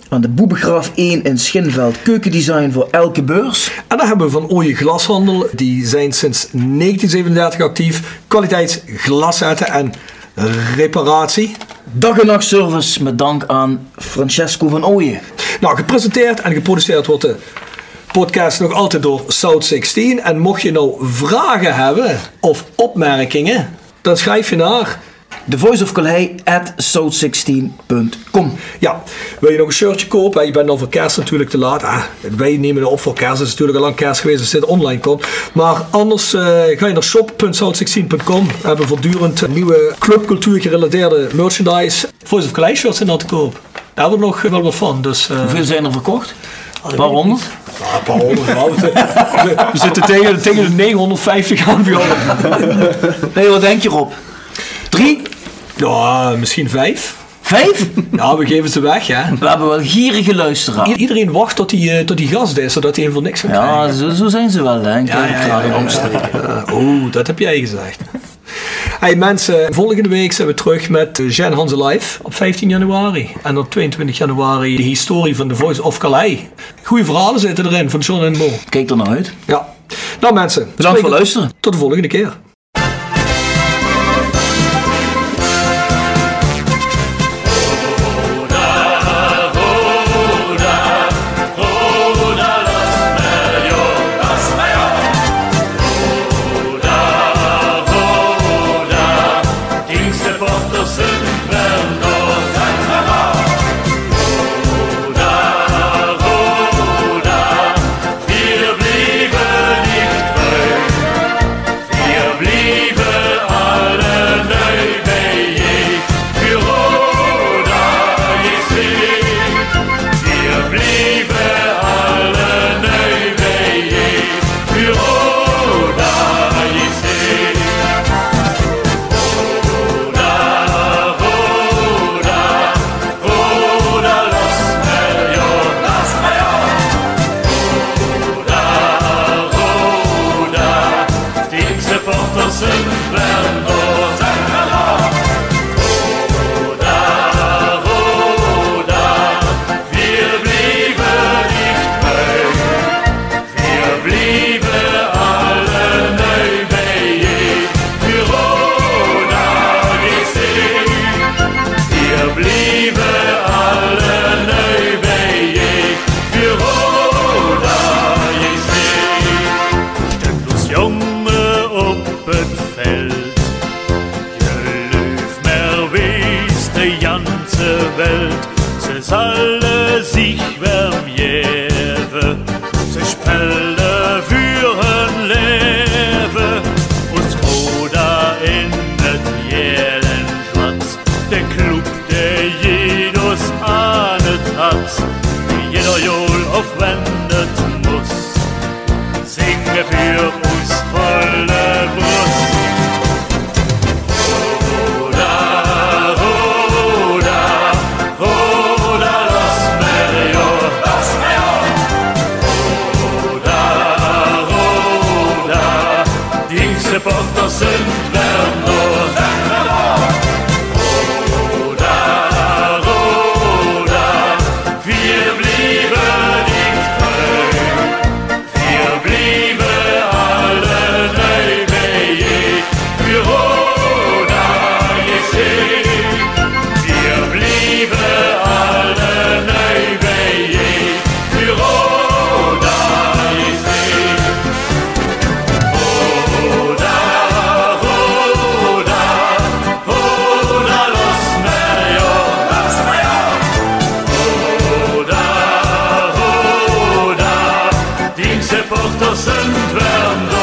aan de Boebegraaf één in Schinveld. Keukendesign voor elke beurs. En dan hebben we Van Ooyen Glashandel. Die zijn sinds negentien zevenendertig actief. Kwaliteitsglaszetten en reparatie. Dag en nacht service met dank aan Francesco van Ooyen. Nou, gepresenteerd en geproduceerd wordt de podcast nog altijd door South zestien. En mocht je nou vragen hebben of opmerkingen, dan schrijf je naar The Voice of Calais at south zestien punt com. Ja, wil je nog een shirtje kopen? Je bent al voor kerst natuurlijk te laat. Ah, wij nemen het op voor kerst. Het is natuurlijk al lang kerst geweest als dit online komt. Maar anders uh, ga je naar shop punt south zestien punt com. We hebben voortdurend nieuwe clubcultuur gerelateerde merchandise. Voice of Calais shirts zijn dan te koop. Daar hebben we nog wel wat van. Dus, uh, hoeveel zijn er verkocht? Een paar honderd? Ja, een paar honderd. Ja, we, we zitten tegen, tegen de negenhonderdvijftig aan. Nee, wat denk je Rob? Drie? Ja, misschien vijf. Vijf? Ja, we geven ze weg, ja. We hebben wel gierige luisteraars. I- iedereen wacht tot die, uh, tot die gast is, zodat hij hem voor niks kan krijgen. Ja, zo, zo zijn ze wel, hè. Ja, ja, ja, ja. Oeh, dat heb jij gezegd. Hey mensen, volgende week zijn we terug met Jean Hanze Live op vijftien januari. En op tweeëntwintig januari de historie van The Voice of Calais. Goeie verhalen zitten erin van John en Mo. Kijk er naar uit. Ja. Nou mensen. Bedankt voor luisteren. Tot de volgende keer. Alle sich vermjeven, ze spelen voor hun leven. Ons Roda in het Jelenplatz, de club de jedos aan het had. Die jeder Jol aufwendet muss, zingen für uns volle Brust. Supporters sind Werner. Roda, Roda, wir blieben nicht treu. Wir blieben alle neu bei je. Für Roda, je wir blieben alle neu bei je. Für Roda, je Supporters sind Werner.